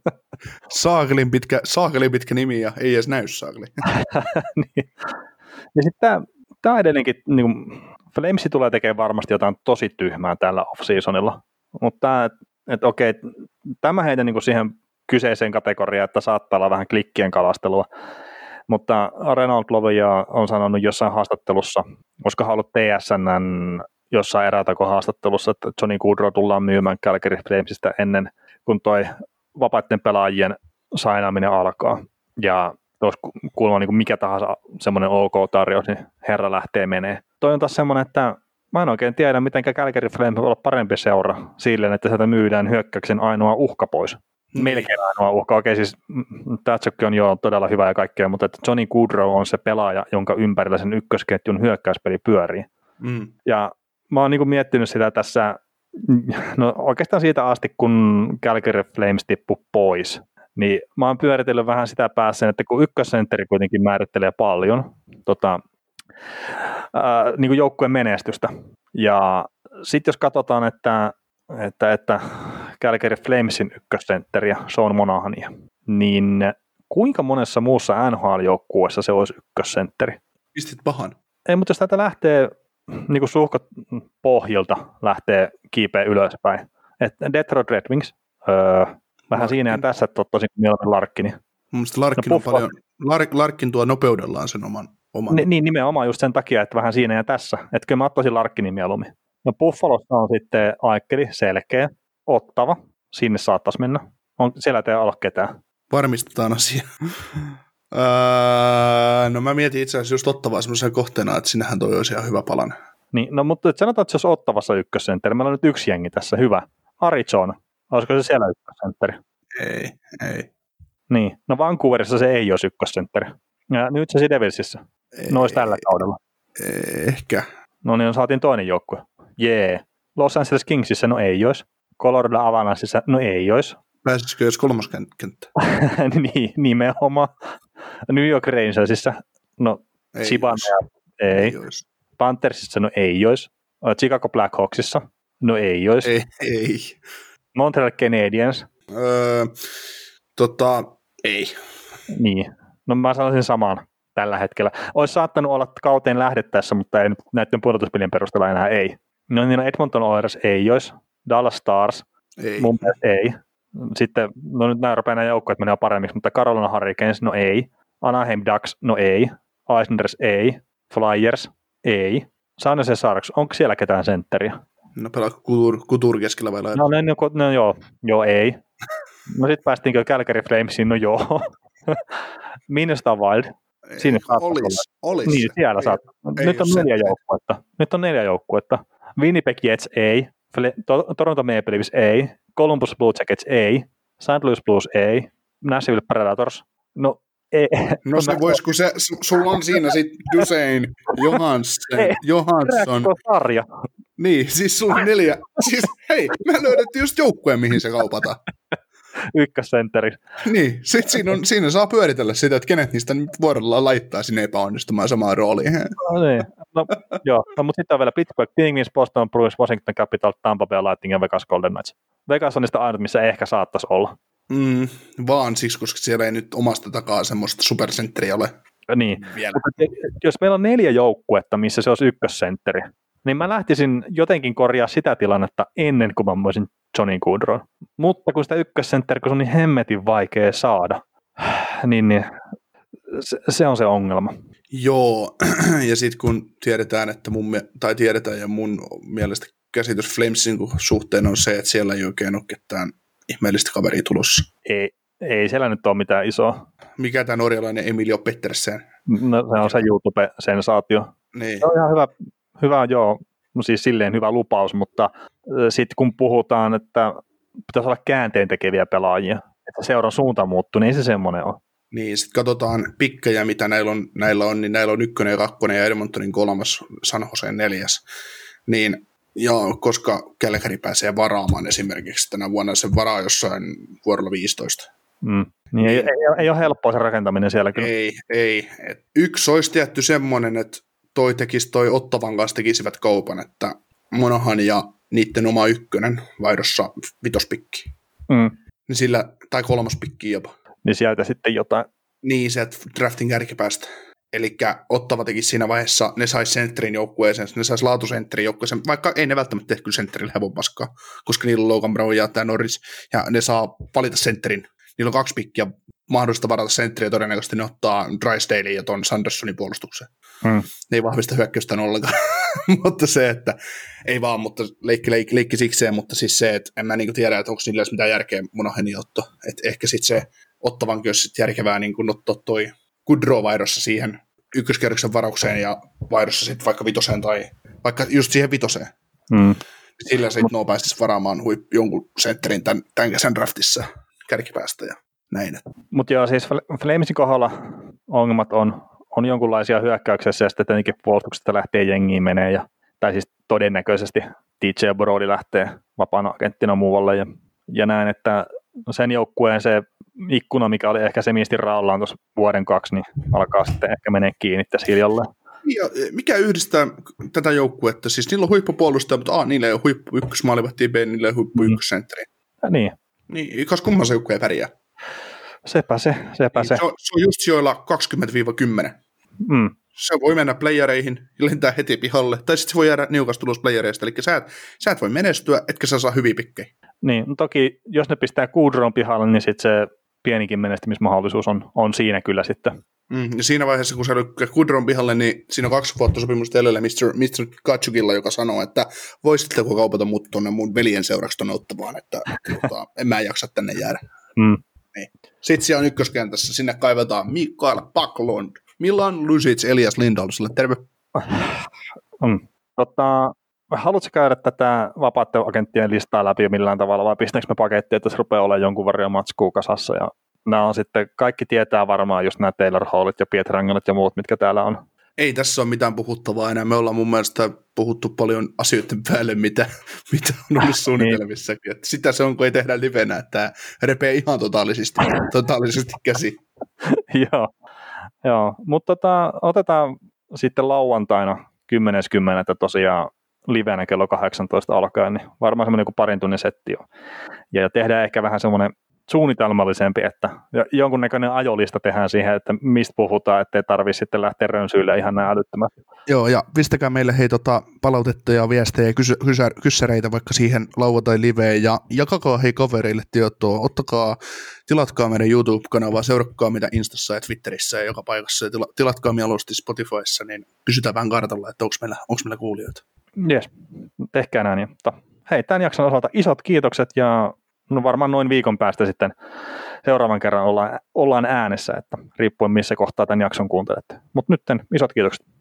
Saakelin pitkä nimi ja ei edes näy saakeli. Niin. Ja sitten tämä edelleenkin, niin Flamesi tulee tekemään varmasti jotain tosi tyhmää tällä off-seasonilla, mutta okei, tämä heitä niin siihen kyseiseen kategoriaan, että saattaa olla vähän klikkien kalastelua, mutta Renaud Lovia on sanonut jossain haastattelussa, koska hän on ollut TSN:n jossain erätako-haastattelussa, että Johnny Gaudreau tullaan myymään Calgary Flamesista ennen kuin toi vapaiden pelaajien sainaaminen alkaa. Ja jos kuulemma niin mikä tahansa semmoinen OK-tarjous, niin herra lähtee menee. Toi on taas semmoinen, että mä en oikein tiedä, miten Calgary Flames voi olla parempi seura silleen, että sieltä myydään hyökkäyksen ainoa uhka pois. Melkein ainoa uhka. Okei, siis Tatsukki on jo todella hyvä ja kaikkea, mutta että Johnny Gaudreau on se pelaaja, jonka ympärillä sen ykkösketjun hyökkäyspeli pyörii. Ja mä oon niin kuin miettinyt sitä tässä, no oikeastaan siitä asti, kun Calgary Flames tippui pois, niin mä oon pyöritellyt vähän sitä päässä, että kun ykkössentteri kuitenkin määrittelee paljon niin kuin joukkueen menestystä. Ja sitten jos katsotaan, että Calgary Flamesin ykkössentteriä, Sean Monahania, niin kuinka monessa muussa NHL-joukkueessa se olisi ykkössentteri? Pistit pahan. Ei, mutta jos täältä lähtee niin kuin suhkot pohjilta lähtee kiipeä ylöspäin. Et Detroit Red Wings, vähän siinä ja tässä, että tosin mieluummin Larkkini. Mielestäni Larkkin on paljon, Larkkin tuo nopeudellaan sen oman. Niin, nimenomaan just sen takia, että vähän siinä ja tässä. Että kyllä mä ottaisin Larkkinin mieluummin. No Buffalossa on sitten Aikkeli, selkeä, Ottava, sinne saattaisi mennä. Siellä ei ole ketään. Varmistetaan asia. No mä mietin itse asiassa just Ottavaa semmoisen kohteena, että sinnehän toi olisi ihan hyvä palan. Niin, no mutta sanotaan, että jos Ottavassa ykkössentteri, meillä on nyt yksi jengi tässä, hyvä. Arizona, olisiko se siellä ykkössentteri? Ei. Niin, no Vancouverissa se ei olisi ykkössentteri. Ja nyt se Devilsissä, nois tällä kaudella. Ehkä. No niin, saatiin toinen joukkue. Jee. Los Angeles Kingsissä, no ei olisi. Colorado Avalanchessa, no ei olisi. Pääsisikö jos kolmoskenttä? Niin, nimenomaan. New York Rangersissa, no Chibana, ei. Panthersissa, no ei olisi. Chicago Blackhawksissa, no ei olisi. Ei. Montreal Canadiens. Ei. Niin, no mä sanoisin saman tällä hetkellä. Olisi saattanut olla kauteen lähdettäessä, mutta ei näiden pudotuspelien perusteella enää ei. No niin, Edmonton Oilers ei olisi. Dallas Stars, ei. Mun mielestä ei. Sitten, no nyt nämä rupeaa nämä joukkueet menee paremmiksi, mutta Carolina Hurricanes, no ei. Anaheim Ducks, no ei. Islanders, ei. Flyers, ei. San Jose Sharks, onko siellä ketään sentteriä? No pelaako Couture keskellä vai lailla? No joo, ei. No sitten päästiinkö Calgary Flamesiin, no joo. Minnesota Wild, sinne Olisi. Niin, siellä saat. Nyt on 4 joukkuetta. Winnipeg Jets, ei. Toronto Maple Leafs, ei. Columbus Blue Jackets, ei. St. Louis Blues, ei. Nashville Predators, no ei. No se vois, kun sulla on siinä sitten Dusein, Johansson. Sarja. Niin, siis sulla on 4. Siis hei, me löydettiin just joukkueen, mihin se kaupataan. Ykkössentteri. Niin, sitten siinä saa pyöritellä sitä, että kenet niistä nyt vuorolla laittaa sinne epäonnistumaan samaan rooliin. No niin, joo. No, mutta sitten on vielä Pittsburgh Penguins, Boston Bruins, Washington Capitals, Tampa Bay Lightning ja Vegas Golden Knights. Vegas on niistä ainut, missä ehkä saattaisi olla. Vaan siksi, koska siellä ei nyt omasta takaa semmoista supersentteriä ole. Niin. Vielä. Jos meillä on 4 joukkuetta, missä se olisi ykkössentteri, Niin mä lähtisin jotenkin korjaa sitä tilannetta ennen kuin mä voisin Johnny Gaudreau. Mutta kun sitä ykkössentteri, kun se on niin hemmetin vaikea saada, niin se on se ongelma. Joo, ja sitten kun tiedetään, että tiedetään ja mun mielestä käsitys Flamesin suhteen on se, että siellä ei oikein ole ketään ihmeellistä kaveria tulossa. Ei siellä nyt ole mitään isoa. Mikä tämä norjalainen Emilio Pettersen? No, se on se YouTube-sensaatio. Niin. Se on ihan hyvä joo, no siis silleen hyvä lupaus, mutta sitten kun puhutaan, että pitäisi olla käänteen tekeviä pelaajia, että seuran suunta muuttuu, niin ei se semmoinen ole. Niin, sitten katsotaan pikkejä, mitä näillä on, niin näillä on 1, 2 ja Edmontonin 3, San Joseen 4. Niin, ja koska Calgary pääsee varaamaan esimerkiksi tänä vuonna, se varaa jossain vuorolla 15. Niin ei ole helppoa se rakentaminen siellä kyllä. Ei. Yksi olisi tietty semmoinen, että toi Ottavan kanssa tekisivät kaupan, että Monahan ja niiden oma 1 vaihdossa 5 pikkiä. Niin sillä, tai 3 pikkiä jopa. Niin sieltä sitten jotain. Niin, sieltä draftin kärkipäästä. Eli Ottava teki siinä vaiheessa, ne sais sentterin joukkueeseen, ne sais laatusentterin joukkueeseen, vaikka ei ne välttämättä tehty kyllä sentterillä hevon paskaa, koska niillä on Logan Brown ja tämä Norris, ja ne saa valita sentterin. Niillä on 2 pikkiä mahdollista varata sentteriä, ja todennäköisesti ne ottaa Drysdalen ja ton Sandersonin puolustukseen. Ne ei vahvista hyökkäystä ollenkaan, mutta se, että ei vaan, mutta leikki sikseen, mutta siis se, että en mä niinku tiedä, että onko niillä edes mitään järkeä Monaheni otto. Että ehkä sitten se Ottavankin olisi sitten järkevää niin ottaa toi Gaudreau-vaihdossa siihen ykköskerroksen varaukseen ja vaihdossa sitten vaikka 5 tai vaikka just siihen 5. Sillä sitten pääsisi varaamaan jonkun sentterin tämän kesän draftissa kärkipäästä ja näin. Mutta joo, siis Flamesin kohdalla ongelmat on jonkunlaisia hyökkäyksessä ja sitten tietenkin puolustuksesta lähtee jengiin menee, tai siis todennäköisesti DJ Brody lähtee vapaana agenttina muualle ja näin, että sen joukkueen se ikkuna, mikä oli ehkä semisti raollaan tuossa 1-2 vuoden, niin alkaa sitten ehkä menee kiinni tässä hiljalleen. Ja mikä yhdistää tätä joukkuetta? Siis niillä on huippupuolustaja, mutta niillä ei ole huippu ykkösmaalivahti, B, niillä ei ole huippu ykkössentteri. Niin. Niin, kas kumman se joukkue ei pärjää. Sepä se. Se on just sijoilla 20-10. Se voi mennä playereihin ja lentää heti pihalle, tai sitten se voi jäädä niukasta tulos playereista, eli sä et voi menestyä, etkä sä saa hyviä pikkejä. Niin, no toki jos ne pistää Gaudreaun pihalle, niin sitten se pienikin menestymismahdollisuus on siinä kyllä sitten. Ja siinä vaiheessa, kun sä lykkää Gaudreaun pihalle, niin siinä on 2 vuotta sopimusta jäljellä Mr. Katsukilla, joka sanoo, että voisitteko kaupata mut tuonne mun veljen seuraksi tuonne Ottavaan, että en mä jaksa tänne jäädä. Niin. Sitten siellä on ykköskentässä, sinne kaivetaan Mikael Backlund, Milan Lucic, Elias Lindholm, terve. Haluatko käydä tätä vapaiden agenttien listaa läpi millään tavalla, vai pistänkö me pakettiin, että se rupeaa olemaan jonkun verran matskua kasassa, ja nämä on sitten, kaikki tietää varmaan just nämä Taylor Hallit ja Pietrangelit ja muut, mitkä täällä on. Ei tässä ole mitään puhuttavaa enää, me ollaan mun mielestä puhuttu paljon asioiden päälle, mitä on ollut suunnitelmissakin, että sitä se on, kun ei tehdä livenä, että repee ihan totaalisesti käsi. Joo, mutta otetaan sitten lauantaina 10.10. tosiaan livenä kello 18 alkaen, niin varmaan semmoinen joku 2 tunnin setti on. Ja tehdään ehkä vähän semmoinen suunnitelmallisempi, että jonkunnäköinen ajolista tehdään siihen, että mistä puhutaan, ettei tarvitse sitten lähteä rönsyille ihan näin älyttömästi. Joo, ja pistäkää meille palautettuja viestejä ja kyssäreitä vaikka siihen lauantai-liveen, ja jakakaa kavereille tietoa, tilatkaa meidän YouTube-kanavaa, seurakkaa mitä Instassa ja Twitterissä ja joka paikassa, ja tilatkaa mieluusti Spotifyssa, niin pysytään vähän kartalla, että onko meillä kuulijoita. Jes, tehkää näin. Mutta hei, tämän jakson osalta isot kiitokset, ja no varmaan noin viikon päästä sitten seuraavan kerran ollaan äänessä, että riippuen missä kohtaa tämän jakson kuuntelette. Mutta nyt isot kiitokset.